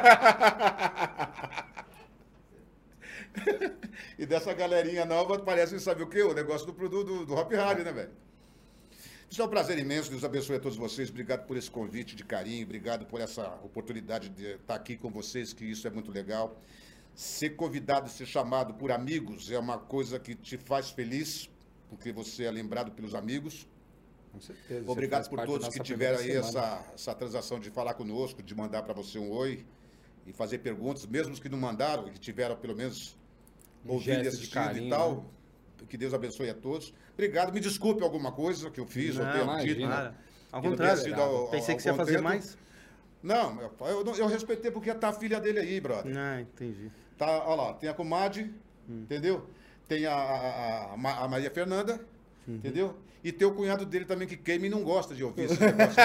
Speaker 3: E dessa galerinha nova parece, sabe o quê? O negócio do produto do, do Happy Harry, né, velho? Isso é um prazer imenso, Deus abençoe a todos vocês. Obrigado por esse convite de carinho, obrigado por essa oportunidade de estar aqui com vocês, que isso é muito legal. Ser convidado, ser chamado por amigos é uma coisa que te faz feliz, porque você é lembrado pelos amigos.
Speaker 2: Com certeza.
Speaker 3: Obrigado
Speaker 2: Você faz
Speaker 3: por
Speaker 2: parte
Speaker 3: todos
Speaker 2: da
Speaker 3: que
Speaker 2: nossa
Speaker 3: tiveram aí
Speaker 2: primeira semana.
Speaker 3: essa, essa transação de falar conosco, de mandar para você um oi e fazer perguntas, mesmo os que não mandaram, que tiveram pelo menos
Speaker 2: Um
Speaker 3: ouvido e
Speaker 2: gesto de
Speaker 3: assistido
Speaker 2: carinho,
Speaker 3: e tal.
Speaker 2: né?
Speaker 3: Que Deus abençoe a todos. Obrigado. Me desculpe alguma coisa que eu fiz, ou
Speaker 1: Não,
Speaker 3: tenha
Speaker 2: imagina.
Speaker 3: dito.
Speaker 1: Cara, ao
Speaker 3: que não
Speaker 1: contrário,
Speaker 3: tenha sido ao- ao-
Speaker 1: pensei
Speaker 3: ao
Speaker 1: que você ia fazer
Speaker 3: contento.
Speaker 1: mais.
Speaker 3: Não, meu pai, eu, não- eu respeitei porque tá a filha dele aí, brother.
Speaker 1: Ah, entendi.
Speaker 3: Tá, olha lá, tem a comadre,
Speaker 1: Hum.
Speaker 3: entendeu? Tem a, a, a Ma- a Maria Fernanda,
Speaker 1: Uhum.
Speaker 3: entendeu? E tem o cunhado dele também que queima e não gosta de ouvir esse negócio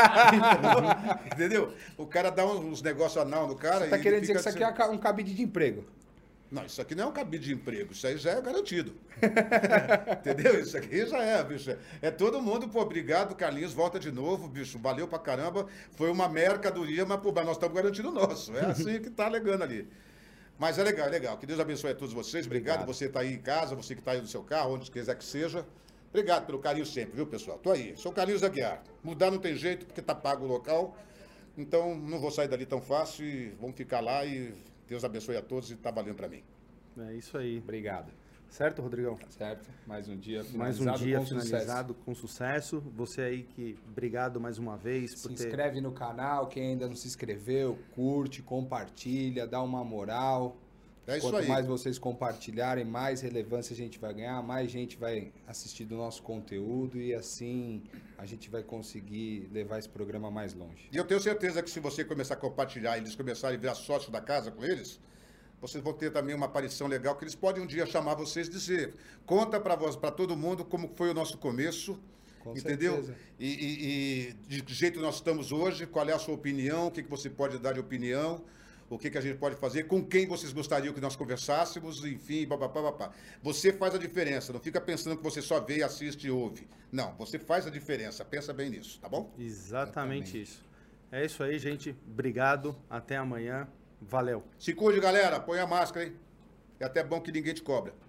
Speaker 3: assim. Entendeu? O cara dá uns, uns negócios anal no cara
Speaker 2: Você
Speaker 3: e
Speaker 2: tá
Speaker 3: ele
Speaker 2: querendo dizer
Speaker 3: fica
Speaker 2: que isso aqui é
Speaker 3: assim,
Speaker 2: um cabide de emprego?
Speaker 3: Não, isso aqui não é um cabide de emprego, isso aí já é garantido. Entendeu? Isso aqui já é, bicho. É todo mundo, pô, obrigado, Carlinhos, volta de novo, bicho, valeu pra caramba. Foi uma mercadoria, mas, pô, mas nós estamos garantindo o nosso. É assim que tá alegando ali. Mas é legal, é legal. Que Deus abençoe a todos vocês. Obrigado,
Speaker 2: Obrigado.
Speaker 3: você tá aí em casa, você que tá aí no seu carro, onde quiser que seja. Obrigado pelo carinho sempre, viu, pessoal? Tô aí. Sou Carlinhos Aguiar. Mudar não tem jeito, porque tá pago o local. Então, não vou sair dali tão fácil e vamos ficar lá e Deus abençoe a todos e tá valendo pra mim.
Speaker 1: É isso aí.
Speaker 2: Obrigado.
Speaker 1: Certo, Rodrigão?
Speaker 2: Certo? Mais um dia
Speaker 1: Mais um
Speaker 2: finalizado
Speaker 1: dia
Speaker 2: com sucesso.
Speaker 1: finalizado com sucesso. Você aí que, obrigado mais uma vez
Speaker 2: Se
Speaker 1: por ter...
Speaker 2: inscreve no canal, quem ainda não se inscreveu, curte, compartilha, dá uma moral.
Speaker 3: É isso
Speaker 2: Quanto
Speaker 3: aí.
Speaker 2: mais vocês compartilharem, mais relevância a gente vai ganhar, mais gente vai assistir do nosso conteúdo e assim a gente vai conseguir levar esse programa mais longe.
Speaker 3: E eu tenho certeza que se você começar a compartilhar e eles começarem a virar sócio da casa com eles, vocês vão ter também uma aparição legal que eles podem um dia chamar vocês e dizer, conta para todo mundo como foi o nosso começo,
Speaker 2: Com
Speaker 3: entendeu?
Speaker 2: certeza.
Speaker 3: E, e- e de que jeito nós estamos hoje, qual é a sua opinião, o que, que você pode dar de opinião, o que, que a gente pode fazer, com quem vocês gostariam que nós conversássemos, enfim, babapá, babá. Você faz a diferença, não fica pensando que você só vê, assiste e ouve. Não, você faz a diferença, pensa bem nisso, tá bom?
Speaker 1: Exatamente, Exatamente. isso. É isso aí, gente. Obrigado, até amanhã. Valeu.
Speaker 3: Se cuide, galera, põe a máscara, hein? É até bom que ninguém te cobra.